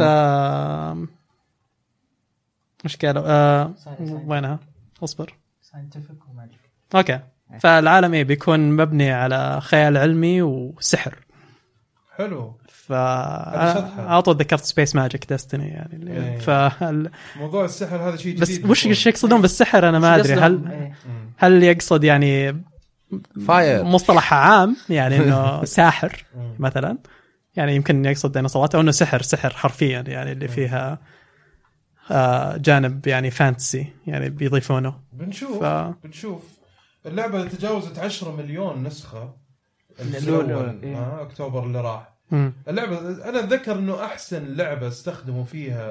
مش قالوا آه... وينها اصبر اوكي. فالعالم ايه بيكون مبني على خيال علمي وسحر حلو. فأعطوا ذكرت سبيس ماجيك ديستني يعني ايه. فال... موضوع السحر هذا شيء جديد. بس وش ايش يقصدون بالسحر انا ما ادري. هل ايه. هل يقصد يعني فاير مصطلح عام يعني انه ساحر مثلا يعني يمكن يقصد ديناصورات او انه سحر سحر حرفيا يعني اللي فيها آه جانب يعني فانتسي يعني بيضيفونه. بنشوف ف... بنشوف اللعبة تجاوزت عشرة مليون نسخة الأول آه أكتوبر اللي راح. مم. اللعبة أنا أتذكر إنه أحسن لعبة استخدموا فيها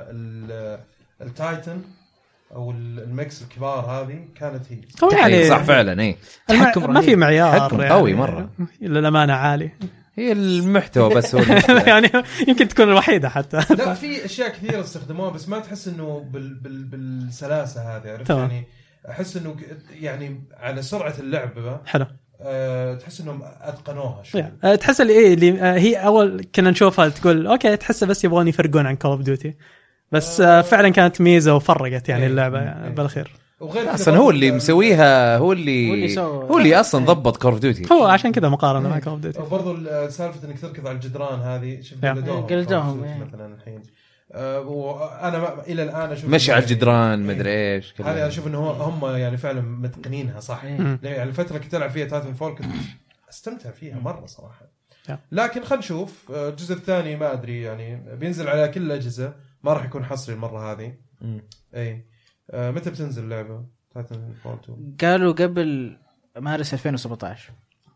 التايتن أو الميكس الكبار هذه كانت هي. هو يعني صح فعلا إيه. الم... ما في معيار يعني قوي مرة للأمانة عالي. هي المحتوى بس هو يعني يمكن تكون الوحيدة حتى. لا في أشياء كثيرة استخدموها بس ما تحس إنه بال... بال... بالسلاسة هذه عرفت يعني أحس إنه يعني على سرعة اللعبة حلو. أه تحس انهم اتقنوها شوي. أه تحس اللي ايه اللي أه هي اول كنا نشوفها تقول اوكي تحس بس يبغون يفرقون عن كول اوف ديوتي بس أه فعلا كانت ميزه وفرقت يعني ايه اللعبه ايه يعني بالاخير. وغير اصلا هو اللي مسويها هو اللي هو اللي, هو اللي اصلا ضبط كول اوف ديوتي هو عشان كذا مقارنه مع كول اوف ديوتي. وبرضه سالفه انك تركض على الجدران هذه شوف قلدوهم مثلا الحين أه وانا ما الى الان اشوف مشي على الجدران ما ادري ايش هذه اشوف انه هم يعني فعلا متقنينها صح. يعني الفتره كنت العب فيها تايتن فول كنت استمتع فيها مره صراحه. لكن خلينا نشوف الجزء الثاني ما ادري يعني بينزل على كل الاجهزه ما راح يكون حصري المره هذه. اي أه متى بتنزل اللعبه تايتن فول اثنين؟ قالوا قبل مارس ألفين وسبعة عشر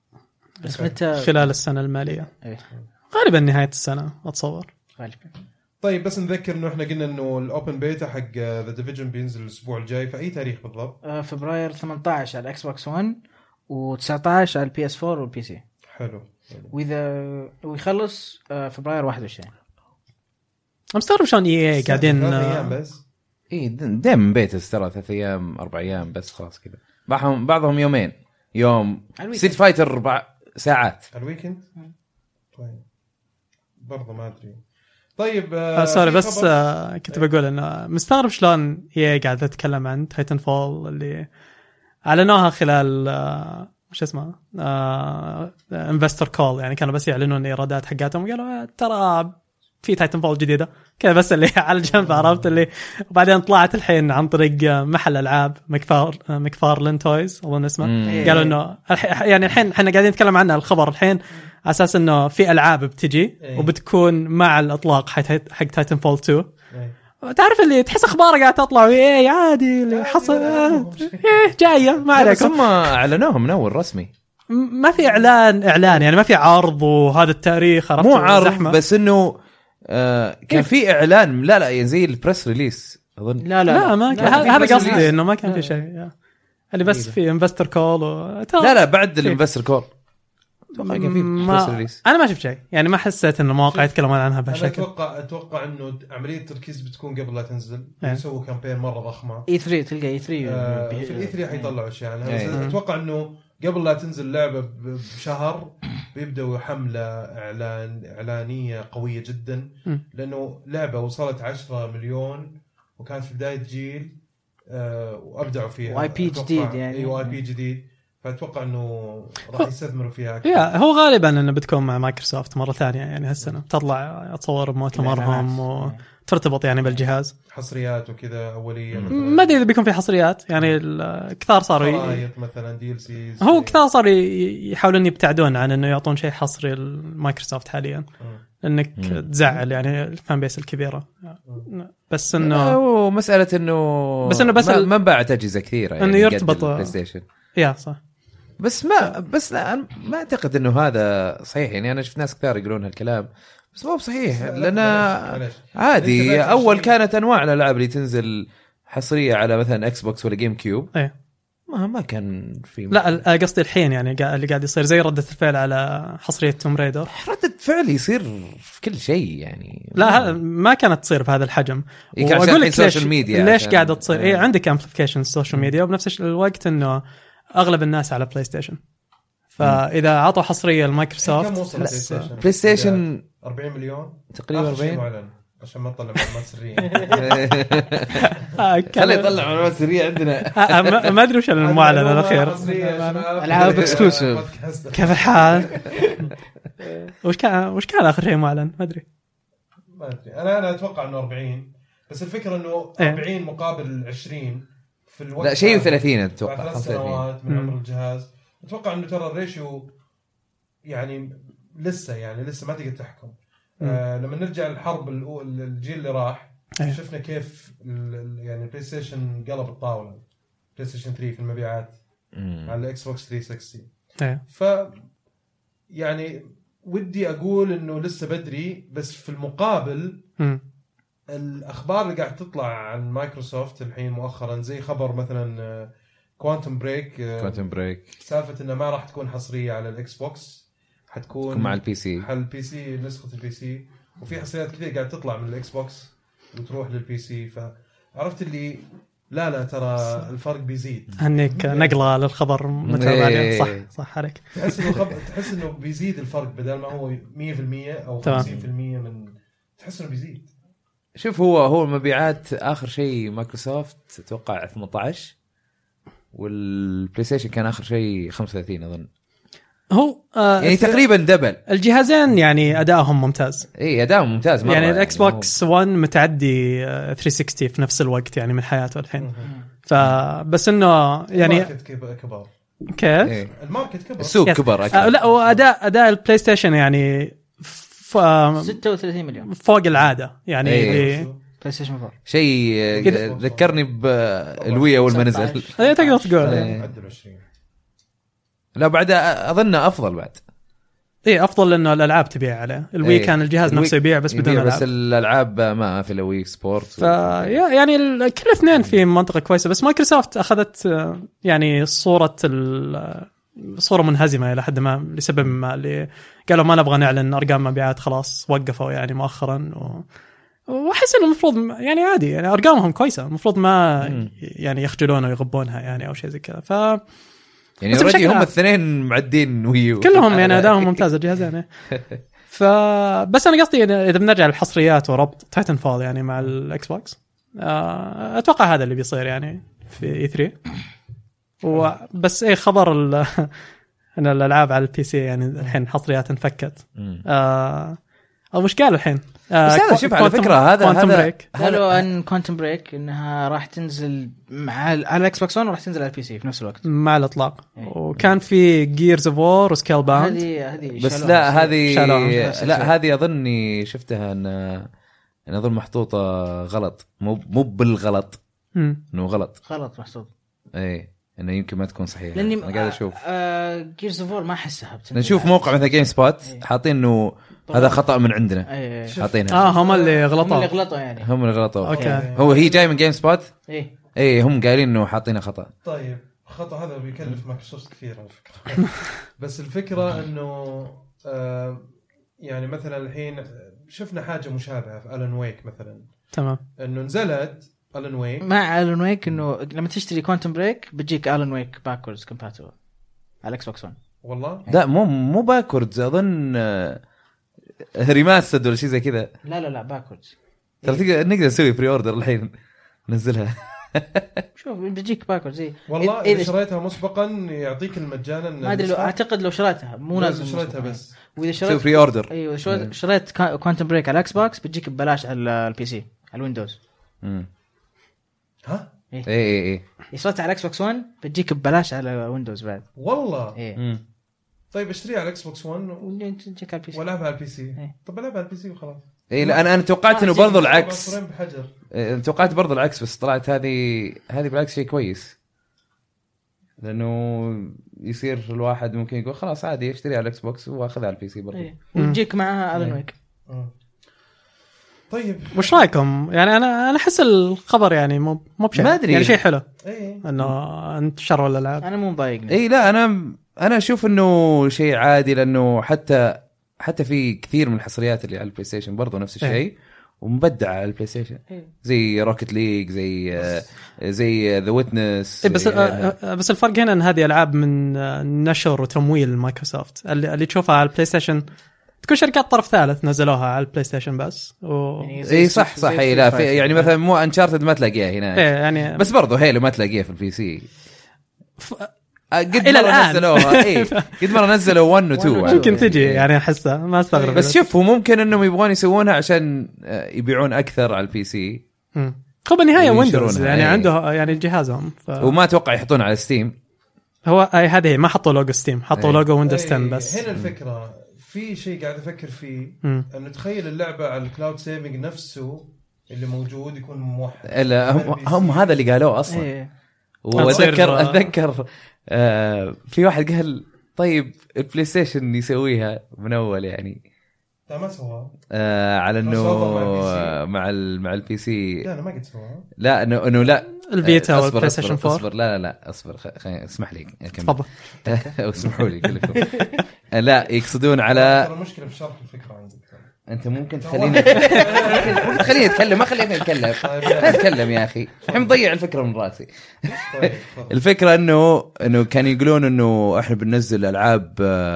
بس متى خلال السنه الماليه. ايه غالبا نهايه السنه اتصور غالبا. طيب بس نذكر انه احنا قلنا انه الاوبن بيتا حق ذا ديفيجن بينزل الاسبوع الجاي في اي تاريخ بالضبط؟ آه فبراير ثمانية عشر على الاكس بوكس ون و19 على البي اس فور والبي سي. حلو. واذا ويخلص آه فبراير واحد وعشرين. مستغرب شلون اي قاعدين ايام بس. اي دائما بيت ترى ثلاث ايام اربع ايام بس خلاص كذا. بعضهم بعضهم يومين يوم ست فايتر اربع ساعات الويكند. طيب برضه ما ادري. طيب آه سوري بس آه كنت بقول انه مستغرب شلون هي قاعده تتكلم عن تايتن فول اللي اعلنوها خلال آه وش اسمه آه انفستر كول يعني كانوا بس يعلنون الايرادات حقاتهم قالوا ترى في تايتن فول جديده كذا بس اللي على الجنب عرفت اللي. وبعدين طلعت الحين عن طريق محل العاب مكفار مكفارلين تويز اظن اسمه. قالوا انه يعني الحين احنا قاعدين نتكلم عنه الخبر الحين على اساس انه في العاب بتجي وبتكون مع الاطلاق حق تايتن فول اثنين. تعرف اللي تحس اخبار قاعده تطلع ايه عادي اللي حصل ايه جايه ما عليكم. ثم اعلنوها من اول رسمي ما في اعلان اعلان يعني ما في عرض وهذا التاريخ عرفت مو عرض زحمة. بس انه آه كان في اعلان لا لا يعني زي البريس ريليس اظن. لا لا, لا, ما لا, لا هذا قصدي انه ما كان في شيء اللي بس في انفستر كول و... لا لا بعد الانفستر كول اتوقع كان في بريس ريليس. انا ما شفت شيء يعني ما حسيت انه مواقع يتكلمون عنها بهالشكل. اتوقع اتوقع انه عمليه التركيز بتكون قبل لا تنزل يسووا كامبين مره ضخمه. اي ثري تلقى اي ثري آه في الاي ثري حيطلعوا شيء يعني اتوقع انه قبل لا تنزل لعبه بشهر بيبدأوا حملة إعلان إعلانية قوية جدا لأنه لعبة وصلت عشرة مليون وكانت في بداية جيل آه وأبدعوا فيها. واي بي جديد يعني. أي واي بي جديد فأتوقع إنه راح يستثمروا فيها أكثر. يا هو غالبا إنه بتكون مع مايكروسوفت مرة ثانية يعني هالسنة تطلع أتصور بمؤتمرهم وترتبط يعني بالجهاز حصريات وكذا أولية. ما أدري إذا بيكون في حصريات يعني كثار صاروا ي... مثلا دي ال سي هو كثار صاروا يحاولون يبتعدون عن إنه يعطون شيء حصري لمايكروسوفت حاليا إنك مم. تزعل يعني الفان بيس الكبيرة. بس إنه مسألة إنه بس إنه بس ما, ما باعت أجهزة كثيرة يعني إنه يرتبط بلاي ستيشن. يا صح بس ما بس لا ما أعتقد إنه هذا صحيح يعني أنا شفت ناس كثار يقولون هالكلام بس مو بصحيح لأن عادي أول كانت أنواع الألعاب اللي تنزل حصرية على مثلا إكس بوكس ولا جيم كيوب أيه. ما ما كان في لا قصدي الحين يعني اللي قاعد يصير زي ردة الفعل على حصرية توم ريدر. ردة فعل يصير في كل شيء يعني لا ما كانت تصير بهذا الحجم. وأقول لك ليش ميديا ليش قاعدة تصير إيه عندك امبليفيكيشن السوشيال ميديا وبنفس الوقت إنه أغلب الناس على بلاي ستيشن فإذا عطوا حصرية المايكروسوفت بلاي ستيشن أربعين مليون تقريبا أربعين عشان ما نطلع معلومات سرية. خلي يطلع معلومات سرية عندنا. ما أدري وش المعلن الأخير. ألعاب إكسكلوسيف. كيف الحال؟ وش كان وش كان آخر شيء معلن؟ ما أدري. ما أدري أنا أنا أتوقع إنه أربعين بس الفكرة إنه أربعين مقابل عشرين في الوقت. لا شيء وثلاثين أتوقع. ثلاث سنوات من عمر الجهاز. أتوقع إنه ترى الريشيو يعني لسه يعني لسه ما تقدر تحكم. آه لما نرجع للحرب الجيل اللي راح أيه. شفنا كيف يعني البلاي ستيشن قلب الطاولة بلاي ستيشن ثري في المبيعات مم. على الاكس بوكس ثلاثمية وستين أيه. ف يعني ودي اقول انه لسه بدري، بس في المقابل م. الاخبار اللي قاعد تطلع عن مايكروسوفت الحين مؤخرا زي خبر مثلا كوانتم بريك كوانتم بريك سالفه انه ما راح تكون حصريه على الاكس بوكس، حتكون مع البي سي حل البي سي نسخه البي سي، وفي حصريات كثير قاعد تطلع من الاكس بوكس وتروح للبي سي. فعرفت اللي لا لا ترى الفرق بيزيد. هنيك نقله للخبر متى بعدين. صح صح عليك. تحس انه خبر تحس انه بيزيد الفرق بدل ما هو مية بالمية او خمسين بالمية من تحس انه بيزيد. شوف هو هو المبيعات اخر شيء مايكروسوفت اتوقع ثمانية عشر، والبلاي ستيشن كان اخر شيء خمسة وثلاثين اظن. هو آه يعني تقريبا دبل الجهازين، يعني ادائهم ممتاز. اي ادائهم ممتاز مره. يعني الاكس بوكس ون متعدي آه ثلاثمية وستين في نفس الوقت يعني من حياته الحين. فبس انه يعني الماركت كبر. كيف إيه. الماركت كبر، السوق كبر اكثر. آه لا واداء اداء البلاي ستيشن يعني ف... ستة وثلاثين مليون فوق العاده يعني. إيه. اللي... بلاي ستيشن فور شيء ذكرني بالوي اول ما نزل. اي تقدر تقول إيه. لا بعد اظن افضل بعد. ايه افضل لانه الالعاب تبيع عليه. الوي إيه. كان الجهاز نفسه يبيع بس بدون يبيع العاب. بس الالعاب ما في الوي سبورت. ف... يعني ال... كل اثنين في منطقه كويسه، بس مايكروسوفت اخذت يعني صوره ال... صوره منهزمه الى حد ما لسبب ما اللي قالوا ما نبغى نعلن ارقام مبيعات، خلاص وقفوا يعني مؤخرا. و... واحس انه المفروض يعني عادي، يعني ارقامهم كويسه، المفروض ما مم. يعني يخجلون ويغبونها يعني او شيء زي كذا. ف يعني اوريدي هم الاثنين معدين ويو كلهم يعني ادائهم ممتاز الجهازين. ف بس انا قصدي اذا بنرجع للحصريات وربط تايتن فول يعني مع الاكس بوكس، اتوقع هذا اللي بيصير يعني في اي ثري. وبس ايه خبر ال... ان الالعاب على البي سي يعني الحين حصريات انفكت. آه... او مش قالوا الحين آه بس انا شوف على فكره هذا هذا قالوا ان كوانتم بريك انها راح تنزل مع على الاكس بوكس وراح تنزل على البي سي في نفس الوقت مع الاطلاق. وكان في جيرز اوف وور وسكيل باوند. هذه هذه بس لا هذه لا هذه شالوها. اظني شفتها ان انا اظن محطوطه غلط، مو مو بالغلط انه غلط غلط محطوط. اي انه يمكن ما تكون صحيحه. لاني انا قاعد اشوف جيرز اوف وور ما احسها. نشوف موقع مثل جيم سبوت حاطين انه هذا خطأ من عندنا. حاطينها اه هم اللي غلطوا. هم اللي غلطوا يعني هم اللي غلطوا. اوكي. هو هي جاي من جيم سبوت. ايه ايه هم قايلين انه حاطينها خطأ. طيب خطأ هذا بيكلف مايكروسوفت كثير على فكرة. بس الفكرة انه آه يعني مثلا الحين شفنا حاجة مشابهة في ألان ويك مثلا. تمام. انه نزلت ألان ويك مع ألان ويك انه لما تشتري كوانتم بريك بتجيك ألان ويك باكوردز كومباتبل على اكس بوكس ون. والله لا مو مو باكوردز اظن ريماستر ولا شيء زي كذا. لا لا لا باكوردز. ترى تقدر نقدر نسوي بري اوردر الحين ننزلها. شوف بتجيك باكوردز زي والله اذا شريتها مسبقا يعطيك المجانا. ما ادري لو اعتقد لو شريتها مو لازم شريتها بس. واذا شريت بري اوردر ايوه شريت شريت كوانتم بريك على الاكس بوكس بتجيك ببلاش على البي سي على الويندوز. امم ها ايه ايه ايه شريت على الاكس بوكس ون بتجيك ببلاش على ويندوز بعد. والله ايه امم طيب اشتريها على الاكس بوكس ون وتجيك على البي سي والعبها على البي سي. إيه. طب العبها على البي سي وخلاص. ايه لا انا انا توقعت انه برضو العكس. بحجر. إيه توقعت برضو العكس بس طلعت هذه هذه بالعكس شيء كويس، لانه يصير الواحد ممكن يقول خلاص عادي اشتري على الاكس بوكس واخذها على البي سي برضو. إيه. وتجيك معها ألان ويك. طيب وش رايكم؟ يعني انا انا احس الخبر يعني مو مو بشيء ما أدري. يعني شيء حلو ايه انه انتشروا الالعاب. انا مو مضايقني. اي لا انا انا اشوف انه شيء عادي، لانه حتى حتى في كثير من الحصريات اللي على البلاي ستيشن برضو نفس الشيء ومبدع على البلاي ستيشن زي روكيت ليج زي زي ذا ويتنس. بس بس الفرق هنا ان هذه العاب من نشر وتمويل مايكروسوفت اللي, اللي تشوفها على البلاي ستيشن تكون شركات طرف ثالث نزلوها على البلاي ستيشن بس و... يعني اي صح صح اي لا في يعني مثلا مو انشارتد ما تلاقيها هنا. إيه يعني بس برضو هيلو ما تلاقيها في البي سي ف... قد إلى مرة الآن. نزلوها. ايه قد مرة نزلوا واحد و اثنين ممكن تجي يعني احسها ما استغرب. بس شوف هو ممكن انهم يبغون يسوونها عشان يبيعون اكثر على البي سي. هو بالنهايه ويندوز وينشرونها. يعني أيه. عنده يعني جهازهم ف... وما اتوقع يحطون على ستيم. هو اي هذه ما حطوا لوجو ستيم حطوا أيه. لوجو ويندوز ايه عشرة بس. هنا الفكرة في شيء قاعد افكر فيه مم. انه تخيل اللعبة على الكلاود سيفنج نفسه اللي موجود يكون موحد. لا هم, هم هذا اللي قالوه اصلا. إيه. واتذكر اتذكر آه في واحد قال طيب البلاي ستيشن يسويها من اول يعني لا ما سواها آه على انه مع, مع ال مع البي سي. لا انا ما قلت سواها. لا انه انه لا الفيتا أصبر والبلاي أصبر ستيشن فور. اصبر لا لا لا اصبر خليني اسمح لي تفضل. اسمحوا لي كلكم. لا يقصدون على ترى المشكله في شرح الفكره عندك. انت ممكن تخليني خليني اتكلم ما خليني اتكلم لا اتكلم يا اخي الحين مضيع الفكره من راسي. الفكره انه انه كانوا يقولون انه احنا بننزل العاب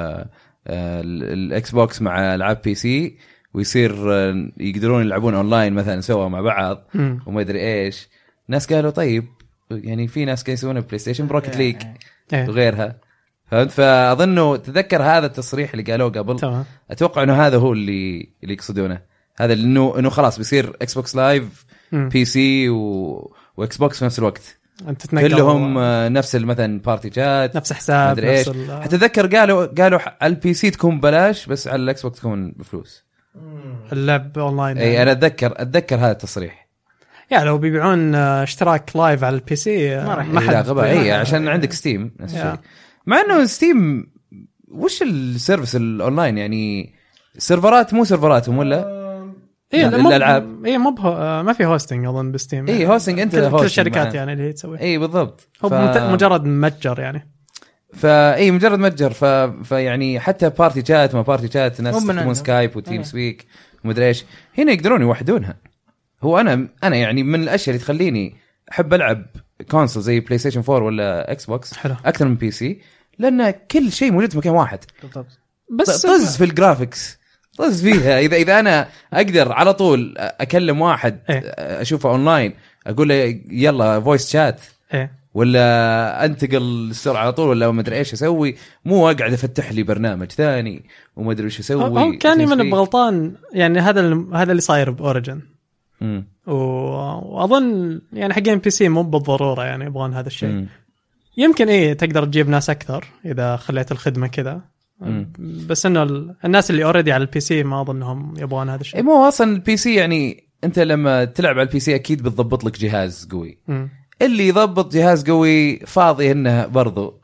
الاكس بوكس مع العاب بي سي ويصير يقدرون يلعبون اونلاين مثلا سوا مع بعض وما ادري ايش. ناس قالوا طيب يعني في ناس كانوا يسوون بلاي ستيشن بروكت ليج وغيرها فهمت. فاظنه تذكر هذا التصريح اللي قالوه قبل طبعا. اتوقع انه هذا هو اللي اللي يقصدونه هذا انه انه خلاص بيصير اكس بوكس لايف بي سي و... واكس بوكس في نفس الوقت انت كلهم و... نفس مثلا بارتي شات نفس حساب نفس ال... اتذكر قالوا قالوا على البي سي تكون ببلاش بس على الاكس بوكس تكون بفلوس اللعب اونلاين. اي انا اتذكر اتذكر هذا التصريح. يعني لو بيبيعون اشتراك لايف على البي سي ما راح ما غبا اي عشان عندك ستيم نفس الشيء. مع انه ستيم وش السيرفس الاونلاين يعني سيرفرات مو سيرفراتهم ولا ايه الالعاب ايه مو ما في هوستنج اظن بستيم. اي هوستنج انت كل الشركات يعني اللي هي تسوي اي بالضبط. هو ف... مجرد متجر يعني فاي مجرد متجر ف... فيعني حتى بارتي شات ما بارتي شات ناس يستخدمون سكايب وتيم سويك ومدري ايش هنا يقدرون يوحدونها. هو انا انا يعني من الاشياء اللي تخليني احب العب كونسول زي بلاي ستيشن فور ولا اكس بوكس حلو. اكثر من بي سي لان كل شيء موجود في مكان واحد بالضبط. بس طز في الجرافيكس طز فيها. اذا اذا انا اقدر على طول اكلم واحد اشوفه اونلاين اقول له يلا فويس شات ولا انتقل السرعه على طول ولا ما ادري ايش اسوي مو اقعد افتح لي برنامج ثاني وما ادري ايش اسوي. هو كان من بغلطان يعني هذا هذا اللي صاير باوريجن امم واظن يعني حقين بي سي مو بالضروره يعني يبغون هذا الشيء. مم. يمكن ايه تقدر تجيب ناس اكثر اذا خليت الخدمه كذا بس انه الناس اللي اوريدي على البي سي ما اظنهم يبغون هذا الشيء. مو اصلا البي سي يعني انت لما تلعب على البي سي اكيد بتضبط لك جهاز قوي. مم. اللي يضبط جهاز قوي فاضي انه برضو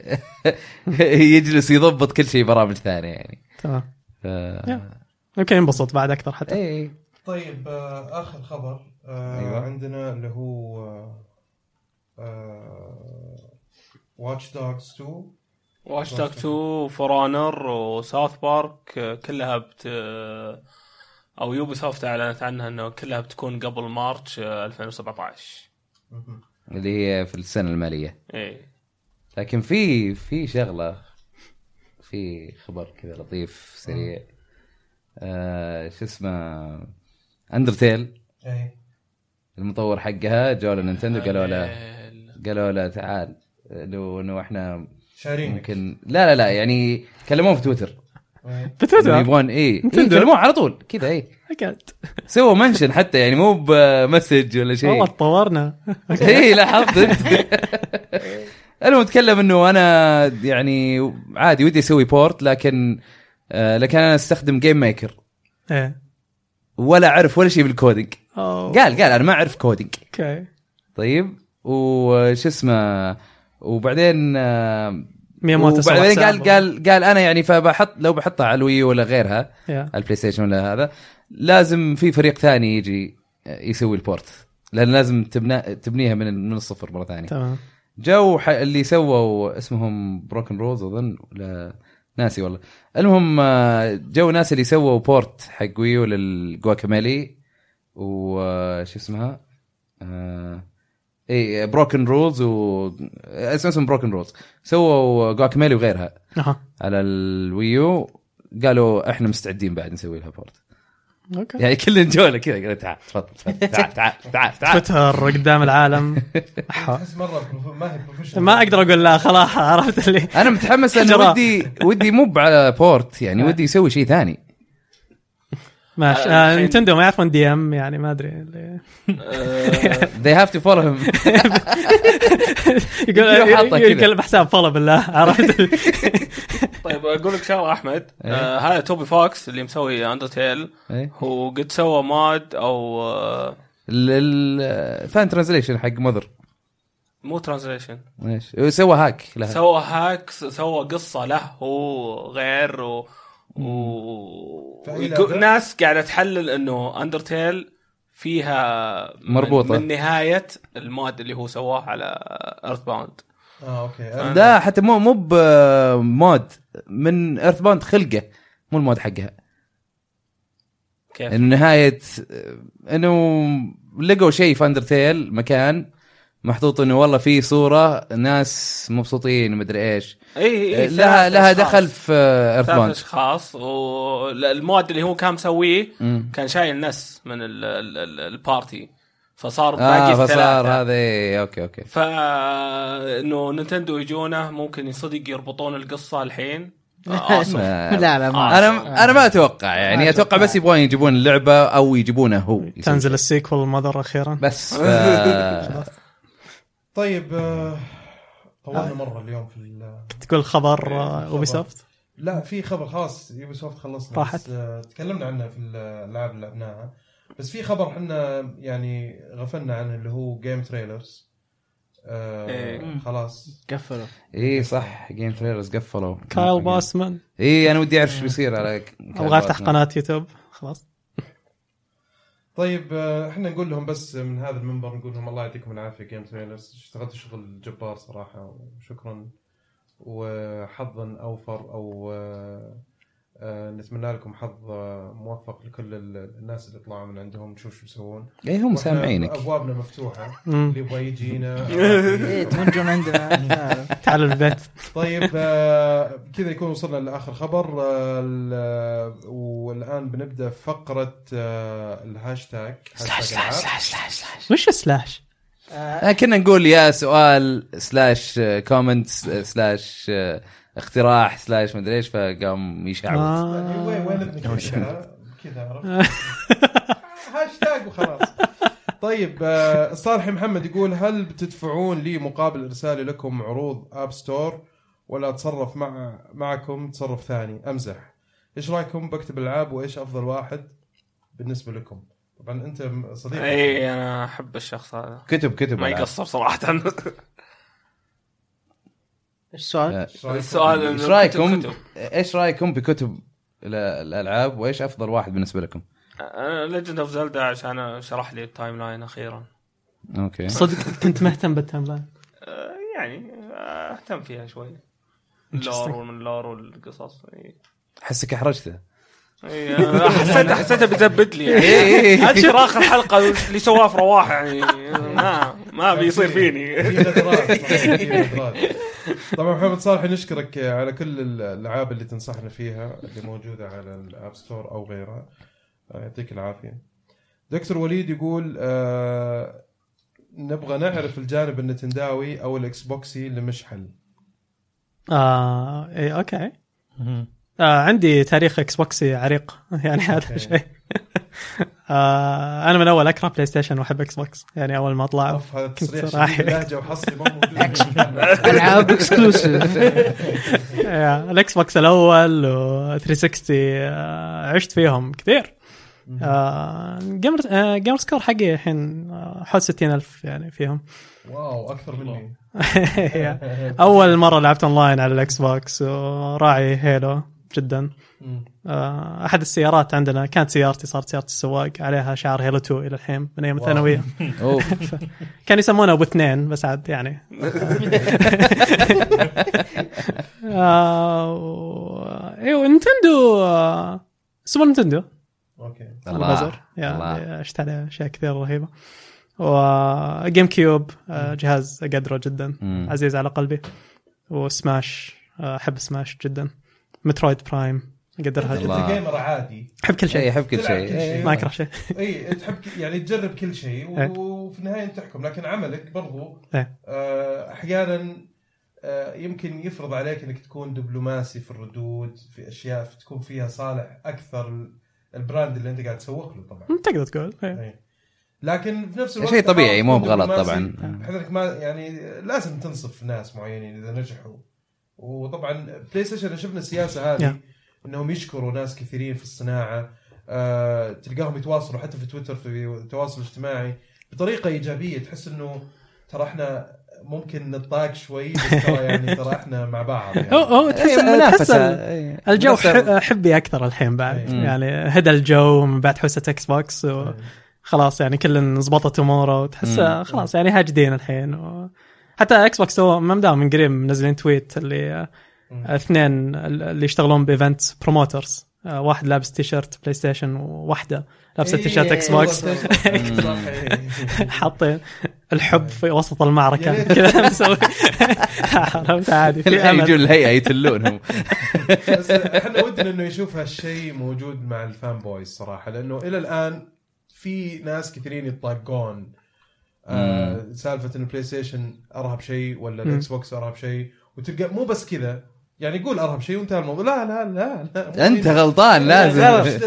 يجلس يضبط كل شيء برامج ثانيه يعني تمام ف... ممكن ينبسط بعد اكثر حتى. اي طيب اخر خبر آه أيوة. عندنا اللي هو واتش دوغز تو واتش دوغز تو فورانر وساوث بارك كلها بت او يوبي سوفت اعلنت عنها انه كلها بتكون قبل مارس ألفين وسبعة عشر اللي هي في السنه الماليه. اي لكن في في شغله في خبر كذا لطيف سريع آه شو اسمه اندرتيل اي المطور حقها جو لنينتندو قالوا له قالوا له تعال لو انه احنا شارين ممكن لا لا لا يعني كلموه في تويتر في تويتر يبغون ايه كلموه على طول كذا ايه اكيد سووا منشن حتى يعني مو بمسج ولا شيء والله تطورنا ايه لاحظت انت. انا متكلم انه انا يعني عادي ودي اسوي بورت لكن آه لكن انا استخدم جيم ميكر ايه ولا اعرف ولا شيء بالكودينج. أوه. قال قال انا ما اعرف كودينج. اوكي طيب وش اسمه وبعدين آه مياموتو وبعدين قال قال قال انا يعني فبحط لو بحطها على الوي ولا غيرها yeah. البلاي ستيشن ولا هذا لازم في فريق ثاني يجي يسوي البورت لان لازم تبنى تبنيها من من الصفر مره ثانيه. تمام. جو اللي سووا اسمهم بروكن رولز اظن ولا ناسي والله. المهم جو ناس اللي سووا بورت حق ويو للجواكاميلي وش اسمها آه اي بروكن رولز و اسمهم بروكن رولز سووا جواكاميلي وغيرها أه. على الويو قالوا احنا مستعدين بعد نسوي لها بورت. اوكي يعني كل جوله كذا قالوا تعال تفضل تعال تعال تعال تعال تويتر قدام العالم. احس مره ما هي بروفيشنال ما اقدر اقول لا خلاص عرفت اللي انا متحمس انا ودي ودي مو على بورت يعني ودي يسوي شيء ثاني ماشي. آه نينتندو ما يعرفون دي ام يعني ما ادري اللي they have to follow him. يقول يقول بحساب فولو بالله عرفت. طيب اقول لك شغله احمد آه هذا توبي فوكس اللي مسوي اندرتيل هو قد سوى ماد او الفان ترانزليشن حق مذر مو ترانزليشن ايش سوى هاك لها سوى هاك سوى قصه له هو غير و, و... ناس قاعده تحلل انه اندرتيل فيها مربوطة من, من نهايه المود اللي هو سواه على ايرث باوند. اه اوكي لا حتى مو مو بمود من ايرث باوند خلقه مو المود حقها كيف انه نهايه انه لقوا شيء في اندرتيل مكان محطوط انه والله في صوره ناس مبسوطين ومدري ايش اي اي لها لها دخل في ايرث باوند اشخاص والمود اللي هو كان مسويه كان شايل ناس من ال ال ال البارتي فصار باقي آه الثلاثه فصار هذا اوكي اوكي فانه نينتندو يجونه ممكن يصدق يربطون القصه الحين آسف. لا لا ما انا انا ما اتوقع يعني اتوقع بس يبغون يجيبون اللعبه او يجيبونه هو تنزل السيكول ماذر اخيرا بس طيب طولنا مره اليوم في تقول خبر اوبي سوفت لا في خبر خاص يوبي سوفت خلصنا راحت تكلمنا عنه في الالعاب اللي لعبناها بس في خبر احنا يعني غفلنا عنه اللي هو جيم تريلرز آه إيه. خلاص قفلوا اي صح جيم تريلرز قفلوا كايل باسمان اي انا ودي اعرف ايش بيصير على ابغى افتح قناه يوتيوب خلاص. طيب احنا نقول لهم بس من هذا المنبر نقول لهم الله يعطيكم العافيه جيم تريلرز اشتغلتوا شغل جبار صراحه وشكرا وحظا اوفر او آه نتمنى لكم حظ موفق لكل الناس اللي طلعوا من عندهم نشوف شو يسوون. ايه هم سامعينك ابوابنا مفتوحه اللي يبغى يجينا ايه تمنجون عندنا تعالوا البيت. طيب آه كذا يكون وصلنا لاخر خبر آه والان بنبدا فقره آه الهاشتاج سلاش سلاش سلاش سلاش وش سلاش آه كنا نقول يا سؤال سلاش كومنت سلاش اقتراح سلاش مدري ايش فقام يشعب آه. وين وين ابنك كذا عرفت هاشتاج وخلاص. طيب آه صالح محمد يقول هل بتدفعون لي مقابل ارسالي لكم عروض اب ستور ولا اتصرف مع معكم تصرف ثاني امزح؟ ايش رايكم بكتب العاب وايش افضل واحد بالنسبه لكم؟ طبعا انت صديق. اي انا احب الشخص هذا كتب كتب ما يقصر صراحه. السؤال السؤال ايش رايكم ايش رايكم بكتب الالعاب وايش افضل واحد بالنسبه لكم؟ ليجند اوف زلدا عشان شرح لي التايم لاين اخيرا. اوكي صدق كنت مهتم بالتايم لاين يعني اهتم فيها شوي اللور ومن اللور والقصص. احسك احرجته. حسيت حسيته بيثبت لي يعني ابشر اخر حلقه اللي سواه في رواح يعني ما ما بيصير فيني. طبعا محمد صالح نشكرك على كل الالعاب اللي تنصحنا فيها اللي موجوده على الاب ستور او غيرها يعطيك العافيه. دكتور وليد يقول آه نبغى نعرف الجانب النتنداوي او الاكس بوكسي اللي مش حل. اه اي اوكي آه عندي تاريخ اكس بوكسي عريق يعني هذا شيء. آه انا من اول اكره بلاي ستيشن واحب اكس بوكس يعني اول ما طلع كنت صراحه لهجه وحصري ما موجود العاب اكسكلوسيف. يا الاكس بوكس الاول و ثلاثمية وستين آه عشت فيهم كثير. آه جيمر آه جيمر سكور حقي الحين حول ستين ألف يعني فيهم. واو اكثر مني. اول مره لعبت اونلاين على الاكس بوكس وراعي هيلو جدا. آه احد السيارات عندنا كانت سيارتي صارت سياره السواق عليها شعار هيلو تو الى الحين من ايام الثانويه. كان يسمونه ابو اثنين بس عاد يعني. آه ايوه نينتندو آه سوبر نينتندو اوكي الله يعني اشتري عليه اشياء كثير رهيبه. وجيم كيوب جهاز اقدره جدا مم. عزيز على قلبي. وسماش احب سماش جدا. مترويد برايم اقدرها جدا. انت جيمر عادي احب كل شيء احب كل شيء ما اكره شيء. اي تحب يعني تجرب كل شيء وفي النهايه تحكم لكن عملك برضو احيانا يمكن يفرض عليك انك تكون دبلوماسي في الردود في اشياء تكون فيها صالح اكثر البراند اللي انت قاعد تسوق له طبعا تقدر تقول أي. لكن في نفس الوقت شيء طبيعي مو بغلط طبعا. حضرتك ما يعني لازم تنصف ناس معينين اذا نجحوا. وطبعا بلاي ستيشن شفنا السياسه هذه yeah. انهم يشكروا ناس كثيرين في الصناعه أه، تلقاهم يتواصلوا حتى في تويتر في التواصل الاجتماعي بطريقه ايجابيه تحس انه ترى احنا ممكن نطاق شوي بس ترى يعني ترى احنا مع بعض يعني. هو هو تحس تحس الجو حبي اكثر الحين بعد يعني هذا الجو من بعد حوسه اكس بوكس خلاص يعني كل ضبطت اموره وتحس خلاص يعني هاجدين الحين و... حتى اكس بوكس هو ما مدام من قريب منزلين تويت اللي اثنين اللي يشتغلون بايفنت بروموترز واحد لابس تيشيرت بلاي ستيشن وواحده لابسه تيشيرت اكس بوكس حاطين الحب في وسط المعركه كذا مسوي عرفت عادي في يجون الهيئه يتلونهم. بس احنا ودنا انه يشوف هالشيء موجود مع الفان بويز صراحه لانه الى الان في ناس كثيرين يطاقون آه سالفه ان البلاي ستيشن ارهب شيء ولا الاكس بوكس ارهب شيء وتلقى مو بس كذا يعني يقول ارهب شيء وانتهى الموضوع. لا لا لا, لا. انت غلطان لازم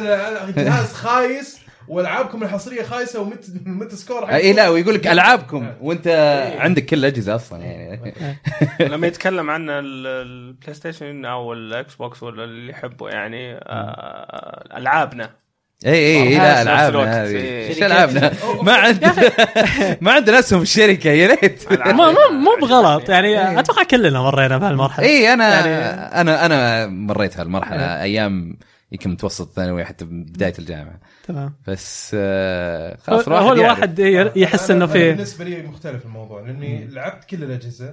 جهاز خايس والعابكم الحصريه خايسه ومت مت سكور اي لا ويقول لك العابكم وانت عندك كل الاجهزه اصلا يعني. لما يتكلم عن البلاي ستيشن او الاكس بوكس ولا اللي يحبه يعني آه العابنا اي اي لا العابنا هذه ايش العابنا ما عندنا ما عندنا اسهم في الشركه يا ريت. مو مو مو بغلط يعني اتوقع كلنا مرينا بهالمرحله. اي انا يعني انا انا مريت هالمرحله ايام يمكن متوسط ثانوي حتى بدايه الجامعه. تمام بس آه خلاص هو الواحد يحس انه في بالنسبه لي مختلف الموضوع لاني لعبت كل الاجهزه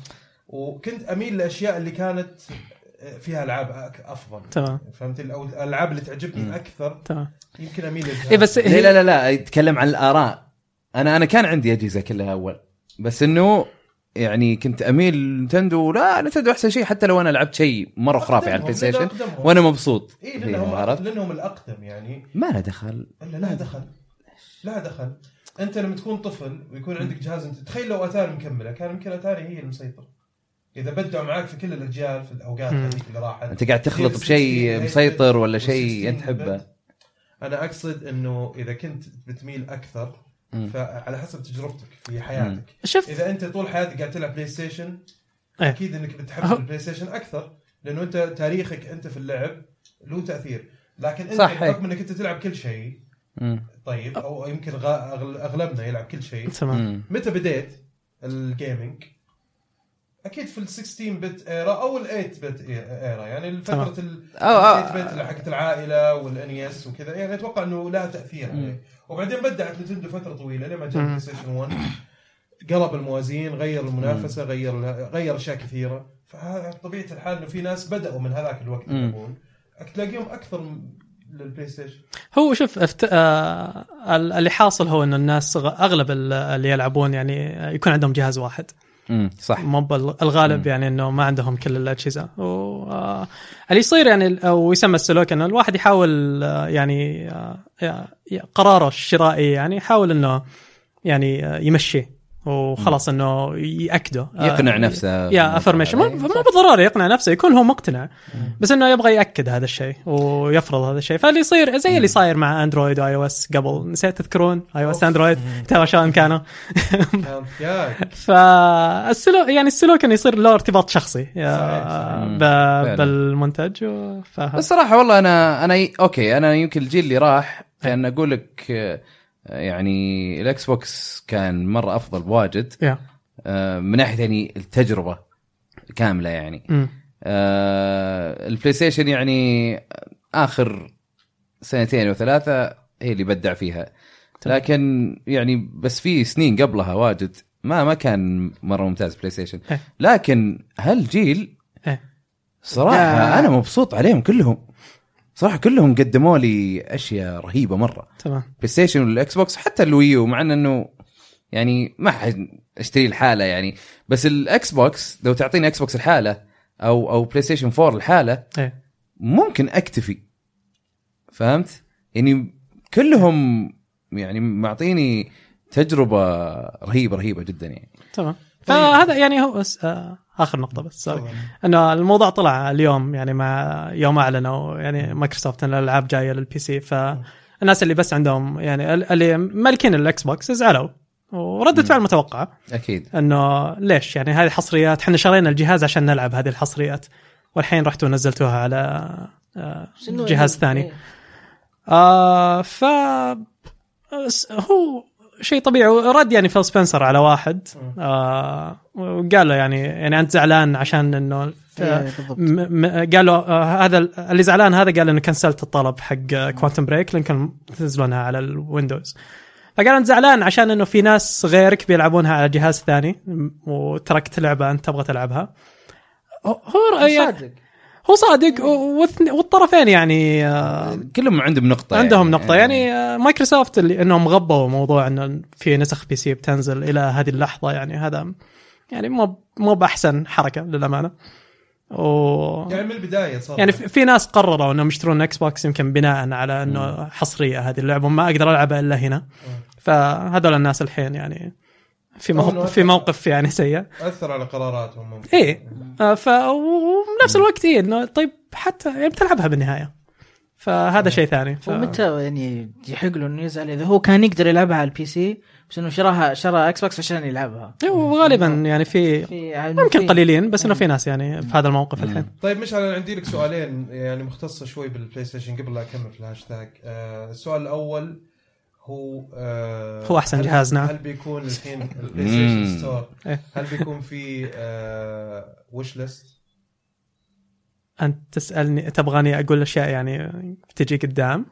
وكنت اميل للاشياء اللي كانت فيها العاب افضل. تمام فهمت الالعاب اللي تعجبني اكثر. تمام يمكن اميل لها. إيه بس لا لا لا يتكلم عن الاراء. انا انا كان عندي اجهزه كلها اول بس انه يعني كنت اميل نتندو. لا نتندو احسن شيء حتى لو انا لعبت شيء مره خرافي على البلاي ستيشن وانا مبسوط. إيه لانهم عرفت لانهم الاقدم يعني ما له دخل. الا لا دخل لا دخل. انت لما تكون طفل ويكون عندك جهاز انت تخيل لو اتاري مكمله كان يمكن اتاري هي المسيطر. إذا بدأوا معاك في كل الأجيال في الأوقات هذيك اللي راحت أنت قاعد تخلط بشيء مسيطر ولا شيء أنت تحبه. أنا أقصد إنه إذا كنت بتميل أكثر فعلى حسب تجربتك في حياتك. شوف إذا أنت طول حياتك قاعد تلعب بلاي ستيشن أكيد إنك بتحب البلاي ستيشن أكثر لأنه أنت تاريخك أنت في اللعب له تأثير. لكن أنت بحكم إنك أنت تلعب كل شيء طيب أو يمكن أغلبنا يلعب كل شيء. متى بديت الجيمينج؟ اكيد في ال16 بت ايرا او ال8 بت ايرا يعني فتره ال8 بت اللي حقت العائله والانيس وكذا يعني اتوقع انه لها تاثير عليه. وبعدين بدعت نتندو فتره طويله لما جاء بلاي ستيشن واحد قلب الموازين غير المنافسه غير غير اشياء كثيره. فطبيعه الحال انه في ناس بداوا من هذاك الوقت يلعبون تلاقيهم اكثر للبلاي ستيشن. هو شوف أفت... آه... اللي حاصل هو انه الناس اغلب اللي يلعبون يعني يكون عندهم جهاز واحد. امم صح مو الغالب مم. يعني انه ما عندهم كل الاجهزه و... آه... اللي يصير يعني او يسمى السلوك انه الواحد يحاول آه يعني آه قراره الشرائي يعني يحاول انه يعني آه يمشي وخلاص انه ياكده يقنع نفسه يا افرميشن مو مو بالضروره يقنع نفسه يكون هو مقتنع بس انه يبغى ياكد هذا الشيء ويفرض هذا الشيء. فاللي يصير زي اللي صاير مع اندرويد واي او اس قبل نسيت تذكرون اي او اس اندرويد ترى شلون كانوا. فالسلوك يعني السلوك انه يصير له ارتباط شخصي بالمنتج. الصراحه والله انا انا اوكي انا يمكن الجيل اللي راح كان اقول لك يعني الاكس بوكس كان مره افضل بواجد yeah. آه من ناحيه يعني التجربه كامله يعني mm. آه البلاي ستيشن يعني اخر سنتين وثلاثه هي اللي بدع فيها لكن يعني بس في سنين قبلها واجد ما ما كان مره ممتاز بلاي ستيشن hey. لكن هالجيل hey. صراحه yeah. انا مبسوط عليهم كلهم صراحه كلهم قدموا لي اشياء رهيبه مره. تمام بلاي ستيشن والاكس بوكس حتى الويو مع انه يعني ما حد اشتري الحاله يعني بس الاكس بوكس لو تعطيني اكس بوكس الحاله او او بلاي ستيشن فور الحاله ايه ممكن اكتفي فهمت يعني كلهم يعني معطيني تجربه رهيبه رهيبه جدا يعني. تمام فهذا يعني هو آه اخر نقطه بس سوري انه الموضوع طلع اليوم يعني مع يوم اعلنوا يعني مايكروسوفت ان الالعاب جايه للبي سي فالناس اللي بس عندهم يعني اللي مالكين الاكس بوكس زعلوا وردة فعل متوقعه اكيد انه ليش يعني هذه حصريات احنا شرينا الجهاز عشان نلعب هذه الحصريات والحين رحتوا نزلتوها على جهاز ثاني. آه ف هو شيء طبيعي. رد يعني فيل سبنسر على واحد آه وقال له يعني يعني انت زعلان عشان انه قال له آه هذا اللي زعلان هذا قال انه كنسلت الطلب حق كوانتم بريك لان كانوا تنزلونها على الويندوز. فقال انت زعلان عشان انه في ناس غيرك بيلعبونها على جهاز ثاني وتركت لعبه انت تبغى تلعبها. هو صادق هو صادق والطرفين يعني آه كلهم عندهم نقطة عندهم يعني. نقطة يعني آه مايكروسوفت اللي انهم غبوا موضوع انه في نسخ بي سي بتنزل الى هذه اللحظة يعني هذا يعني مو مو بأحسن حركة للأمانة. و يعني من البداية صار يعني في, في ناس قرروا انهم يشترون اكس بوكس يمكن بناء على انه حصرية هذه اللعبة وما اقدر العبها الا هنا. فهذول الناس الحين يعني في موقف في موقف يعني سيء أثر على قراراتهم ممكن. إيه ف وبنفس الوقت إيه إنه طيب حتى يعني بتلعبها بالنهاية فهذا شيء ثاني. ف... ومتى يعني يحق له إنه يزعل إذا هو كان يقدر يلعبها على البي سي بس إنه شراها شرا إكس بوكس عشان يلعبها. وغالبا يعني في, في ممكن في... قليلين بس إنه في ناس يعني في هذا الموقف مم. الحين. طيب مش أنا عندي لك سؤالين يعني مختصة شوي بالبلاي ستيشن قبل لا أكمل في الهاشتاج. آه السؤال الأول هو آه هو أحسن جهاز نعم. هل بيكون الحين البلاي ستيشن ستور هل بيكون في آه وش ليست؟ أنت تسألني تبغاني أقول أشياء يعني تجي قدام.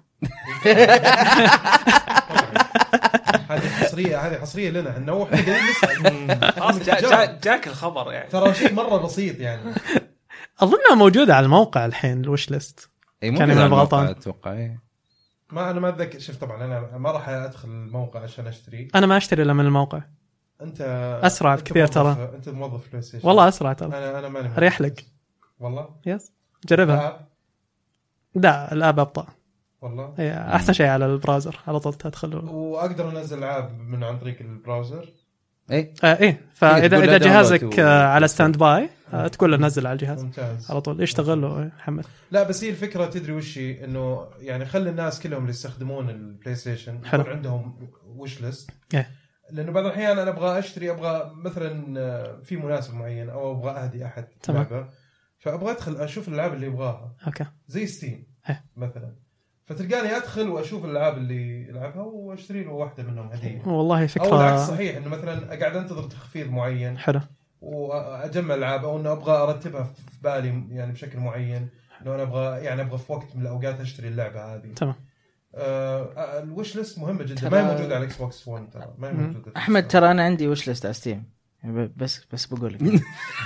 هذه حصرية هذه حصرية لنا إنه إحنا قاعدين نسأل خلاص جا جاك الخبر يعني ترى شيء مرة بسيط يعني. أظنها موجودة على الموقع الحين الوش ليست. كان أنا غلطان أتوقع. ما أنا ما أتذكر شوف طبعا أنا ما راح أدخل الموقع عشان أشتري. أنا ما أشتري إلا من الموقع. أنت أسرع كثير ترى. أنت موظف بلاي ستيشن. والله أسرع ترى. أنا أنا ماني. أريح لك. والله. يس. جربها. لا الآب أبطأ. والله. هي أحسن شيء على البراوزر على طول تدخل. وأقدر أنزل ألعاب من عن طريق البراوزر. إيه. آه إيه فإذا إذا جهازك و... على ستاند باي تقول له نزل على الجهاز. ممتاز. على طول يشتغل ويحمل. لا بس هي الفكرة تدري وشي إنه يعني خلي الناس كلهم اللي يستخدمون البلاي ستيشن يكون عندهم وش ليست. إيه. لأنه بعض الأحيان أنا أبغى أشتري أبغى مثلا في مناسب معين أو أبغى أهدي أحد لعبة فأبغى أدخل أشوف الألعاب اللي أبغاها. أوكي. زي ستيم إيه. مثلا فتلقاني أدخل وأشوف الألعاب اللي يلعبها وأشتري له واحدة منهم هدية. والله فكرة. أو العكس صحيح إنه مثلا قاعد أنتظر تخفيض معين. حلو. وأجمع الألعاب أو إنه أبغى أرتبها في بالي يعني بشكل معين. لو أنا أبغى يعني أبغى في وقت من الأوقات أشتري اللعبة هذه. تمام. آه الوش ليست مهمة جدا ما هي موجودة على إكس بوكس ون ترى ما هي موجودة. أحمد ترى أنا عندي وش ليست على ستيم بس بس بقول لك.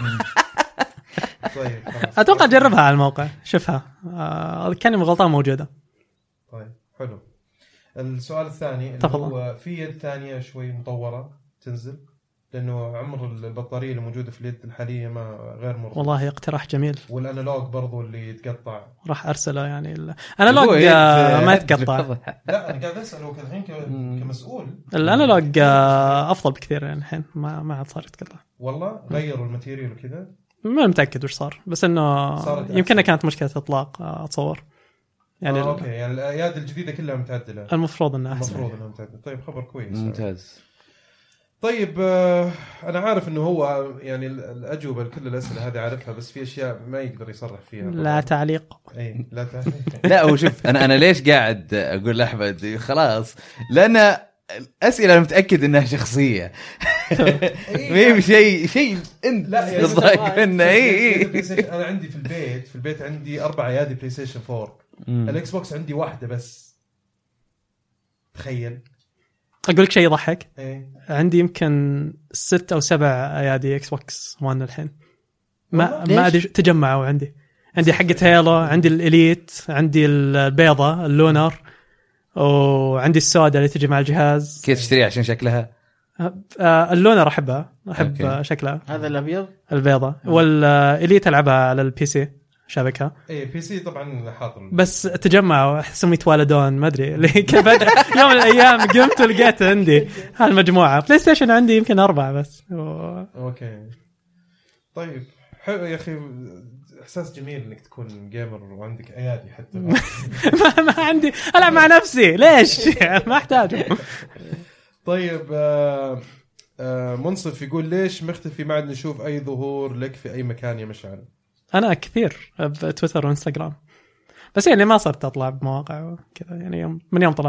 طيب أتوقع جربها على الموقع شوفها آه كان غلطان موجودة. طيب حلو. السؤال الثاني اللي هو في يد ثانية شوي مطورة تنزل لأنه عمر البطارية اللي موجودة في اليد الحالية ما غير مرضي. والله اقتراح جميل. والأنالوج برضو اللي يتقطع راح أرسله يعني الأنالوج آه ما يتقطع. لا أنا قاعد أسأله الحين كمسؤول. الأنالوج آه أفضل بكثير يعني الحين ما ما عاد صار يتقطع. والله غيروا الماتيريال وكذا. ما متأكد وش صار بس إنه يمكنها كانت مشكلة إطلاق آه أتصور. يعني آه أوكي يعني الأياد الجديدة كلها متعدلة. المفروض إنها أحسن. المفروض إنها متعدلة. طيب خبر كويس. ممتاز. طيب آه أنا عارف إنه هو يعني الأجوبة لكل الأسئلة هذه عارفها بس في أشياء ما يقدر يصرح فيها. لا تعليق. أي لا تعليق. لا وشوف أنا أنا ليش قاعد أقول لأحمد خلاص لأن الأسئلة أنا متأكد إنها شخصية. مين شيء شيء أنت قصدك إنه إيه. أنا عندي في البيت في البيت عندي أربع أيادي بلاي ستيشن فور. الإكس بوكس عندي واحدة بس. تخيل. أقول لك شيء يضحك. إيه؟ عندي يمكن ست أو سبع أيادي إكس بوكس وان الحين. ما ما أدري تجمعوا عندي. عندي حقة هيلو، عندي الإليت، عندي البيضة اللونر، وعندي السوداء اللي تجي مع الجهاز. كيف تشتريها عشان شكلها؟ آه اللونر أحبها، أحب أوكي. شكلها. هذا الأبيض. البيضة والإليت ألعبها على البي سي. شبكة اي بي سي طبعا حاطر بس تجمعوا احسهم يتوالدون ما ادري اللي كيف يوم من الايام قمت ولقيت عندي هالمجموعه بلاي ستيشن عندي يمكن اربعه بس و... اوكي طيب حلو يا اخي احساس جميل انك تكون جيمر وعندك ايادي حتى ما, ما عندي العب مع نفسي ليش ما احتاج. طيب آه آه منصف يقول ليش مختفي ما عاد نشوف اي ظهور لك في اي مكان يا مشعل؟ أنا كثير بتويتر وإنستغرام بس يعني ما صرت أطلع بمواقع وكذا يعني يوم من يوم طلعت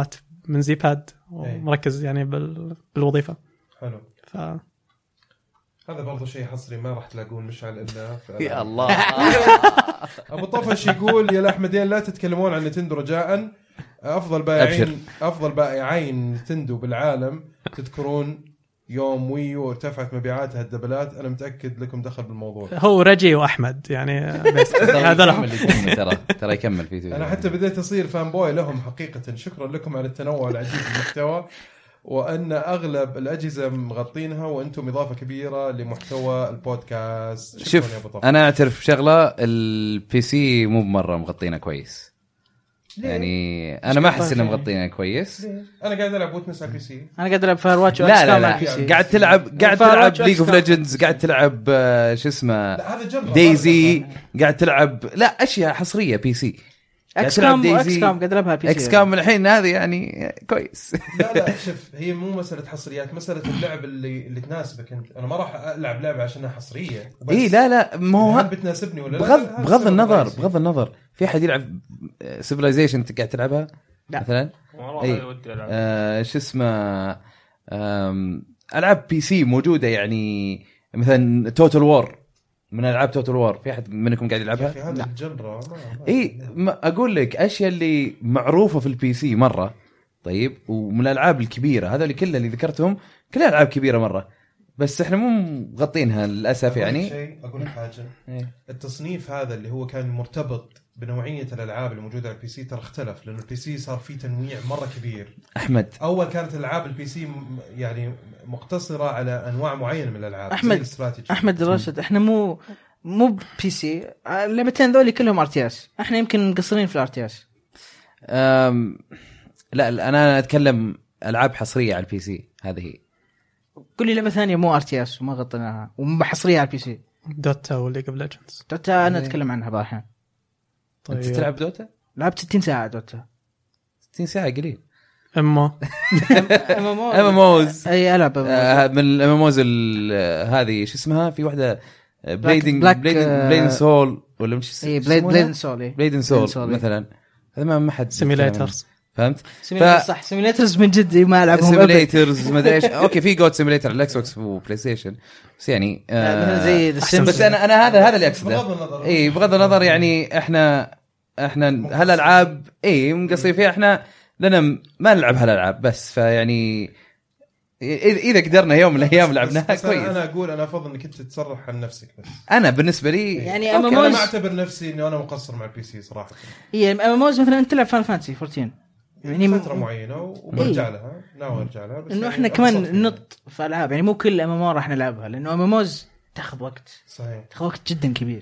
من زي باد ومركز يعني بال... بالوظيفه. حلو. ف هذا برضو شيء حصري ما راح تلاقون مشعل الا في يا الله. ابو طفش يقول يا الاحمدين لا تتكلمون عن نتندو رجاء، افضل بائعين افضل بائعين نتندو بالعالم، تذكرون يوم ويو ارتفعت مبيعاتها الدبلات؟ انا متاكد لكم دخل بالموضوع. هو رجي واحمد يعني بس هذا لهم ترى ترى يكمل في انا حتى بديت اصير فان بوي لهم حقيقه. شكرا لكم على التنوع العجيب في المحتوى، وأن أغلب الأجهزة مغطينها وأنتم إضافة كبيرة لمحتوى البودكاست. شوف أنا أعترف شغلة، البي سي مو مرة مغطينا كويس. يعني أنا ما أحس إنه مغطينا كويس. أنا قاعد ألعب ويتنس على البي سي. أنا قاعد ألعب فاير واتش. لا لا لا قاعد تلعب قاعد تلعب ليج اوف ليجندز، قاعد تلعب شو اسمه دايزي، قاعد تلعب لا أشياء حصرية بي سي. اكس كام اكس كام قاعد العبها بي سي. اكس كام الحين هذه يعني كويس. لا لا شوف هي مو مساله حصريات، مساله اللعب اللي اللي تناسبك انت. انا ما راح العب لعبه عشانها حصريه. اي لا لا ما هو بتناسبني ولا لا. بغض بغض النظر بغض النظر في احد يلعب سيفلايزيشن انت قاعد تلعبها مثلا اي آه شو اسمه العاب بي سي موجوده، يعني مثلا توتال وور من العاب توتال وور، في احد منكم قاعد يلعبها؟ في هذا الجنرا اي اقول لك اشياء اللي معروفه في البي سي مره. طيب ومن الالعاب الكبيره هذا اللي كله اللي ذكرتهم كلها العاب كبيره مره، بس احنا مو مغطينها للاسف. يعني شيء اقول لك حاجه، التصنيف هذا اللي هو كان مرتبط بنوعيه الالعاب الموجوده على البي سي ترى اختلف، لانه البي سي صار فيه تنويع مره كبير. احمد اول كانت الالعاب البي سي يعني مقتصره على انواع معينه من الالعاب. احمد احمد راشد احنا مو مو بي سي، اللعبتين ذولي كلهم ار تي اس، احنا يمكن مقصرين في الار تي اس. لا انا اتكلم العاب حصريه على البي سي. هذه هي كل لعبه ثانيه مو ار تي اس وما غطيناها وحصريه على البي سي. دوتا وليج اوف ليجندز. دوتا انا اتكلم عنها بعض الحين. طيب. انت تلعب دوتا؟ لعبت ستين ساعه دوتا. ستين ساعه قليل. اما اماموز اي العب من الاماموز هذه شو اسمها؟ في واحده بليدنج بليدنج سول ولا مش اسمها؟ بليد بليدن سول بليدن سول مثلا. هذا ما ما حد سيميليترز فهمت؟ ف... صح سيميليترز من جد ما العبهم. سيميليترز ما ادري ايش. اوكي في جود سيميليتر الاكس بوكس وبلاي ستيشن، بس يعني آه زي بس انا انا هذا هذا اللي اقصده. اي بغض النظر يعني احنا احنا هالالعاب اي مقصرين فيها، احنا لنا ما نلعب هالالعاب بس. فيعني اذا قدرنا يوم من الايام لعبناها كويس. انا اقول انا افضل انك انت تصرح عن نفسك. بس انا بالنسبه لي يعني انا ما اعتبر نفسي اني انا مقصر مع البي سي صراحه. هي اماموز مثلا انت تلعب فان فانتسي أربعتاشر يعني فتره معينه وبرجع لها ناوي ارجع لها، بس انه يعني احنا كمان نط في العاب، يعني مو كل امامو راح نلعبها لانه اماموز تاخذ وقت. صحيح تاخذ وقت جدا كبير.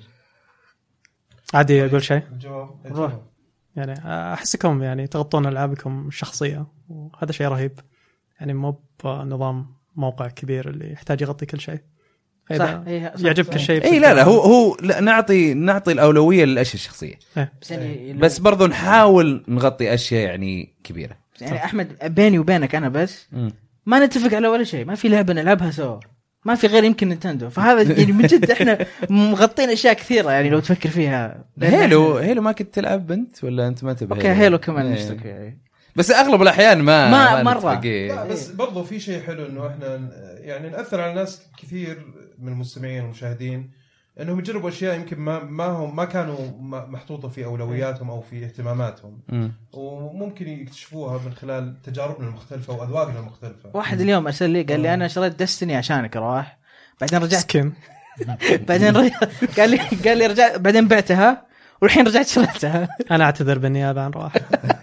عادي اقول شيء؟ الجواب يعني احسكم يعني تغطون العابكم الشخصيه وهذا شيء رهيب، يعني مو بنظام موقع كبير اللي يحتاج يغطي كل شيء. صح يعجبك الشيء. اي لا لا هو هو لا نعطي نعطي الاولويه للاشياء الشخصيه. بس يعني بس برضو نحاول نغطي اشياء يعني كبيره. يعني احمد بيني وبينك انا بس م. ما نتفق على ولا شيء، ما في لعبه نلعبها سوا، ما في غير يمكن نينتندو. فهذا يعني من جد احنا مغطين اشياء كثيره يعني لو تفكر فيها. هيلو هيلو ما كنت تلعب بنت ولا انت ما تبي؟ اوكي هيلو كمان نشترك فيها، بس اغلب الاحيان ما ما, ما مره. لا بس برضو في شيء حلو انه احنا يعني ناثر على ناس كثير من المستمعين والمشاهدين انهم يجربوا اشياء يمكن ما ما هم ما كانوا محطوطه في اولوياتهم او في اهتماماتهم، م. وممكن يكتشفوها من خلال تجاربنا المختلفه واذواقنا المختلفه. واحد اليوم ارسل لي قال لي انا شريت دستني عشانك رواح، بعدين رجعت بعدين رجع قال لي قال لي رجعت بعدين بعتها والحين رجعت شريتها. انا اعتذر بالنيابه عن رواح.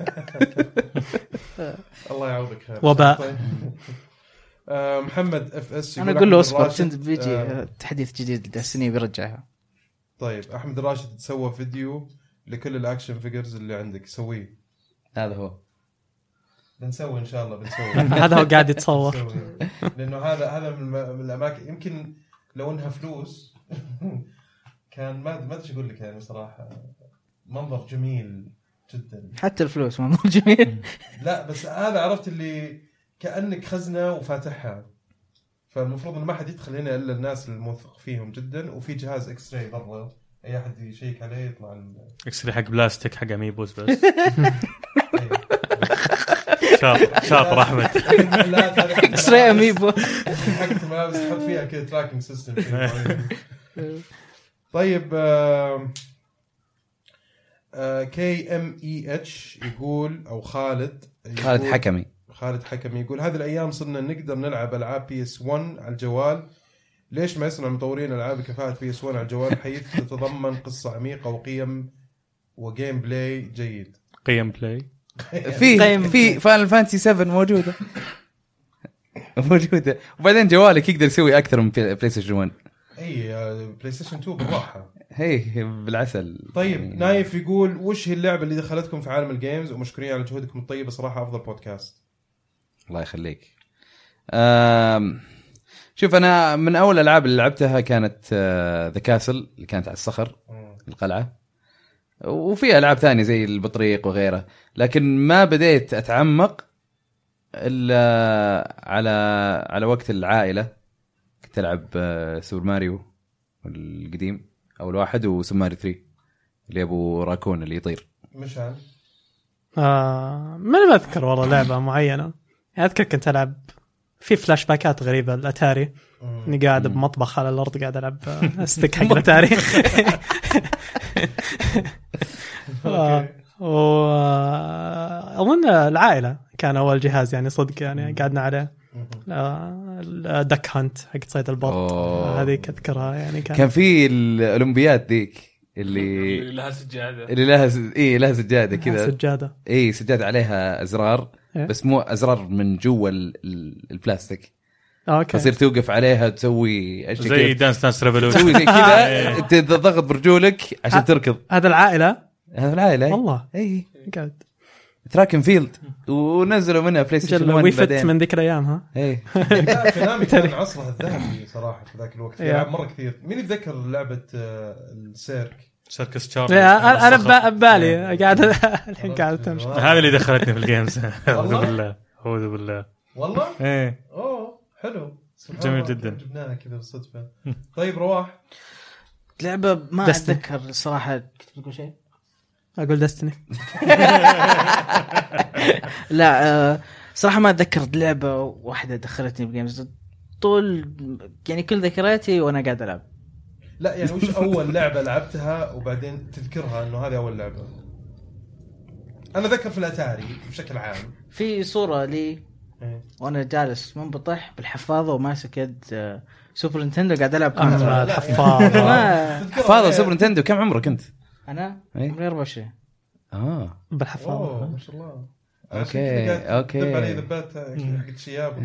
الله يعوضك خير. وباء. آه محمد اف اس انا اقول له اصبر كنت بيجي آه تحديث جديد للسنه بيرجعها. طيب احمد الراشد تسوى فيديو لكل الاكشن فيجرز اللي عندك سويه. هذا هو بنسوي ان شاء الله بنسوي. هذا هو قاعد يتصور لانه هذا هذا من الاماكن يمكن لو انها فلوس كان ما ما ادري اقول لك يعني صراحه منظر جميل جدا. حتى الفلوس منظر جميل. لا بس هذا عرفت اللي كأنك خزنة وفاتحها، فالمفروض إنه ما حد يدخل هنا إلا الناس الموثق فيهم جدا، وفي جهاز إكس راي برا أي أحد يشيك عليه يطلع إكس راي حق بلاستيك حق أميبوس بس. شاطر شاطر احمد. اكسترا اميبو حقت الملابس تحط فيها كذا تراكنج سيستم. طيب كي ام اي اتش يقول او خالد خالد حكمي خالد حكمي يقول هذه الايام صرنا نقدر نلعب العاب بي اس واحد على الجوال، ليش ما يصنع مطورين العاب كفاءه بي اس واحد على الجوال حيث تتضمن قصه عميقه وقيم وجيم بلاي جيد؟ قيم بلاي في في فاينل فانتسي سبعة موجوده موجوده وبعدين جوالك يقدر يسوي اكثر من بلاي ستيشن واحد. اي بلاي ستيشن اثنين بالراحه هي بالعسل. طيب نايف يقول وش هي اللعبه اللي دخلتكم في عالم الجيمز ومشكورين على جهودكم الطيبه صراحه افضل بودكاست. الله يخليك. أم... شوف انا من اول الالعاب اللي لعبتها كانت ذا كاسل اللي كانت على الصخر القلعه، وفي العاب ثانيه زي البطريق وغيره، لكن ما بديت اتعمق الا على على وقت العائله. كنت العب سوبر ماريو القديم اول واحد وسوبر ماريو ثلاثة اللي ابو راكون اللي يطير. مشان آه ما اذكر والله لعبه معينه، اذكر كنت العب في فلاش باكات غريبه الاتاري اني قاعد بمطبخ على الارض قاعد العب ستيك حق الاتاري. واظن العائله كان اول جهاز يعني صدق يعني قعدنا عليه. دك هانت حق صيد البط هذيك اذكرها يعني كان كان في الاولمبيات ذيك اللي اللي لها سجاده اللي لها س... ايه لها سجاده كذا سجاده ايه سجاده عليها ازرار إيه؟ بس مو ازرار من جوا ال... البلاستيك. اوكي تصير توقف عليها تسوي اشياء زي دانس دانس ريفولوشن تسوي زي كذا تضغط برجولك عشان تركض. هذا العائله هذا العائله والله اي قاعد تراكن فيلد ونزلوا منها بلاي ستيشن واحد ويفت بعدين من ذيك الايام ها. اي كلامي كان عصرها الذهبي صراحه في ذاك الوقت. لعب مره كثير. مين يتذكر لعبه السيرك سيركس تشارلي؟ انا ببالي قاعد الحين قاعد تمشي. هذا اللي دخلتني في الجيمز. اعوذ بالله اعوذ بالله والله. ايه اوه حلو جميل جدا جبناها كذا بالصدفه. طيب رواح لعبه ما اتذكر الصراحه. تقول شيء؟ اقول دستني. لا أه صراحه ما اتذكر لعبه واحده دخلتني بجيمز طول يعني كل ذكرياتي وانا قاعد العب. لا يعني وش اول لعبه لعبتها وبعدين تذكرها انه هذه اول لعبه؟ انا ذكر في الاتاري بشكل عام في صوره لي وانا جالس منبطح بالحفاظه وماسك يد سوبر نينتندو قاعد العب كونترا. الحفاظه حفاظه سوبر نينتندو. كم عمرك انت؟ انا إيه؟ عمري أربعة وعشرين. اه بالحفاظه ما شاء الله. اوكي اوكي دب علي ذبات حقت شياب.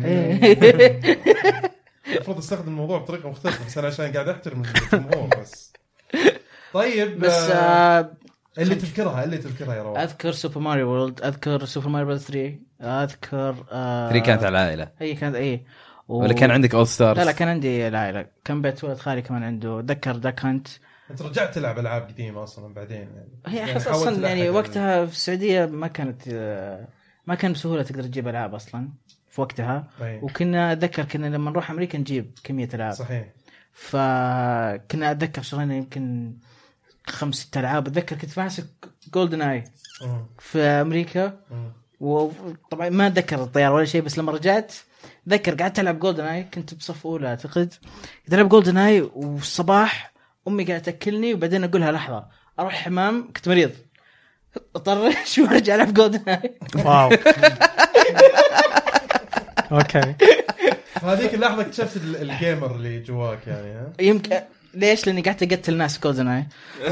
المفروض استخدم الموضوع بطريقه مختلفه بس انا عشان قاعد احترم الجمهور بس. طيب بس آه اللي تذكرها اللي تذكرها يا روح. اذكر سوبر ماريو وورلد، اذكر سوبر ماريو ثلاثة، اذكر آه ثلاثة كانت على العائله. هي كانت ايه و... ولا كان عندك اول ستارز؟ لا لا كان عندي العائله. كان بيت ولد خالي كمان عنده. ذكر داك هانت. انت رجعت تلعب العاب قديمه اصلا بعدين يعني؟ هي احس يعني اصلا يعني وقتها في السعوديه ما كانت ما كان بسهوله تقدر تجيب العاب اصلا في وقتها. أي. وكنا اتذكر كنا لما نروح امريكا نجيب كميه العاب. صحيح. فكنا اتذكر شغلنا يمكن خمس ست العاب. اتذكر كنت ماسك جولدن اي في امريكا. وطبعا ما اتذكر الطياره ولا شيء، بس لما رجعت ذكر قعدت العب جولدن اي. كنت بصف اولى اعتقد العب جولدن اي، والصباح امي قاعده تاكلني وبعدين اقولها لحظه اروح حمام كنت مريض اطرش وارجع العب جولدن اي. واو اوكي. هذيك اللحظه اكتشفت الجيمر اللي جواك يعني. ها يمكن ليش؟ لاني قاعد اقتل ناس جولدن اي.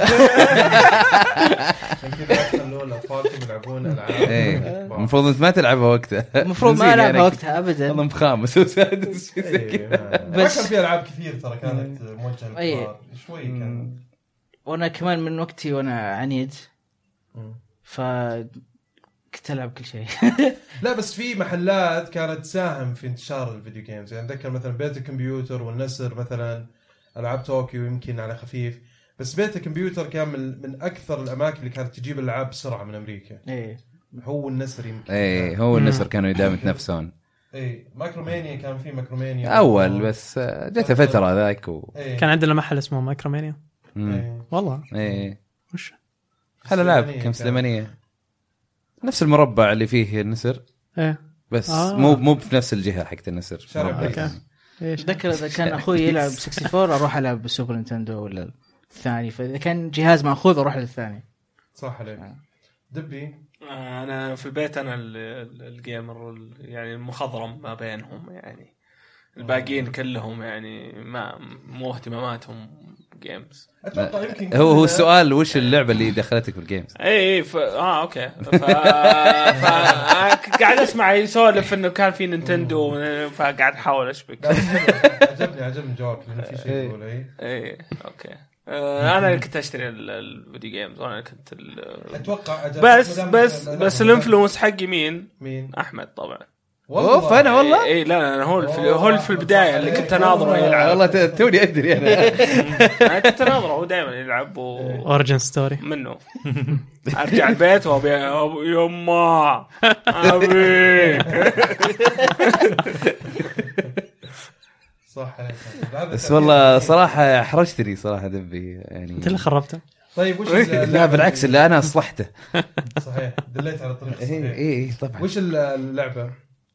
عشان كذا خلوا الاطفال يلعبون العاب. المفروض انت ما تلعبها وقتها. المفروض ما العبها وقتها ابدا. والله مخامس وسادس. بس كان في العاب كثير ترى كانت موجهه للكبار شوي كان. وانا كمان من وقتي وانا عنيد ف كنت العب كل شيء. لا بس في محلات كانت تساهم في انتشار الفيديو جيمز يعني. ذكر مثلا بيت الكمبيوتر والنسر مثلا العاب طوكيو يمكن على خفيف، بس بيت الكمبيوتر كان من, من اكثر الاماكن اللي كانت تجيب الالعاب بسرعه من امريكا. ايه هو النسر يمكن. ايه هو النسر كانوا يداوم يتنافسون. ايه ماكرومانيا كان في ماكرومانيا اول بس جت فتره ذاك و... إيه. كان عندنا محل اسمه ماكرومانيا. إيه. والله ايه وش هلا لعب كم سليمانيه نفس المربع اللي فيه النسر. ايه بس آه. مو مو بنفس الجهه حقت النسر. اوكي ايش ذكر اذا كان اخوي يلعب أربعة وستين اروح العب بالسوبر نينتندو ولا الثاني، فاذا كان جهاز ماخوذ اروح للثاني. صح عليك. دبي انا في البيت انا الجيمر يعني المخضرم ما بينهم، يعني الباقيين كلهم يعني ما مو اهتماماتهم جيمز. اتوقع يمكن هو هو السؤال وش اللعبه اللي دخلتك في الجيمز؟ اي اي ف... اه اوكي ف... ف... قاعد اسمع يسولف انه كان في نينتندو، فقاعد احاول اشبك. عجبني عجبني جوابك لانه في شيء يقول اي اي اوكي. آه انا اللي كنت اشتري الفيديو جيمز وانا كنت ال... اتوقع بس بس بس الانفلونس حقي مين؟ مين؟ احمد طبعا. اوف انا والله اي لا انا هو في هو في البدايه اللي كنت اناظره يلعب. والله توني ادري انا انا كنت اناظره هو دائما يلعب و... اوريجن ستوري منه ارجع البيت وابي يما ابي صح. بس والله صراحه احرجتني صراحه دبي يعني. انت اللي خربته. طيب وش لا بالعكس اللي انا اصلحته. صحيح دليت على الطريق الصحيح. اي اي طبعا. وش اللعبه؟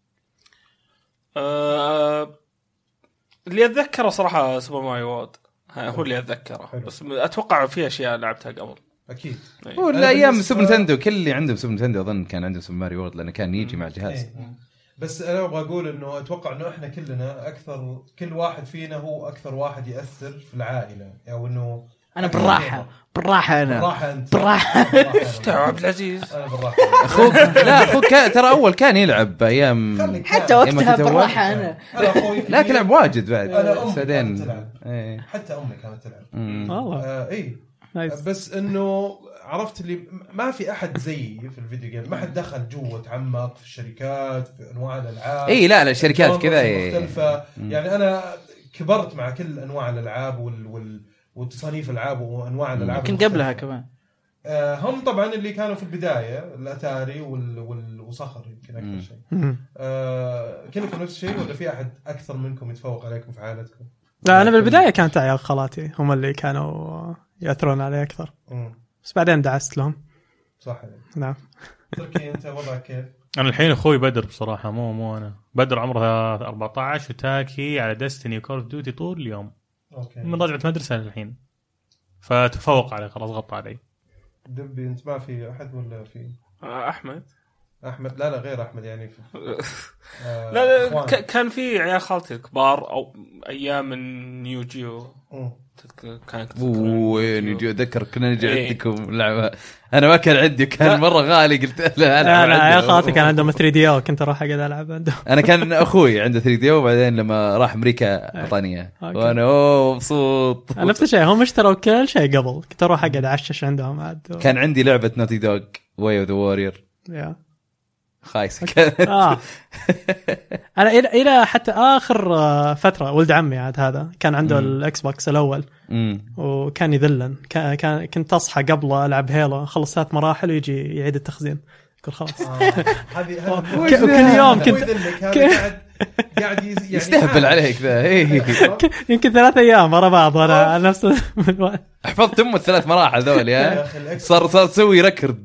أه... اللي اتذكره صراحه سوبر ماريو وورد هو اللي اتذكره. بس اتوقع في اشياء لعبتها قبل اكيد. هو الايام سوبر نينتندو كل اللي عنده سوبر نينتندو اظن كان عنده سوبر ماريو وورد لانه كان يجي مع الجهاز. بس انا ابغى اقول انه اتوقع انه احنا كلنا اكثر كل واحد فينا هو اكثر واحد ياثر في العائله او انه انا بالراحه بالراحه انا بالراحه انت بالراحه ترى عبد العزيز انا بالراحه. اخوك لا اخوك ترى اول كان يلعب ايام حتى وقتها بالراحه انا لا لعب واجد بعد بعدين ايه. حتى امي كانت تلعب والله آه اي نايس. بس انه عرفت اللي ما في احد زيي في الفيديو جيم، ما حد دخل جوا تعمق في الشركات في انواع الالعاب. اي لا لا الشركات كذا مختلفه يعني. انا كبرت مع كل انواع الالعاب وال, وال... وتصانيف الالعاب وانواع الالعاب يمكن قبلها كمان. آه هم طبعا اللي كانوا في البدايه الاتاري وال... وال... وصخر يمكن اكثر شيء. آه كلكم نفس الشيء ولا في احد اكثر منكم يتفوق عليكم في عائلتكم؟ لا انا بالبدايه كانت عيال خالاتي هم اللي كانوا ياثرون علي اكثر. مم. بس بعدين دعست لهم. صح. نعم. تركي انت وضعك كيف؟ انا الحين اخوي بدر بصراحه مو مو انا بدر عمره أربعة عشر وتاكي على ديستني وكول اوف ديوتي طول اليوم. اوكي. من رجعت مدرسه للحين فتفوق علي خلاص غطى علي. دبي انت ما في احد ولا في احمد؟ احمد لا لا غير احمد يعني في آه لا لا ك- كان في عيال خالتي الكبار او ايام النيو جيو. كانت اوه نيجي اتذكر كنا نجي إيه. عندكم لعبه انا ما كان عندي كان مره غالي قلت له لا لا يا خالتي كان عندهم ثري دي او كنت اروح اقعد العب عنده. انا كان اخوي عنده ثري دي وبعدين لما راح امريكا اعطانيه وانا اوه مبسوط. نفس الشيء هم اشتروا كل شيء قبل كنت اروح اقعد اعشش عندهم عاد. كان عندي لعبه نوتي دوغ واي اوف ذا وورير يا خايسه كانت. آه. انا الى الى حتى اخر فتره ولد عمي عاد هذا كان عنده الاكس بوكس الاول مم. وكان يذلن كان كان كنت اصحى قبله العب هيلو اخلص ثلاث مراحل ويجي يعيد التخزين يقول خلاص. هذه كل يوم كنت قاعد قاعد يعني يستهبل عليك ذا. ايه يمكن ثلاث ايام ورا بعض وانا نفس حفظت ام الثلاث مراحل ذول يا صار صار تسوي ريكورد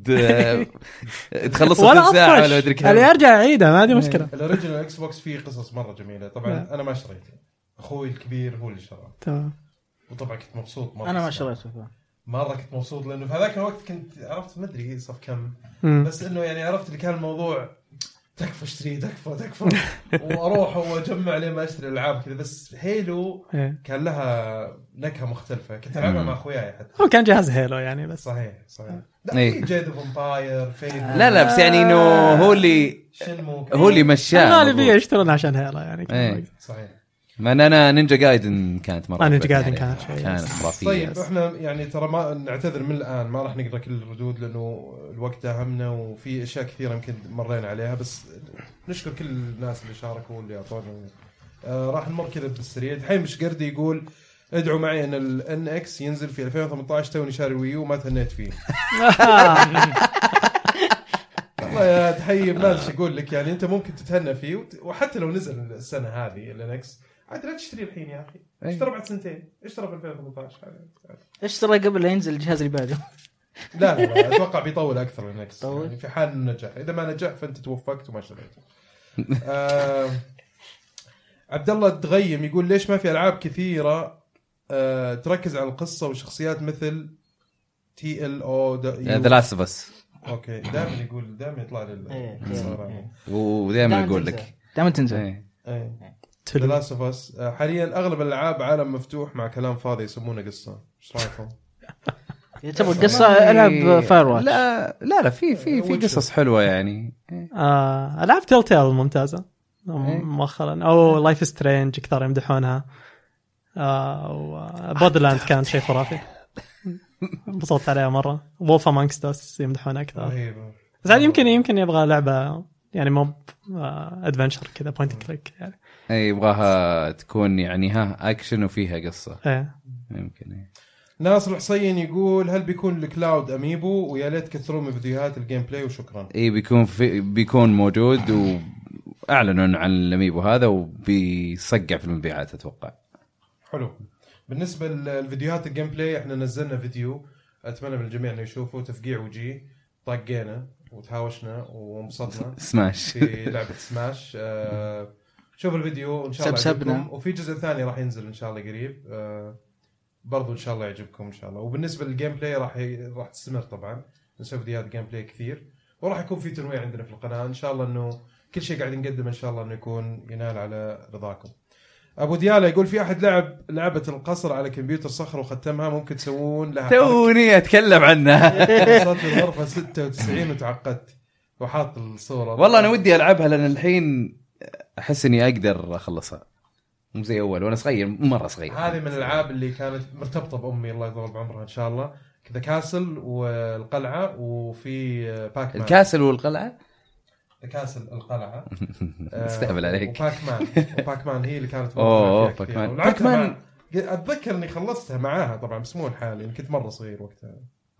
تخلصها في ساعه ولا ادري كم اللي ارجع اعيدها ما عندي مشكله. الاوريجينال اكس بوكس فيه قصص مره جميله طبعا. انا ما شريته اخوي الكبير هو اللي شراه تمام وطبعا كنت مبسوط مره. انا ما شريته مره كنت مبسوط لانه في هذاك الوقت كنت عرفت ما ادري صف كم مم. بس انه يعني عرفت اللي كان الموضوع تكفى اشتري تكفى تكفى واروح واجمع لي ما اشتري العاب كذا. بس هيلو كان لها نكهه مختلفه كنت العبها مع اخوياي حتى. هو كان جهاز هيلو يعني بس صحيح صحيح. في جيد فامباير في لا لا بس يعني انه هو اللي هو اللي مشاه غالبيه يشترون عشان هيلو يعني. صحيح. ما انا نينجا جايدن كانت مره نينجا جايدن كانت شيء كانت خرافيه. طيب احنا يعني ترى ما نعتذر من الان ما راح نقرا كل الردود لانه الوقت داهمنا وفي اشياء كثيره يمكن مرينا عليها. بس نشكر كل الناس اللي شاركوا واللي اعطونا. آه راح نمر كذا بالسريع. الحين مش قردي يقول ادعوا معي ان الان اكس ينزل في ألفين وثمانية عشر توني شاري ويو ما تهنيت فيه. والله يا تحيي ما ادري اقول لك يعني انت ممكن تتهنى فيه وحتى لو نزل السنه هذه الان اكس عاد لا تشتري الحين يا اخي اشترى بعد سنتين اشترى في ألفين وثمانية عشر اشترى قبل لا ينزل الجهاز اللي بعده. لا لا لا اتوقع بيطول اكثر من نكس يعني في حال نجح. اذا ما نجح فانت توفقت وما شريته. آه عبد الله الدغيم يقول ليش ما في العاب كثيره آه تركز على القصه والشخصيات مثل تي ال او ذا لاست اوف اس. اوكي دائما يقول دائما يطلع لي ودائما اقول لك دائما تنزل ذا لاست اوف اس. حاليا اغلب الالعاب عالم مفتوح مع كلام فاضي يسمونه قصه. ايش رايكم؟ تبغى قصه العب فاير واتش. لا لا لا في في في قصص حلوه يعني. آه العاب تيل تيل ممتازه مؤخرا او لايف سترينج كثار يمدحونها. آه بودلاند كان شيء خرافي انبسطت عليها مره. وولف امونجست اس يمدحونها اكثر بس هذه يمكن يمكن يبغى لعبه يعني مو ادفنتشر كذا بوينت كليك يعني. اي يبغاها تكون يعني ها اكشن وفيها قصه. ايه يمكن. ايه ناصر الحصين يقول هل بيكون الكلاود اميبو ويا ليت كثروا من فيديوهات الجيم بلاي وشكرا. اي بيكون في بيكون موجود واعلنوا عن الاميبو هذا وبيصقع في المبيعات اتوقع. حلو. بالنسبه للفيديوهات الجيم بلاي احنا نزلنا فيديو اتمنى من الجميع انه يشوفوا تفقيع وجي طقينا وتهاوشنا وانبسطنا سماش في لعبه سماش. آه شوف الفيديو ان شاء الله يعجبكم وفي جزء ثاني راح ينزل ان شاء الله قريب آه برضو ان شاء الله يعجبكم ان شاء الله. وبالنسبه للجيم بلاي راح ي... راح تستمر طبعا نسوي فيديوهات جيم بلاي كثير وراح يكون في تنويع عندنا في القناه ان شاء الله انه كل شيء قاعد نقدم ان شاء الله انه يكون ينال على رضاكم. ابو ديالا يقول في احد لعب لعبه القصر على كمبيوتر صخر وختمها ممكن تسوون لها توني اتكلم عنها. وصلت الغرفه ستة وتسعين وتعقدت وحاط الصوره. والله انا ودي العبها لان الحين احس اني اقدر اخلصها مو زي اول وانا صغير مره صغير. هذه من الالعاب اللي كانت مرتبطه بامي الله يطول بعمرها ان شاء الله كذا كاسل والقلعه وفي باك مان. الكاسل والقلعه كاسل القلعه استقبل عليك. وباك مان وباك مان هي اللي كانت اوه باك مان. باك مان اتذكر اني خلصتها معاها طبعا بس مو الحال يعني كنت مره صغير وقتها.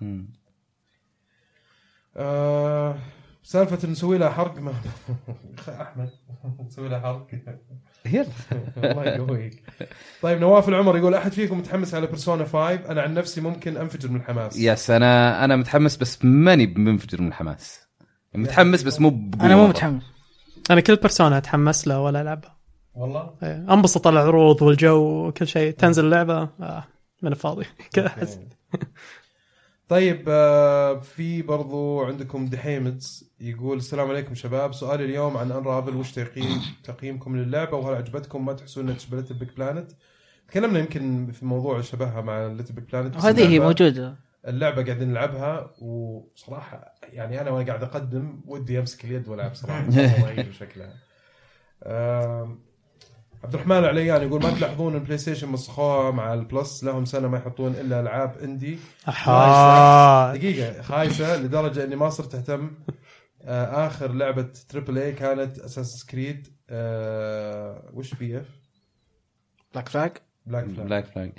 آه سالفه نسوي لها حرق ما احمد نسوي لها حرق يلا الله يقويك. طيب نواف العمر يقول احد فيكم متحمس على بيرسونا خمسة؟ انا عن نفسي ممكن انفجر من الحماس. يس انا انا متحمس بس ماني منفجر من الحماس. متحمس بس مو بقوة. انا مو متحمس. انا كل بيرسونا اتحمس له ولا العبها والله. ايه انبسط على العروض والجو وكل شيء تنزل اللعبه آه من فاضي كذا احس. طيب آه في برضو عندكم دحيمتس يقول السلام عليكم شباب سؤالي اليوم عن انرافل وش تقييم تقييمكم للعبه وهل عجبتكم ما تحسون انها تشبه ليتل بيج بلانت؟ تكلمنا يمكن في موضوع شبهها مع ليتل بيج بلانت هذه هي موجوده اللعبه قاعدين نلعبها وصراحه يعني انا وانا قاعد اقدم ودي امسك اليد والعب صراحه رهيب شكلها. آه عبد الرحمن العليان يقول ما تلاحظون ان بلاي ستيشن مسخوها مع البلس لهم سنه ما يحطون الا العاب اندي دقيقه خايسه لدرجه اني ما صرت اهتم. آه اخر لعبه تريبل اي كانت اساس كريد آه وش بي اف بلاك فلاج بلاك فلاج بلاك فلاج.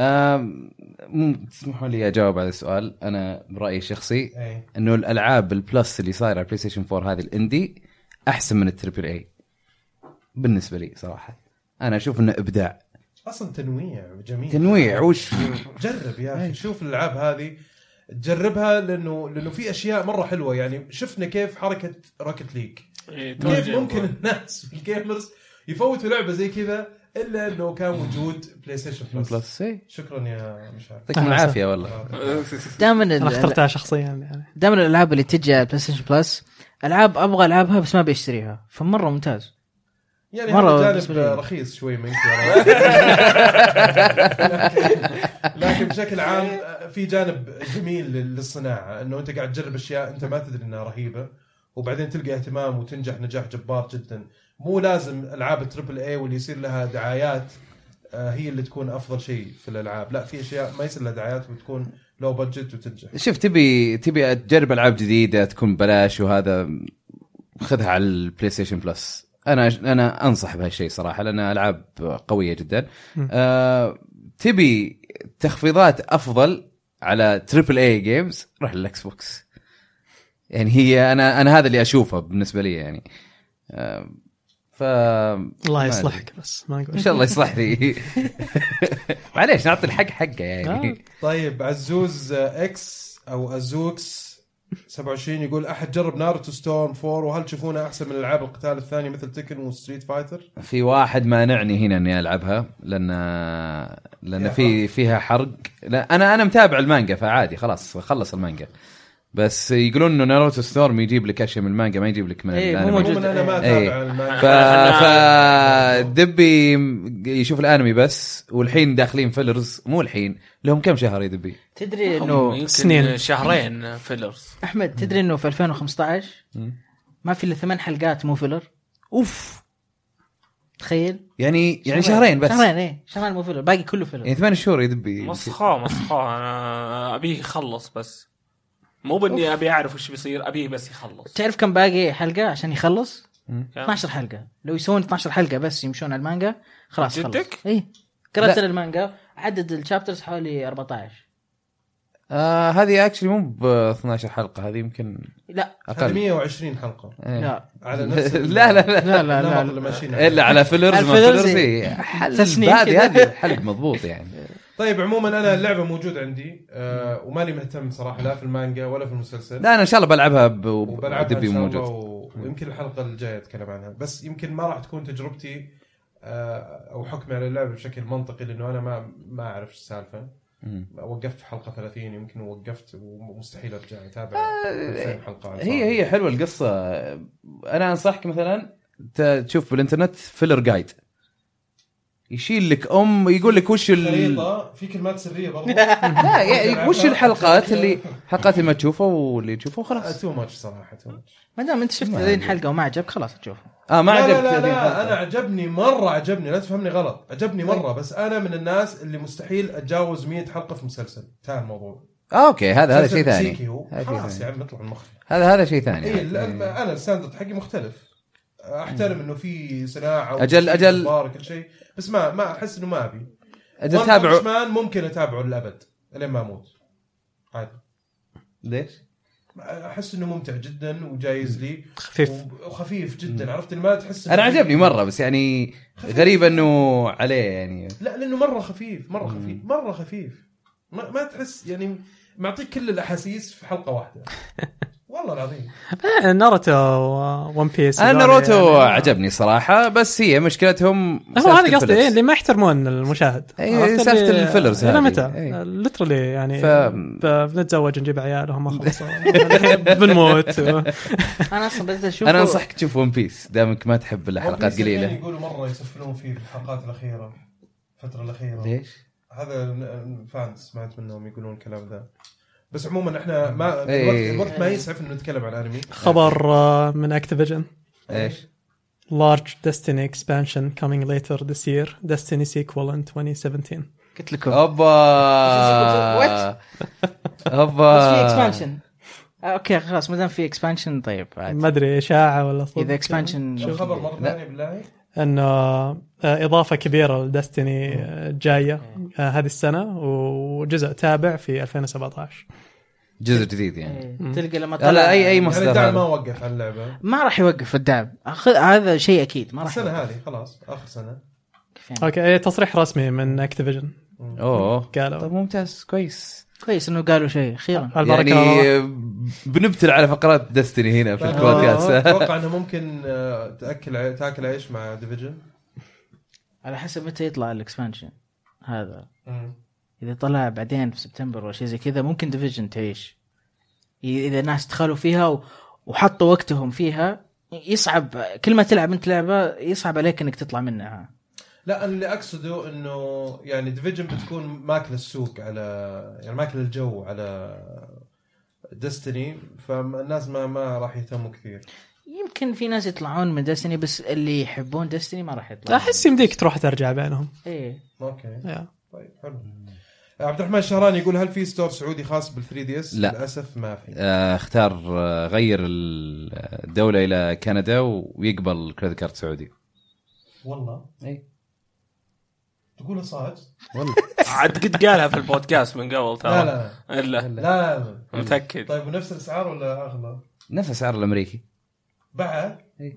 تسمحوا لي اجاوب على السؤال. انا برايي الشخصي أي. انه الالعاب البلس اللي صايره على بلاي ستيشن فور هذه الاندي احسن من التريبل اي بالنسبه لي صراحه. انا اشوف انه ابداع اصلا تنويع جميل تنويع وش جرب يا اخي شوف الالعاب هذه تجربها لانه لانه في اشياء مره حلوه يعني شفنا كيف حركه روكيت ليج كيف ممكن الناس الجيمرز يفوتوا لعبه زي كذا الا انه كان وجود بلاي ستيشن بلس. شكرا يا مشعل يعطيكم العافيه والله. دائما انا اخترتها شخصيا يعني دائما الالعاب اللي تجي على بلاي ستيشن بلس العاب ابغى العبها بس ما بيشتريها فمره ممتاز يعني هذا جانب رخيص شوي منك لكن بشكل عام في جانب جميل للصناعة انه انت قاعد تجرب اشياء انت ما تدري انها رهيبة وبعدين تلقى اهتمام وتنجح نجاح جبار جدا. مو لازم العاب التريبل اي واللي يصير لها دعايات هي اللي تكون افضل شيء في الالعاب. لا في اشياء ما يصير لها دعايات وتكون لو بادجت وتنجح. شوف تبي تبي تجرب العاب جديدة تكون بلاش وهذا خذها على البلاي ستيشن بلس. انا انا انصح بهالشيء صراحه لان العاب قويه جدا. أه تبي تخفيضات افضل على تريبل اي جيمز روح للاكس بوكس. يعني هي انا انا هذا اللي اشوفه بالنسبه لي يعني. أه ف الله يصلحك بس ما اقول ان شاء الله يصلح لي. معليش نعطي الحق حقه يعني. طيب عزوز اكس او ازوكس سبعة وعشرين يقول احد جرب ناروتو ستورم فور وهل تشوفونه احسن من العاب القتال الثانيه مثل تيكن وستريت فايتر؟ في واحد مانعني هنا اني العبها لان لان في فيها حرق. لا انا انا متابع المانجا فعادي خلاص خلص المانجا بس يقولون انه ناروتو ستورم يجيب لك اشياء من المانجا ما يجيب لك من إيه الانمي. مو موجود. انا ما إيه. اتابع المانجا ف فدبي يشوف الانمي بس والحين داخلين فيلرز مو الحين لهم كم شهر يدبي تدري انه سنين. شهرين فيلرز. احمد تدري انه في ألفين وخمسة عشر ما في الا ثمان حلقات مو فيلر. اوف تخيل يعني يعني شهرين بس شهرين ايه شهرين مو فيلر باقي كله فيلر. يعني ثمان شهور يدبي مسخاه مسخاه انا ابيه يخلص بس مو بني ابي اعرف وش بيصير ابيه بس يخلص. تعرف كم باقي حلقه عشان يخلص؟ كم؟ اثنا عشر حلقه. لو يسوون اثنا عشر حلقه بس يمشون على المانجا خلاص خلص. جدك؟ ايه قرأت المانجا عدد الشابترز حوالي أربعة عشر. آه هذه اكشلي مو ب اثنا عشر حلقه هذه يمكن لا هذه اقل مية وعشرين حلقه إيه. لا على نفس ال- لا لا لا لا لا النمط لا, اللي لا. ماشيين عليه. الا على فيلرز ما الفيلرز فيلرز إيه. إيه. حل تسنين هذه كذا. هذه الحلقه مضبوط يعني. طيب عموما انا اللعبه موجود عندي آه وماني مهتم صراحه لا في المانجا ولا في المسلسل. لا انا ان شاء الله بلعبها ب- وبلعبها ودبي إن شاء موجود. الله و... ويمكن الحلقه الجايه اتكلم عنها بس يمكن ما راح تكون تجربتي آه او حكمي على اللعبه بشكل منطقي لانه انا ما ما اعرف السالفه. مم. وقفت في حلقه ثلاثين يمكن وقفت ومستحيل ارجع اتابع ألفين حلقه. هي هي حلوه القصه. انا انصحك مثلا ت- تشوف بالانترنت فيلر جايد يشيل لك ام يقول لك وش ال... خريطه في كلمات سريه برضه. لا يعني وش الحلقات اللي حلقات اللي ما تشوفها واللي تشوفه خلاص. تو ماتش صراحه تو ماتش. ما دام انت شفت ما ذي عجب. الحلقه وما عجبك خلاص تشوفه. اه ما لا عجبك لا لا, هذه لا الحلقة. انا عجبني مره عجبني لا تفهمني غلط عجبني مره بس انا من الناس اللي مستحيل اتجاوز مية حلقه في مسلسل انتهى الموضوع. آه اوكي هذا هذا شيء مسلسل ثاني. مسيكي هو. هذا شيء خلاص ثاني. يا عم اطلع من مخي. هذا هذا شيء ثاني. اي انا الستاندرد حقي مختلف. احترم انه في صناعه أجل- أجل. كل شيء بس ما ما احس انه ما ابي. اذا تتابعوا مان ممكن اتابعه للابد لين ما اموت عادي. ليش؟ احس انه ممتع جدا وجايز لي خفيف. وخفيف جدا. عرفت ما تحس انا عجبني مره بس يعني غريب انه عليه يعني. لا لانه مره خفيف مره خفيف مره خفيف ما, ما تحس يعني معطيك كل الاحاسيس في حلقه واحده. والله العظيم. آه، ناروتو ون بيس. انا ناروتو عجبني صراحه بس هي مشكلتهم هو هذا قصدي إيه اللي ما يحترمون المشاهد. إيه، عرفت سالفة اللي- الفيلرز الى هذه. متى إيه. ليترلي يعني ف- ف... بنتزوج نجيب عيال وهم ما خلصوا بنموت و... انا اصلا بديت اشوفه. انا انصحك تشوف ون بيس دامك ما تحب الحلقات قليله. يقولوا مره يسفلون فيه في الحلقات الاخيره الفتره الاخيره. ليش؟ هذا فانز سمعت منهم يقولون الكلام ذا بس عموما احنا ما الوقت, إيه. الوقت ما يسعف انه نتكلم عن الانمي. خبر آه، من اكتيفيجن ايش؟ large Destiny expansion coming later this year Destiny sequel in twenty seventeen. قلت لكم اوبا What؟ اوبا بس في اكسبانشن. اوكي خلاص ما دام في اكسبانشن طيب عادي. ما ادري اشاعه ولا صدق. اذا اكسبانشن الخبر مره ثانيه بالله انه آه، اضافه كبيره لدستني آه، جايه آه، هذه السنه وجزء تابع في ألفين وسبعة عشر. جزء جديد يعني. تلقى لما لا طلع لا اي اي يعني مصدر الدعم ما هذا. وقف على اللعبه ما راح يوقف الدعم. أخ- هذا شيء اكيد ما راح السنه يوقف. هذه خلاص اخر سنه. كيف يعني؟ اوكي إيه، تصريح رسمي من اكتيفيجن اوه قالوا طيب ممتاز كويس. كويس انه قالوا شيء اخيرا. البركه يعني بنبتل على فقرات دستني هنا في البودكاست. اتوقع انه ممكن آه، تاكل عي- تاكل عيش مع ديفيجن. على حسب متى يطلع الاكسبانشن هذا. اذا طلع بعدين في سبتمبر ولا شيء زي كذا ممكن ديفيجن تعيش. اذا الناس دخلوا فيها و... وحطوا وقتهم فيها يصعب كل ما تلعب انت لعبه يصعب عليك انك تطلع منها. لا أنا اللي اقصده انه يعني ديفيجن بتكون ماكل السوق على يعني ماكل الجو على ديستني فالناس ما ما راح يهتموا كثير. يمكن في ناس يطلعون من ديستني بس اللي يحبون ديستني ما راح يطلعون. احس يمديك تروح ترجع بينهم. ايه اوكي يا. طيب حلو. عبد الرحمن الشهراني يقول هل في ستور سعودي خاص بال ثري دي اس؟ لا. للاسف ما في. آه، اختار آه، غير الدولة إلى كندا ويقبل كريدت كارد سعودي. والله اي تقول صادق؟ والله عاد قد قالها في البودكاست من قبل ترى. لا لا الا لا لا, لا. متاكد. طيب ونفس الاسعار ولا اغلى؟ نفس السعر الأمريكي. بعد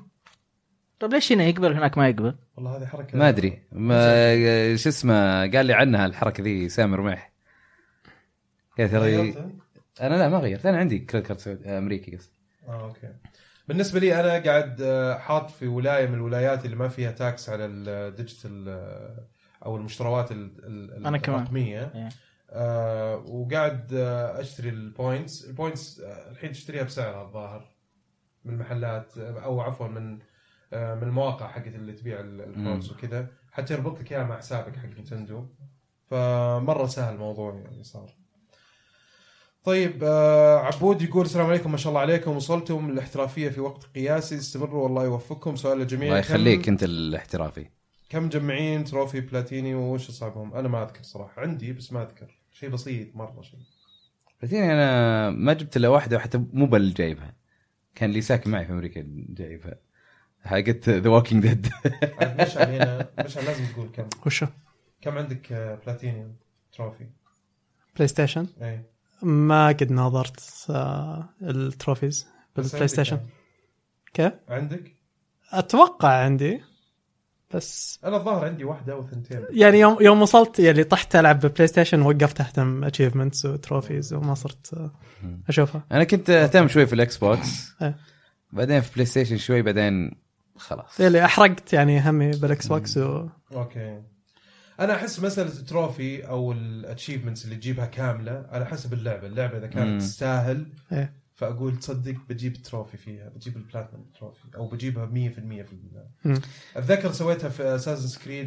طب ليش هنا يقبل هناك ما يقبل؟ والله هذه حركه ما أدري ما شو اسمه قال لي عنها الحركة ذي سامر رميح. يا ترى غيرت؟ انا لا ما غيرت، انا عندي كريدت كارد سعودي امريكي قصدي. اه اوكي. بالنسبه لي انا قاعد آه، حاط في ولايه من الولايات اللي ما فيها تاكس على الديجيتال آه، او المشتريات ال- ال- أنا كمان. الرقميه. إيه. آه وقاعد آه اشتري البوينتس البوينتس آه الحين تشتريها بسعرها الظاهر من المحلات آه، او عفوا من آه من المواقع حقت اللي تبيع ال- البوينتس وكذا، حتى يربط لك اياها مع حسابك حق نينتندو، فمره سهل الموضوع يعني صار. طيب آه عبود يقول السلام عليكم، ما شاء الله عليكم، وصلتم للاحترافيه في وقت قياسي، استمروا والله يوفقكم. سؤال للجميع، الله يخليك انت الاحترافي. كم مجمعين تروفي بلاتيني وش صعبهم؟ انا ما اذكر صراحه، عندي بس ما اذكر، شيء بسيط مره شيء. بلاتيني انا ما جبت الا واحده، وحتى مو بل جايبها، كان لي ساكن معي في امريكا جايبها حقت ذا ووكينج ديد. مش علينا مش لازم تقول كم وشو كم عندك آه، بلاتينيوم تروفي بلاي ستيشن؟ اي ما قد ناظرت آه التروفيز بس بالبلاي عندك ستيشن. كم؟ كيف؟ عندك؟ اتوقع عندي، بس انا الظاهر عندي واحده او ثنتين يعني يوم يوم وصلت يعني طحت العب بلاي ستيشن وقفت اهتم اتشيفمنتس وتروفيز وما صرت آه، اشوفها. انا كنت اهتم شوي في الاكس بوكس إيه. بعدين في بلاي ستيشن شوي، بعدين خلاص اللي احرقت يعني همي بالاكس بوكس و... اوكي. انا احس مساله التروفي او الاتشيفمنتس اللي تجيبها كامله على حسب اللعبه اللعبه اذا كانت مم. تستاهل إيه. فاقول تصدق بجيب التروفي فيها، بجيب البلاتينم تروفي او بجيبها مية بالمية في المية. مم. اتذكر سويتها في اساسن كريد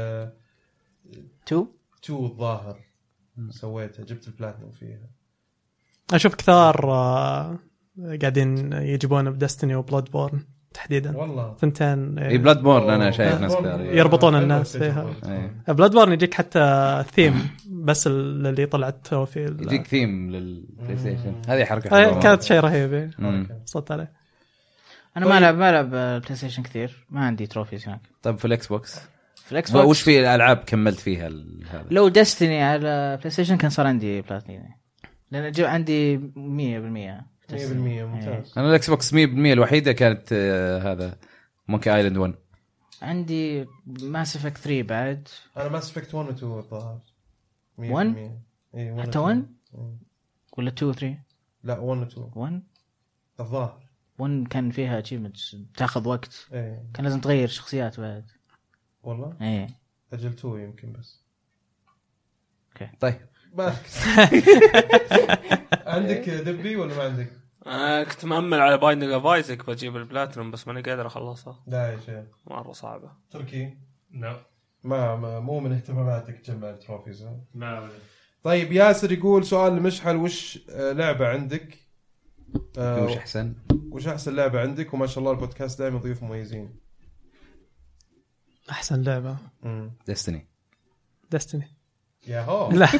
تو تو الظاهر، سويتها جبت البلاتينم فيها. اشوف كثار آه، قاعدين يجيبون بدستني وبلاد بورن تحديدا والله ثنتين. اي بلاد بورن انا شايف ناس كثير يربطون الناس فيها. إيه. بلاد بورن يجيك حتى ثيم بس اللي طلعت تروفي يجيك ثيم للبلاي ستيشن، هذه حركه آه، حلوة. كانت شيء رهيب. مم. صدت عليه. انا طيب. ما العب ما العب بلاي ستيشن كثير، ما عندي تروفيز هناك. طب في الاكس بوكس في الاكس بوكس وش في الالعاب كملت فيها ال- هذا؟ لو دستني على بلاي ستيشن كان صار عندي بلاتيني، لان جو عندي مية بالمية مية بالمية ممتاز. انا الاكس بوكس مية بالمية الوحيده كانت آه، هذا مونكي ايلاند واحد. عندي ماس افكت ثري بعد. انا ماس افكت واحد و اثنين الظاهر واحد؟ اي حتى واحد ولا اتنين و ثلاثة؟ لا واحد و اثنين واحد الظاهر. واحد كان فيها اتشيفمنتس تاخذ وقت، ايه كان لازم تغير شخصيات بعد. والله ايه اجل تو يمكن بس. طيب ما عندك دبي ولا ما عندك؟ آه كنت مأمل على بايندينج اوف ايزك بجيب البلاتينوم بس ماني قادر اخلصها، لا يا شيخ مره صعبه. تركي لا ما, ما مو من اهتماماتك تجمع التروفيز ها؟ لا طيب ياسر يقول سؤال لمشحل، وش آه، لعبة عندك آه، وش احسن؟ وش احسن لعبة عندك؟ وما شاء الله البودكاست دائما ضيوف مميزين. احسن لعبه امم ديستني. دستني. يا هو لا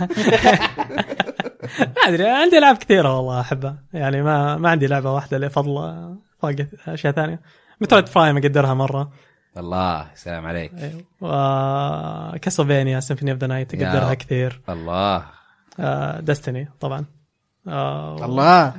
ما ادري، عندي العاب كثيره والله احبها، يعني ما ما عندي لعبه واحده اللي فضله فوق اشياء ثانيه. مترويد برايم اقدرها مره. الله سلام عليك. ايوه. وكاسلفينيا سيمفوني اوف ذا نايت يا اقدرها كثير. الله. دستني طبعا. آه، الله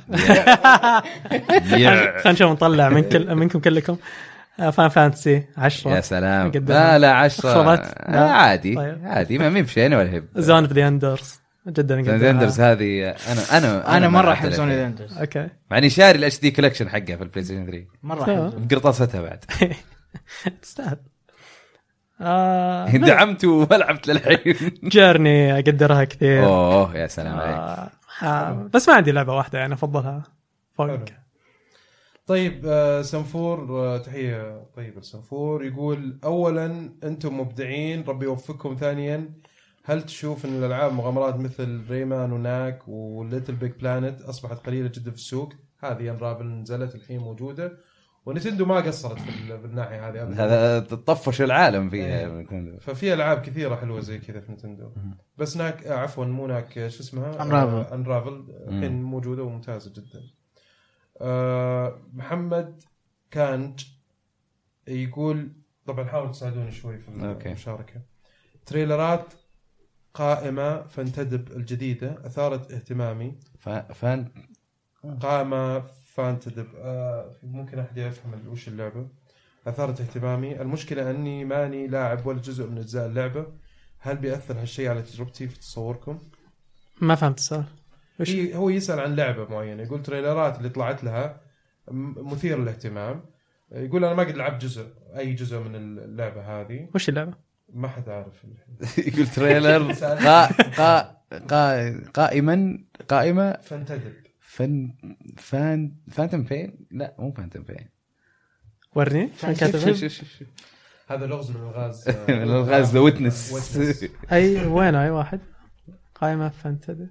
خلينا نشوف نطلع من كل منكم كلكم. فان فانتسي عشرة. يا سلام. أقدرها. لا لا عشرة خربت. آه لا. عادي طيب. عادي ما مين بشيء ولا هب. زون اوف ذا اندرز جدا زون اندرز هذه انا انا انا مره ما احب زون أعترف. اندرز، اوكي. مع اني شاري الاتش دي كولكشن حقها في البلاي ستيشن ثري مره تمام. احب بقرطاستها بعد. تستاهل. آه اندعمت وما لعبت للحين. جيرني اقدرها كثير. اوه يا سلام عليك. آه آه بس ما عندي لعبه واحده يعني افضلها فوق. حلو. طيب آه، سنفور آه، تحية طيبة لسنفور، يقول أولا أنتم مبدعين ربي يوفقكم. ثانيا هل تشوف أن الألعاب مغامرات مثل ريمان وناك وليتل بيج بلانت أصبحت قليلة جدا في السوق؟ هذه انرابل نزلت الحين موجودة ونتندو ما قصرت في ال- بالناحية هذه أبداً. هذا طفش العالم فيها. ففي ألعاب كثيرة حلوة زي كذا في نتندو. بس ناك آه، عفوا مو ناك آه، شو اسمها Unravel. انرافل الحين موجودة وممتازة جدا. آه، محمد كانج يقول طبعا حاول تساعدوني شوي في أوكي. المشاركة. تريلرات قائمة فانتدب الجديدة أثارت اهتمامي. فان قائمة فانتدب آه، ممكن أحد يفهم وش اللعبة. أثارت اهتمامي، المشكلة أني ماني لاعب ولا جزء من أجزاء اللعبة، هل بيأثر هالشيء على تجربتي في تصوركم؟ ما فهمت السؤال. هي هو يسأل عن لعبة معينة، يقول تريلرات اللي طلعت لها مثير للاهتمام، يقول أنا ما قد لعبت جزء أي جزء من اللعبة هذه. وش اللعبة؟ ما حد عارف. يقول تريلر قا قا قا قائما قائمة فانتدب فن فان فانتم فين؟ لا مو فانتم فين. ورني شو كاتب؟ هذا لغز من الغاز. من الغاز ذا ويتنس. اي وين اي واحد قائمة فانتدب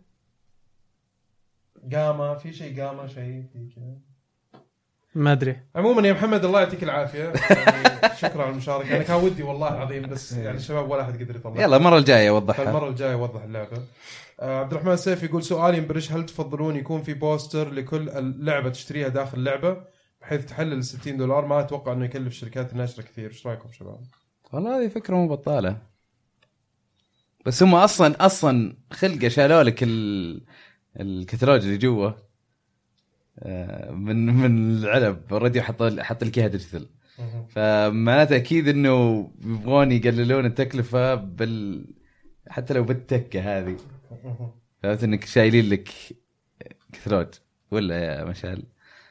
قامة في شيء قامة شيء في كذا ما ادري. عموما يا محمد الله يعطيك العافيه يعني شكرا على المشاركه. انا كان ودي والله العظيم بس يعني الشباب ولا احد قدر يطلع. يلا المره الجايه اوضحها. المره الجايه اوضح اللعبه. آه عبد الرحمن السيف يقول سؤالي مبرش، هل تفضلون يكون في بوستر لكل اللعبه تشتريها داخل اللعبه بحيث تحلل ستين دولار؟ ما اتوقع انه يكلف شركات الناشره كثير. ايش رايكم شباب؟ والله هذه فكره مو بطاله، بس هم اصلا اصلا خلقه شالوا لك ال... الكتالوج اللي جوا من من العلب اوريدي حط حط لك اياها ديجيتال، فمعناته اكيد انه يبغون يقللون التكلفه بال حتى لو بالتكه هذه. فهمت انك شايلين لك كتالوج ولا يا مشعل؟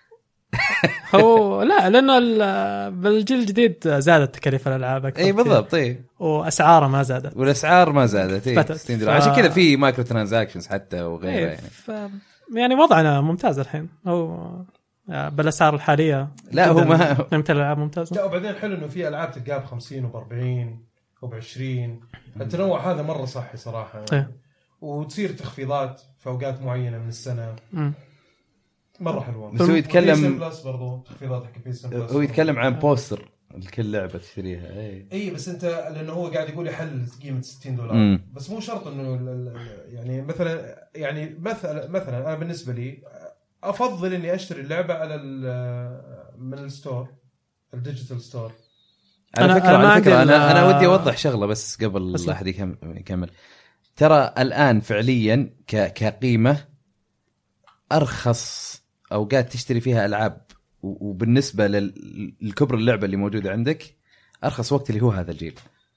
هو لا لانه بالجيل الجديد زادت تكاليف الالعاب اكثر. اي بالضبط. اي واسعارها ما زادت والاسعار ما زادت. اي ستين دولار عشان كذا في مايكرو ترانزاكشنز حتى وغيرها. يعني ف... يعني وضعنا ممتاز الحين او بالاسعار الحاليه. لا هو ما نمت الالعاب ممتازه. لا وبعدين حلو انه في العاب تلقاها ب خمسين وب أربعين وب عشرين. التنوع هذا مره صحي صراحه يعني. وتصير تخفيضات في اوقات معينه من السنه. م. مره حلوه. بس هو يتكلم بلس برضو تخفيضات حق بيس بلس. هو يتكلم عن بوستر لكل لعبه تشتريها. اي اي بس انت لانه هو قاعد يقول يحل قيمه ستين دولار. مم. بس مو شرط انه يعني مثلا يعني مثلا مثلا انا بالنسبه لي افضل اني اشتري اللعبه على من الستور الديجيتال ستور. على فكره على فكره انا انا ودي اوضح شغله بس قبل لا احد يكمل. ترى الان فعليا كقيمه ارخص اوقات تشتري فيها العاب وبالنسبه للكبر اللعبه اللي موجوده عندك ارخص وقت اللي هو هذا الجيل،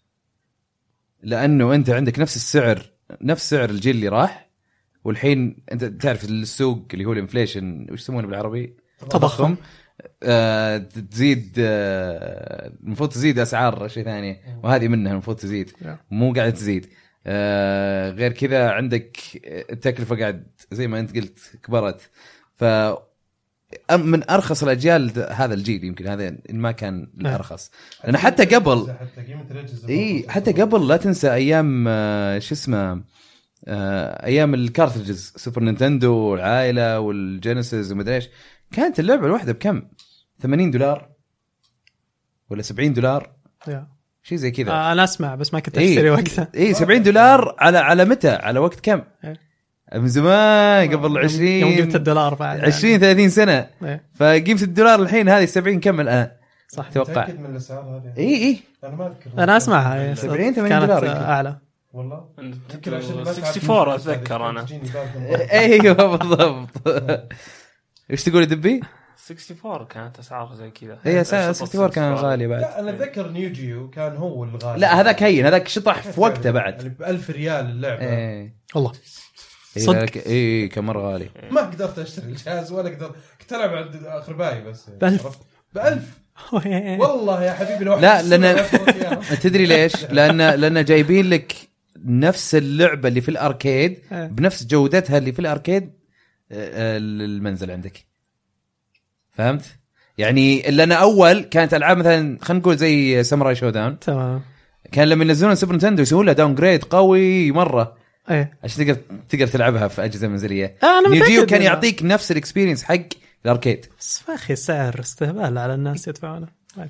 لانه انت عندك نفس السعر نفس سعر الجيل اللي راح، والحين انت تعرف السوق اللي هو الانفليشن وش يسمونه بالعربي تضخم. آه تزيد آه المفروض تزيد اسعار شيء ثاني وهذه منها المفروض تزيد مو قاعد تزيد. آه غير كذا عندك التكلفه قاعد زي ما انت قلت كبرت. ف من ارخص الاجيال هذا الجيل يمكن هذا ان ما كان الارخص. لان حتى قبل اي حتى قبل لا تنسى ايام آه شو اسمه آه ايام الكارتريجز سوبر نينتندو والعائله والجينيسيس ومدري ايش كانت اللعبه الواحده بكم ثمانين دولار ولا سبعين دولار شيء زي كذا. آه انا اسمع بس ما كنت اشتري إيه وقتها. اي سبعين دولار على على متى على وقت كم إيه. من زمان قبل عشرين يوم قيمه الدولار بعد عشرين ثلاثين سنه. إيه. فقيمه الدولار الحين هذه سبعين كم الان صح توقع من الاسعار هذه. اي اي انا ما اذكر انا اسمعها سبعين ثمانين دولار اعلى والله. أربعة وستين اتذكر انا. ايوه بالضبط. ايش تقول دبي؟ أربعة وستين كانت اسعار زي كذا. هي أربعة وستين كان غالي بعد. لا انا اتذكر نيوجيو كان هو الغالي. لا هذاك هين هذاك شطح في وقته بعد يعني ب ألف ريال اللعبه. ايه والله صدق. اي كم مره غالي. ما قدرت اشتري الجهاز ولا قدرت كنت العب عند اخربائي بس بألف بألف والله يا حبيبي لو لا لان تدري ليش؟ لان لان جايبين لك نفس اللعبه اللي في الاركيد بنفس جودتها اللي في الاركيد المنزل عندك. فهمت يعني؟ اللي انا اول كانت العاب مثلا خلينا نقول زي ساموراي شو داون تمام كان لما ينزلون سوبر نينتندو يسوون له داون جريد قوي مره ايه عشان تقدر تقدر تلعبها في اجهزه منزليه. آه نيجيو كان يعطيك نفس الاكسبيرينس حق الاركيد. بس اخي سعر استهبال على الناس يدفعونه.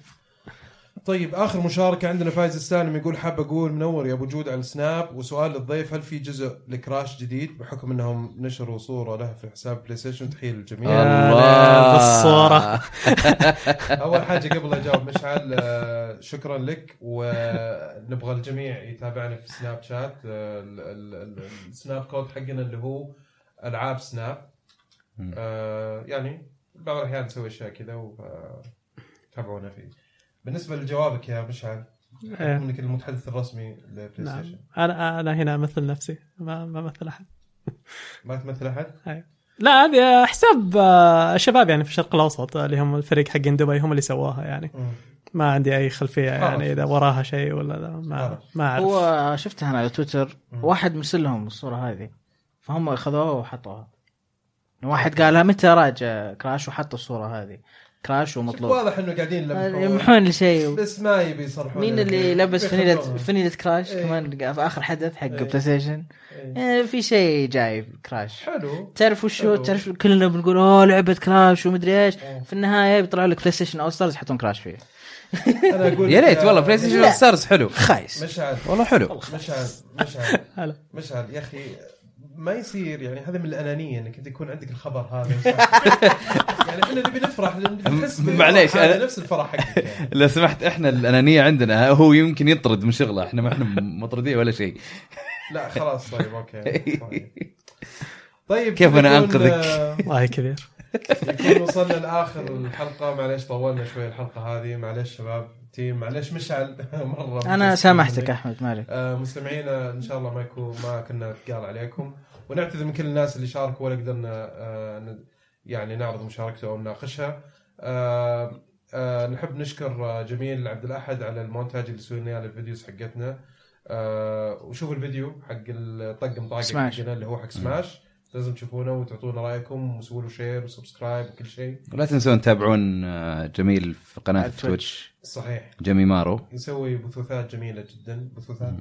طيب آخر مشاركة عندنا فايز السالم يقول حاب أقول منور يا أبو جود على السناب، وسؤال للضيف هل في جزء لكراش جديد بحكم أنهم نشروا صورة له في حساب بلاي ستيشن؟ تحية للجميع. الله بالصورة. أول حاجة قبل أجاوب مشعل شكرا لك، ونبغى الجميع يتابعنا في سناب شات. السناب كود حقنا اللي هو ألعاب سناب. يعني بعض الأحيان نسوي أشياء كذا وتابعونا فيه. بالنسبة لجوابك يا مشعل منك المتحدث الرسمي لبلاي نعم. ستيشن. أنا أنا هنا أمثل نفسي ما ما مثل أحد. ما تمثل احد؟ لا هذه حساب آه، الشباب يعني في الشرق الاوسط اللي هم الفريق حقين دبي هم اللي سواها يعني. م. ما عندي اي خلفيه يعني اذا وراها شيء ولا لا ما ما اعرف. هو شفتها انا على تويتر واحد مرسل لهم الصوره هذه فهم اخذوها وحطوها. واحد قالها متى راجع كراش وحطوا الصوره هذه كراش ومطلوب. واضح انه قاعدين يمحون الشيء بس ما يبي يصرحون. مين اللي لبس فنيلة فنيلة كراش ايه. كمان في اخر حدث حق بلاي ستيشن ايه. في شيء جاي كراش حلو. تعرف وشو تعرف كلنا بنقول اوه لعبه كراش ومدري ايش ايه. في النهايه بيطلعوا لك بلاي ستيشن او ستارز يحطون كراش فيه. انا اقول يا ريت والله بلاي ستيشن ستارز حلو خايس مشعل والله حلو مشعل مشعل مشعل يا اخي ما يصير يعني هذا من الأنانية انك انت يكون عندك الخبر هذا. يعني احنا نبي نفرح معليش انا نفس الفرح حقك يعني. لو سمحت احنا الأنانية عندنا هو يمكن يطرد من شغله احنا ما احنا مطردين ولا شيء. لا خلاص طيب اوكي طيب كيف انا انقذك الله كبير. يكون وصلنا لاخر الحلقة معليش طولنا شوي الحلقة هذه معليش شباب تيم معلش مشعل مرة انا سامحتك احمد مالك. آه مستمعينا ان شاء الله ما يكون ما كنا ثقال عليكم ونعتذر من كل الناس اللي شاركوا ولا قدرنا آه يعني نعرض مشاركته او نناقشها. آه آه نحب نشكر جميل عبد الاحد على المونتاج اللي سويناه للفيديوز حقتنا. آه وشوفوا الفيديو حق الطقم طاقه حقنا اللي هو حق سماش لازم تشوفونه وتعطونا رايكم وسووا له شير وسبسكرايب وكل شيء. ولا تنسون تتابعون جميل في قناه تويتش. صحيح جميل مارو يسوي بثوثات جميله جدا. بثوثات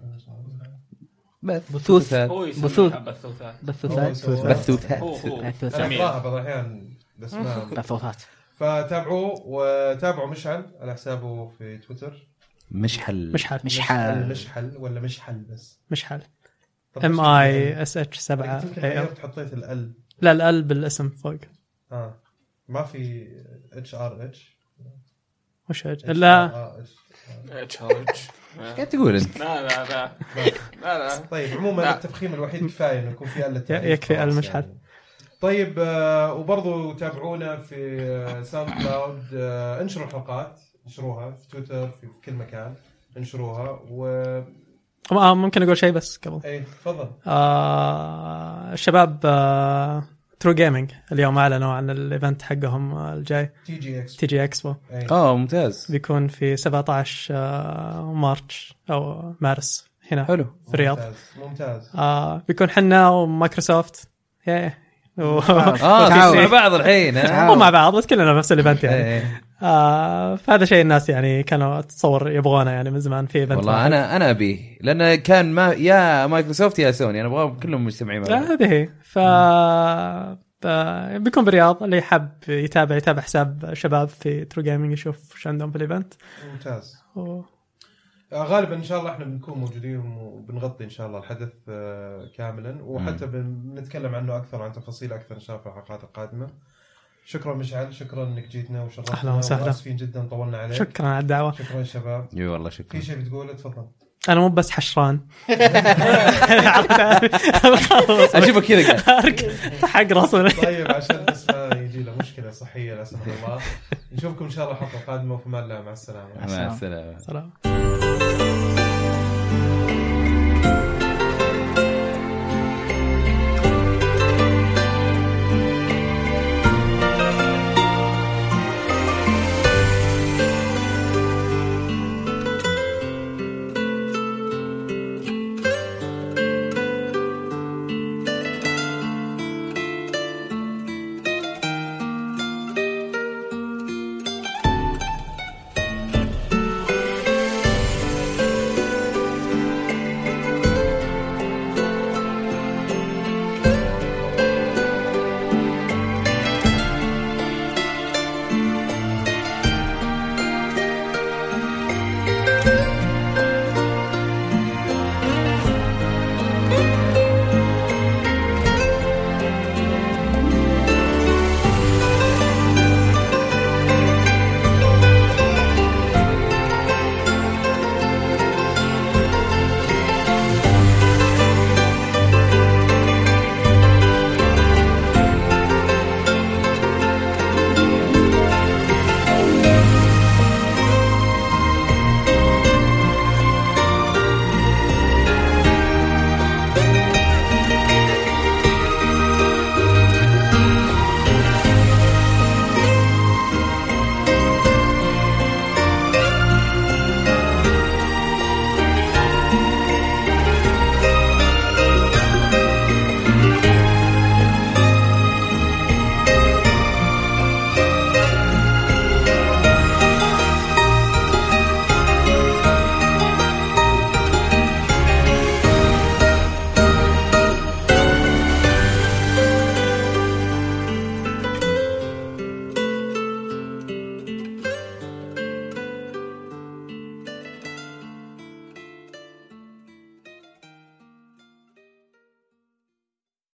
بث بثوث بثوث بثوثات بثوثات بثوثات انا بعض الاحيان بس ما بثوثات. فتابعوا وتابعوا مشعل على حسابه في تويتر مشحل مشحل مشحل مشحل ولا مشحل بس مشحل ام اي اس اتش سبعة اي حطيت ال لا ال بالاسم فوق. اه ما في اتش ار اتش وش لا اتش ار اتش قاعد تقول انت؟ لا لا لا لا لا. طيب عموما التفخيم الوحيد كفايه انه يكون في ال يكفي المشحل يعني. طيب آه وبرضه تابعونا في آه ساوند كلاود. آه انشروا الحلقات انشروها في تويتر في, في كل مكان انشروها. و آه ممكن اقول شيء بس قبل. اي تفضل. آه الشباب آه ترو جيمنج اليوم اعلنوا عن الايفنت حقهم الجاي تي جي اكس تي جي اكسبو. اه ممتاز. بيكون في سبعة عشر آه مارس او مارس هنا حلو في الرياض. ممتاز ممتاز. آه بيكون حنا ومايكروسوفت يا اه مع بعض الحين مو مع بعض بس كلنا نفس الايفنت يعني. آه فهذا شيء الناس يعني كانوا تصور يبغونه يعني من زمان في ايفنت. والله انا انا ابي لان كان ما يا مايكروسوفت يا سوني انا ابغاهم كلهم مجتمعين. هذه هي ف بيكون برياض اللي يحب يتابع يتابع حساب شباب في ترو جيمنج يشوف وش عندهم في الايفنت. ممتاز. و... غالبا ان شاء الله احنا بنكون موجودين وبنغطي ان شاء الله الحدث كاملا وحتى بنتكلم عنه اكثر عن تفاصيل اكثر ان شاء الله في الحلقات القادمه. شكرا مشعل شكرا انك جيتنا وشرفتنا. اهلا وسهلا. واسفين جدا طولنا عليك. شكرا على الدعوه. شكرا شباب. اي والله شكرا. في شيء بتقوله تفضل. انا مو بس حشران اشوفك كذا حق راسنا. طيب عشان بس ما يجي له مشكله صحيه لا سمح الله. نشوفكم ان شاء الله الحلقه القادمه وفي امان الله. مع السلامه. مع السلامه. سلام.